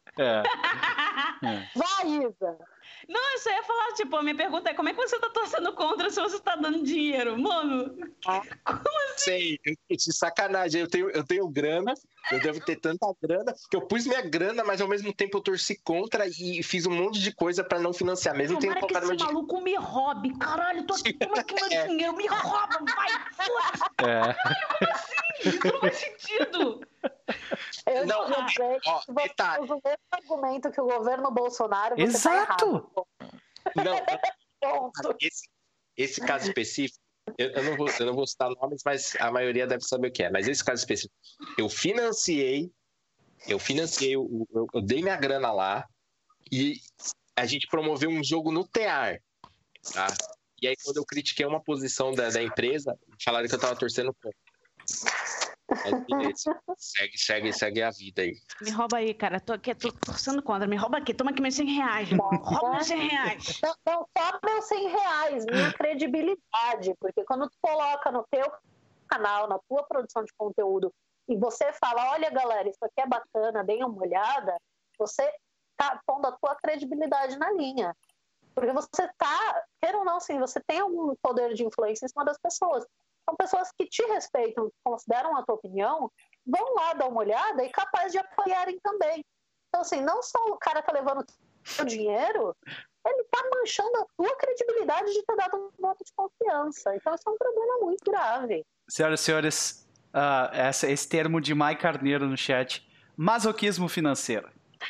Vai, Isa. Não, eu só ia falar, a minha pergunta é como é que você tá torcendo contra se você tá dando dinheiro? Mano, como assim? Sei, de sacanagem, eu tenho grana, eu devo ter tanta grana, que eu pus minha grana, mas ao mesmo tempo eu torci contra e fiz um monte de coisa pra não financiar, mesmo tendo colocado meu dinheiro. Esse maluco me roube, caralho, tô aqui, toma aqui meu dinheiro, me rouba, vai, foda-se. Como assim? Isso não faz sentido. Eu não sei. Se você usa o mesmo argumento que o governo Bolsonaro, você tá errado. Não, esse caso específico, eu não vou citar nomes, mas a maioria deve saber o que é. Mas esse caso específico, eu financiei, eu dei minha grana lá e a gente promoveu um jogo no TEAR, tá? E aí, quando eu critiquei uma posição da empresa, falaram que eu tava torcendo contra. Segue a vida aí. Me rouba aí, cara. Tô torcendo contra. Me rouba aqui. Toma aqui meus R$100. Rouba meus R$100. Não só meus R$100. Minha credibilidade. Porque quando tu coloca no teu canal, na tua produção de conteúdo, e você fala, olha, galera, isso aqui é bacana, deem uma olhada, você tá pondo a tua credibilidade na linha. Porque você tá, queira ou não, assim, você tem algum poder de influência em cima das pessoas. São pessoas que te respeitam, que consideram a tua opinião, vão lá dar uma olhada e capazes de apoiarem também. Então, assim, não só o cara tá levando o teu dinheiro, ele tá manchando a tua credibilidade de ter dado um voto de confiança. Então, isso é um problema muito grave. Senhoras e senhores, esse termo de Mai Carneiro no chat, masoquismo financeiro.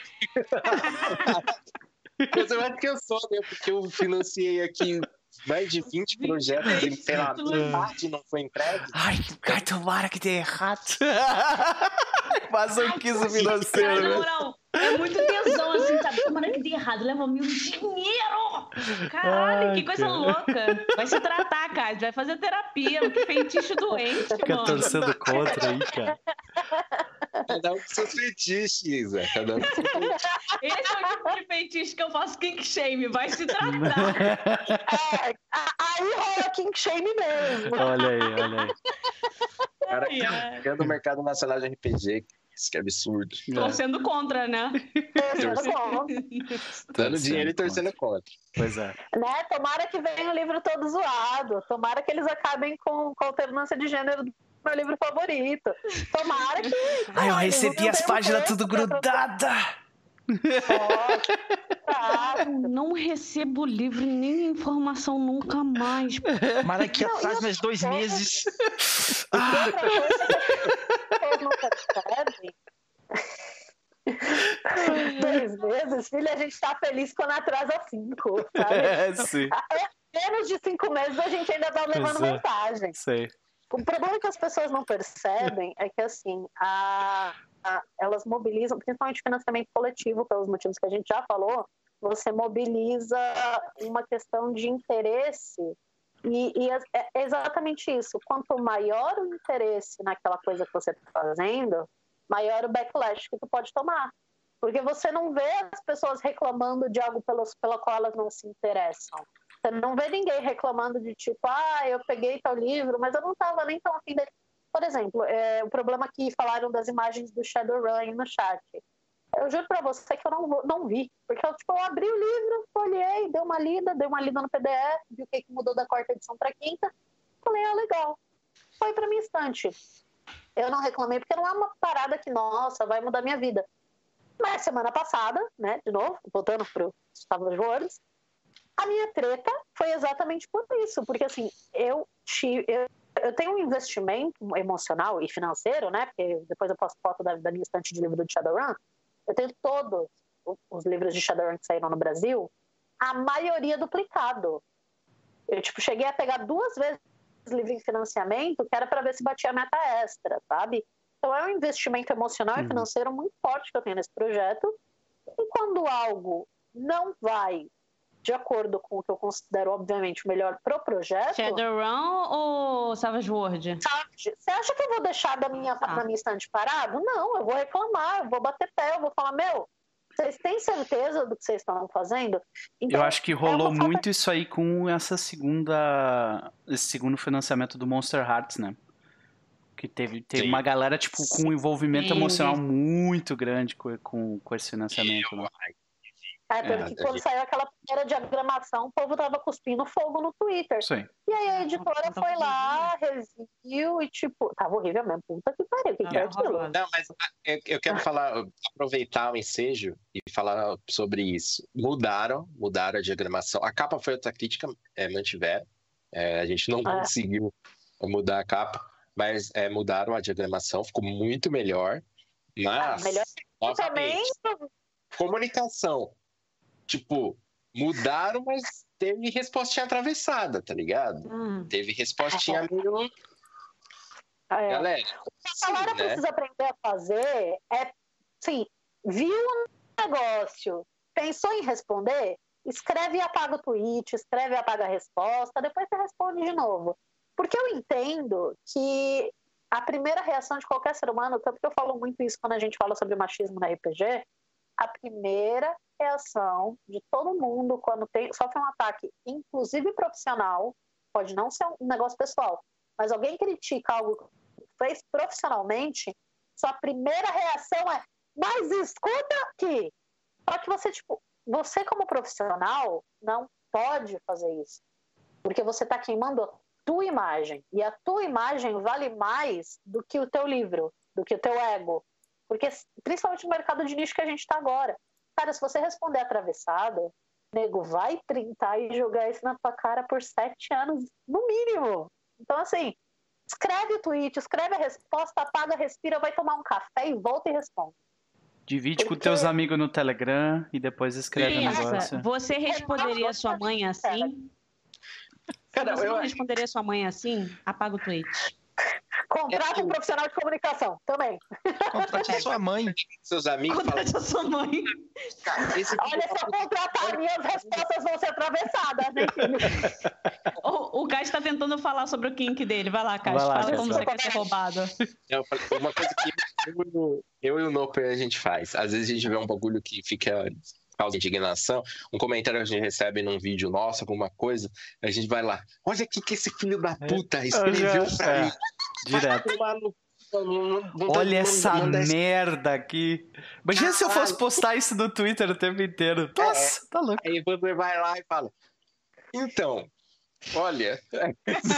Mas eu acho que eu sou, né? Porque eu financiei aqui mais de 20 projetos e pela parte não foi entregue. Ai, tomara que dê errado. Masoquismo financeiro. Cara, na moral, É muito tesão, assim, sabe? Tomara que dê errado, leva meu dinheiro! Caralho, que coisa louca. Vai se tratar, cara. Vai fazer terapia. Que feitiço doente, Fica mano. torcendo contra aí, cara. Cada um com seus fetiches, Isa. Cada um com seus fetiches. Esse é o tipo de feitiço que eu faço kink shame. Vai se tratar. Aí rola kink shame mesmo. Olha aí. Cara, criando o mercado nacional de RPG. Isso que é absurdo. Tô sendo contra, né? Dando dinheiro e torcendo contra. Pois é. Né? Tomara que venha o livro todo zoado. Tomara que eles acabem com a alternância de gênero do meu livro favorito. Tomara que... Ai, eu recebi as páginas tudo grudada. Não recebo livro nem informação nunca mais. Mas daqui atrás, mais 2 meses. E outra coisa que as pessoas não percebem. 2 meses, filha, a gente tá feliz quando atrasa 5, sabe? Sim. Menos de 5 meses a gente ainda tá levando vantagem. Sei. O problema que as pessoas não percebem é que, assim, elas mobilizam, principalmente financiamento coletivo, pelos motivos que a gente já falou, você mobiliza uma questão de interesse e é exatamente isso. Quanto maior o interesse naquela coisa que você está fazendo, maior o backlash que tu pode tomar. Porque você não vê as pessoas reclamando de algo pela qual elas não se interessam. Você não vê ninguém reclamando de tipo, eu peguei tal livro, mas eu não estava nem tão afim dele. Por exemplo, o problema que falaram das imagens do Shadowrun aí no chat. Eu juro pra você que eu não vi. Porque eu abri o livro, olhei, dei uma lida no PDF, vi o que mudou da 4ª edição pra 5ª. Falei, legal. Foi pra minha estante. Eu não reclamei porque não é uma parada que, nossa, vai mudar minha vida. Mas semana passada, né, de novo, voltando pro Savage Worlds, a minha treta foi exatamente por isso. Porque, assim, eu tenho um investimento emocional e financeiro, né? Porque depois eu posto foto da minha estante de livro do Shadowrun. Eu tenho todos os livros de Shadowrun que saíram no Brasil, a maioria duplicado. Eu, cheguei a pegar 2 vezes livro em financiamento, que era para ver se batia a meta extra, sabe? Então é um investimento emocional e financeiro muito forte que eu tenho nesse projeto. E quando algo não vai de acordo com o que eu considero, obviamente, o melhor pro projeto... Shadowrun ou Savage World? Você acha que eu vou deixar na minha estante parado? Não, eu vou reclamar, eu vou bater pé, eu vou falar, vocês têm certeza do que vocês estão fazendo? Então, eu acho que rolou muito isso aí com esse segundo financiamento do Monster Hearts, né? Que teve uma galera, com um envolvimento emocional muito grande com esse financiamento, né? Porque quando saiu aquela primeira diagramação, o povo tava cuspindo fogo no Twitter. Sim. E aí a editora foi lá, reviu e tava horrível mesmo. Puta que pariu, que é aquilo? Não, mas eu quero aproveitar o ensejo e falar sobre isso. Mudaram a diagramação. A capa foi outra crítica, mantiveram. A gente não conseguiu mudar a capa, mas mudaram a diagramação, ficou muito melhor. Mas, melhor também. Comunicação. Mudaram, mas teve respostinha atravessada, tá ligado? Teve respostinha meio... Galera, a galera precisa aprender a fazer viu um negócio, pensou em responder, escreve e apaga o tweet, escreve e apaga a resposta, depois você responde de novo. Porque eu entendo que a primeira reação de qualquer ser humano, tanto que eu falo muito isso quando a gente fala sobre machismo no RPG, a primeira reação de todo mundo quando sofre um ataque, inclusive profissional, pode não ser um negócio pessoal, mas alguém critica algo que fez profissionalmente, sua primeira reação é, mas escuta aqui. Só que você como profissional não pode fazer isso, porque você está queimando a tua imagem, e a tua imagem vale mais do que o teu livro, do que o teu ego. Porque, principalmente no mercado de nicho que a gente está agora. Cara, se você responder atravessado, nego vai printar e jogar isso na tua cara por 7 anos, no mínimo. Então, escreve o tweet, escreve a resposta, apaga, respira, vai tomar um café e volta e responde. Divide com teus amigos no Telegram e depois escreve o negócio. Você responderia a sua mãe assim? Cara, você não responderia a sua mãe assim? Apaga o tweet. Contrate um profissional de comunicação também. Contrate a sua mãe. Seus amigos Contrate falam, a sua mãe. cara, Olha, se eu contratar, minhas respostas vão ser atravessadas, né, filho? O Caio está tentando falar sobre o kink dele. Vai lá, Caio. Vai lá, Fala Caio, como vai. você quer ser roubado. uma coisa que eu e o Noper a gente faz. Às vezes a gente vê um bagulho que fica causa indignação, um comentário que a gente recebe num vídeo nosso, alguma coisa, a gente vai lá, olha o que esse filho da puta escreveu pra mim. Direto. Olha essa merda aqui. Imagina se eu fosse postar isso no Twitter o tempo inteiro. Nossa, tá louco. Aí você vai lá e fala, então, olha, é isso.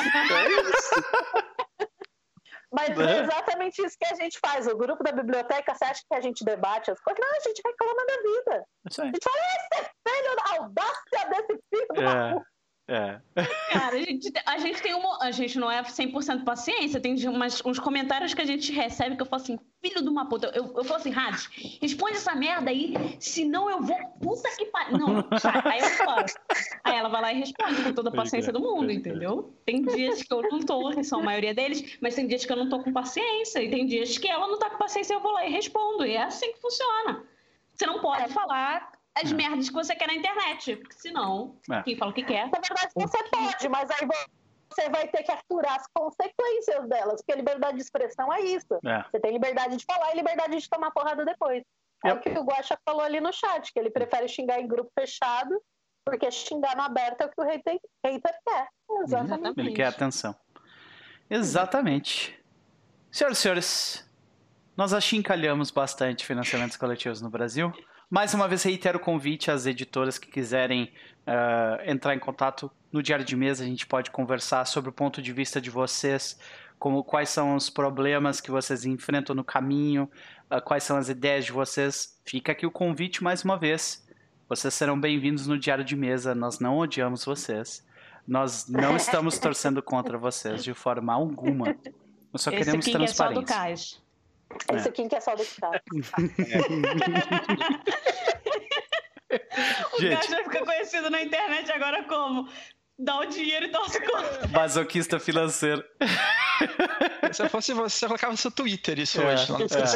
Mas é exatamente isso que a gente faz. O grupo da biblioteca, você acha que a gente debate as coisas? Não, a gente reclama da vida. Isso aí. A gente fala, esse filho da audácia desse filho da puta. Cara, a gente não é 100% paciência. Tem uns comentários que a gente recebe que eu falo assim, filho de uma puta. Eu falo assim, Hades, responde essa merda aí, senão eu vou, puta que pariu. Não, tá, aí eu falo. Aí ela vai lá e responde com toda a paciência do mundo, entendeu? Tem dias que eu não tô, que são a maioria deles, mas tem dias que eu não tô com paciência, e tem dias que ela não tá com paciência e eu vou lá e respondo. E é assim que funciona. Você não pode falar as merdas que você quer na internet, porque senão, quem fala o que quer... Na verdade, você pode, mas aí você vai ter que aturar as consequências delas, porque liberdade de expressão é isso. Você tem liberdade de falar e liberdade de tomar porrada depois. É o que o Guaxa falou ali no chat, que ele prefere xingar em grupo fechado, porque xingar no aberto é o que o hater quer. Exatamente. Ele quer atenção. Exatamente. Senhoras e senhores, nós achincalhamos bastante financiamentos coletivos no Brasil. Mais uma vez, reitero o convite às editoras que quiserem entrar em contato no Diário de Mesa. A gente pode conversar sobre o ponto de vista de vocês, quais são os problemas que vocês enfrentam no caminho, quais são as ideias de vocês. Fica aqui o convite mais uma vez. Vocês serão bem-vindos no Diário de Mesa. Nós não odiamos vocês. Nós não estamos torcendo contra vocês de forma alguma. Nós só queremos transparência. É só do Cais. Esse aqui que é só do Cais. O Cais vai ficar conhecido na internet agora como dá o dinheiro e torce contra. Masoquista financeiro. Se eu fosse você, eu colocava no seu Twitter isso hoje.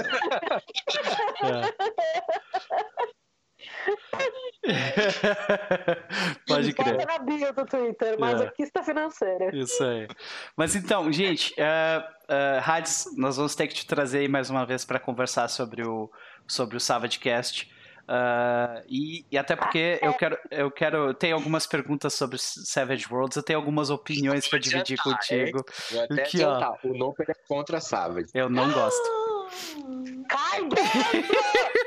Pode crer. Bota na bio do Twitter, masoquista financeiro. Isso aí. Mas então, gente, Hades, nós vamos ter que te trazer aí mais uma vez para conversar sobre o SavageCast. E até porque eu quero. Tem algumas perguntas sobre Savage Worlds, eu tenho algumas opiniões para dividir contigo. Vou até adiantar, o Noper é contra a Savage. Eu não gosto. Cai dentro!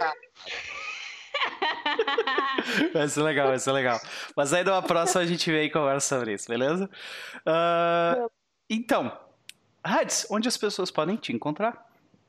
Vai ser legal. Mas aí numa próxima a gente vem e conversa sobre isso, beleza? Então, Hades, onde as pessoas podem te encontrar?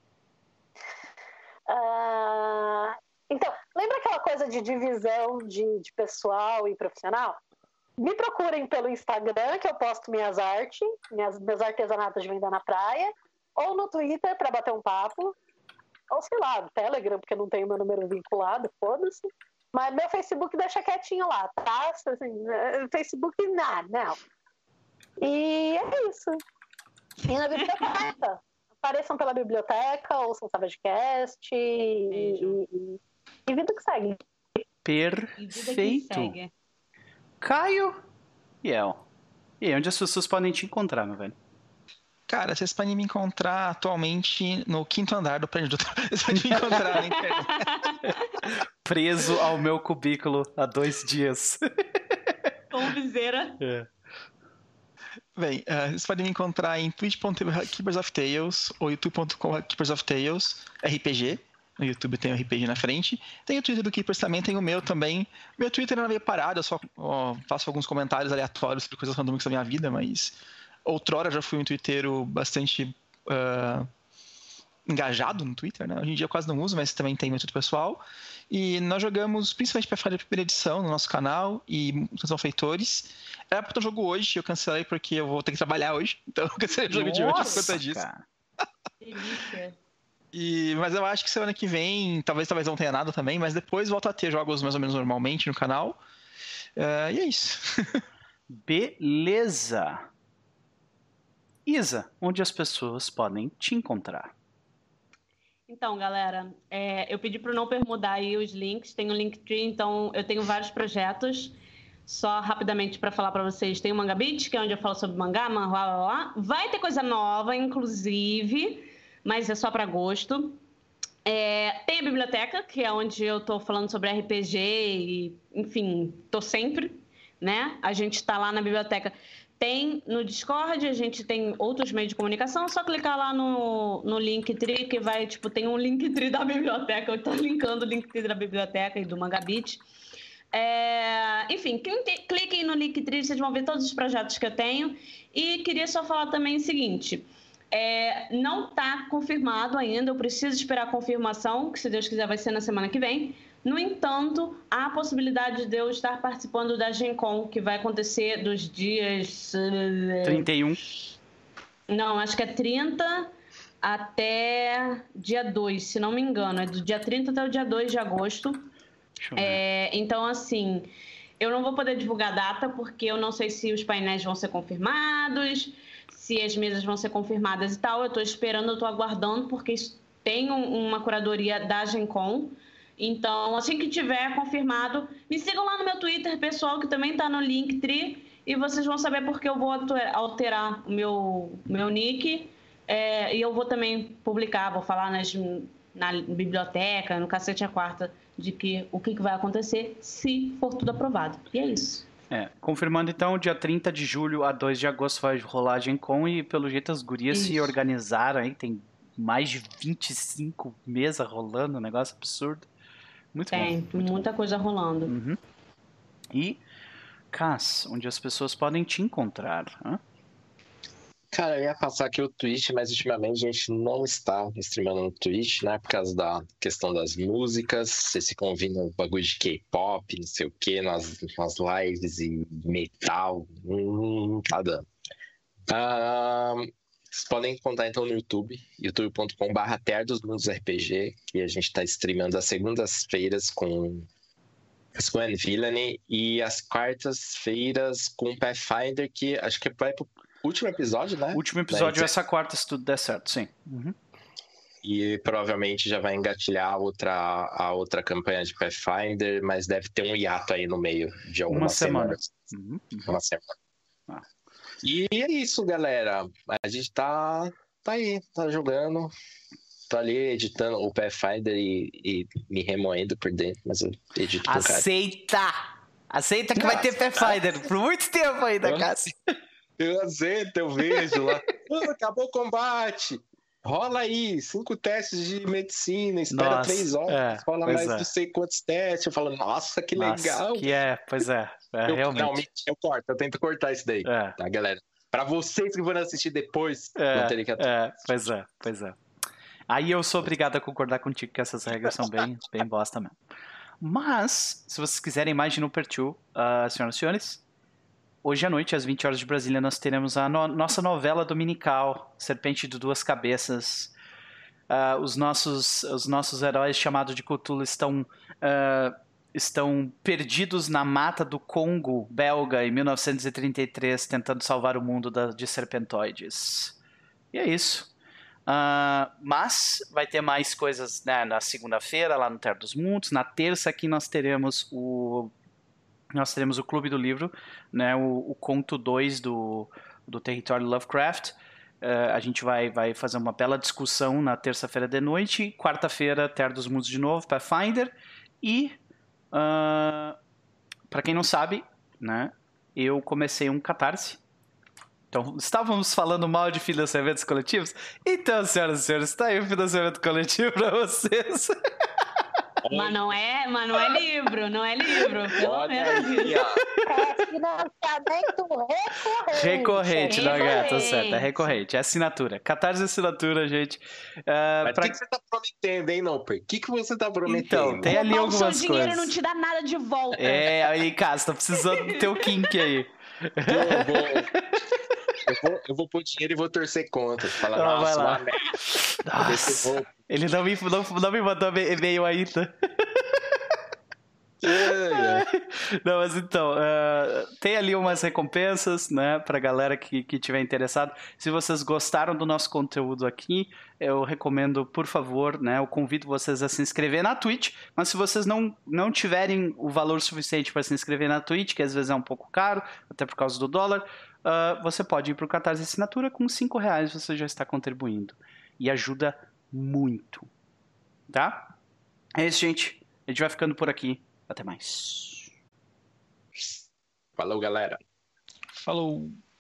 Então, lembra aquela coisa de divisão de pessoal e profissional? Me procurem pelo Instagram, que eu posto minhas artes, meus artesanatos de venda na praia, ou no Twitter para bater um papo, ou sei lá, no Telegram, porque não tenho meu número vinculado, foda-se. Mas meu Facebook deixa quietinho lá, tá? Assim, Facebook não. E é isso. E na biblioteca. Apareçam pela biblioteca, ouçam o SavageCast e vida que segue. Perfeito. Caio e El. E aí, onde as pessoas podem te encontrar, meu velho? Cara, vocês podem me encontrar atualmente no 5º andar do prédio. Vocês podem me encontrar na internet. Preso ao meu cubículo há 2 dias. Com viseira. Bem, vocês podem me encontrar em twitch.tv/KeepersOfTales ou youtube.com/KeepersOfTales RPG. No YouTube tem o RPG na frente. Tem o Twitter do Keepers também, tem o meu também. Meu Twitter não é meio parado, eu só faço alguns comentários aleatórios sobre coisas randômicas da minha vida, mas outrora já fui um twitteiro bastante engajado no Twitter, né? Hoje em dia eu quase não uso, mas também tem meu Twitter pessoal. E nós jogamos principalmente para fazer a primeira edição no nosso canal e são feitores. Era para ter um jogo hoje, eu cancelei porque eu vou ter que trabalhar hoje, então eu cancelei o jogo de hoje por conta disso. Cara. Delícia. Mas eu acho que semana que vem, talvez não tenha nada também, mas depois volto a ter jogos mais ou menos normalmente no canal. E é isso. Beleza. Isa, onde as pessoas podem te encontrar? Então, galera, eu pedi para o Noper mudar aí os links. Tem o Linktree, então eu tenho vários projetos. Só rapidamente para falar para vocês, tem o Manga Beat, que é onde eu falo sobre mangá, manhwa, vai ter coisa nova, inclusive, mas é só para agosto. Tem a biblioteca, que é onde eu tô falando sobre RPG e, enfim, tô sempre, né? A gente tá lá na biblioteca. Tem no Discord, a gente tem outros meios de comunicação, é só clicar lá no Linktree, que vai, tipo, tem um Linktree da biblioteca, eu tô linkando o Linktree da biblioteca e do Manga Beat. Enfim, cliquem no Linktree, vocês vão ver todos os projetos que eu tenho. E queria só falar também o seguinte... não está confirmado ainda, eu preciso esperar a confirmação, que se Deus quiser vai ser na semana que vem. No entanto, há a possibilidade de eu estar participando da Gen Con, que vai acontecer dos dias... 31? Não, acho que é 30 até dia 2, se não me engano. É do dia 30 até o dia 2 de agosto. Então, assim, eu não vou poder divulgar a data, porque eu não sei se os painéis vão ser confirmados... se as mesas vão ser confirmadas e tal. Eu estou esperando, eu estou aguardando, porque tem uma curadoria da Gen Con. Então, assim que tiver confirmado, me sigam lá no meu Twitter, pessoal, que também está no Linktree, e vocês vão saber porque eu vou alterar o meu nick. E eu vou também publicar, vou falar na biblioteca, no Cacete a Quarta, de o que vai acontecer, se for tudo aprovado. E é isso. Confirmando então, dia 30 de julho a 2 de agosto vai rolar a Gen Con e pelo jeito as gurias se organizaram aí, tem mais de 25 mesas rolando, um negócio absurdo. Muito bom. Tem muita coisa rolando. Uhum. E, Cass, onde as pessoas podem te encontrar? Cara, eu ia passar aqui o Twitch, mas ultimamente a gente não está streamando no Twitch, né? Por causa da questão das músicas, esse convívio, bagulho de K-pop, não sei o que, nas lives e metal, não tá dando. Vocês podem encontrar então no YouTube, youtube.com/Terra dos Mundos RPG, que a gente tá streamando às segundas-feiras com Squan Villainy e às quartas-feiras com Pathfinder, que acho que vai pro último episódio, né? Último episódio essa quarta, se tudo der certo, sim. Uhum. E provavelmente já vai engatilhar a outra campanha de Pathfinder, mas deve ter um hiato aí no meio de algumas semanas. Uhum. Uma semana. E é isso, galera. A gente tá aí, tá jogando. Tô ali editando o Pathfinder e me remoendo por dentro, mas eu edito com cara. Aceita que vai ter Pathfinder por muito tempo ainda, Cássio. Eu aceito, eu vejo lá. Acabou o combate. Rola aí 5 testes de medicina, espera 3 horas, rola mais não sei quantos testes. Eu falo, nossa, que legal. Pois é, realmente. Eu corto, eu tento cortar isso daí, tá, galera? Pra vocês que vão assistir depois, não terem que Pois é. Aí eu sou obrigado a concordar contigo que essas regras são bem bosta mesmo. Mas, se vocês quiserem mais de Nooper 2, senhoras e senhores, hoje à noite, às 20 horas de Brasília, nós teremos a nossa novela dominical, Serpente de Duas Cabeças. Os nossos heróis chamados de Cthulhu estão perdidos na mata do Congo belga em 1933, tentando salvar o mundo de serpentoides. E é isso. Mas vai ter mais coisas, né, na segunda-feira, lá no Terra dos Mundos. Na terça aqui nós teremos o Clube do Livro, né, o conto 2 do Território Lovecraft. A gente vai fazer uma bela discussão na terça-feira de noite. Quarta-feira, Terra dos Mundos de novo, Pathfinder. E, para quem não sabe, né, eu comecei um Catarse. Então, estávamos falando mal de financiamentos coletivos? Então, senhoras e senhores, está aí o financiamento coletivo para vocês. Mas não é livro, pelo menos isso. É financiamento recorrente, não é, tá certo, é recorrente, é assinatura. Catarse é assinatura, gente. Mas o que você tá prometendo, hein, Noper? O que você tá prometendo? Então, tem ali algumas coisas. O seu dinheiro não te dá nada de volta. Aí, Cássio, tá precisando do teu kink aí. Eu vou pôr dinheiro e vou torcer contra. Falar, vai lá. Nossa. Ele não me mandou e-mail ainda. Não, mas então, tem ali umas recompensas, né, pra galera que tiver interessado. Se vocês gostaram do nosso conteúdo aqui, eu recomendo, por favor, né, eu convido vocês a se inscrever na Twitch, mas se vocês não tiverem o valor suficiente para se inscrever na Twitch, que às vezes é um pouco caro, até por causa do dólar, você pode ir pro Catarse Assinatura, com R$5 você já está contribuindo. E ajuda muito, tá? É isso, gente. A gente vai ficando por aqui. Até mais. Falou, galera. Falou.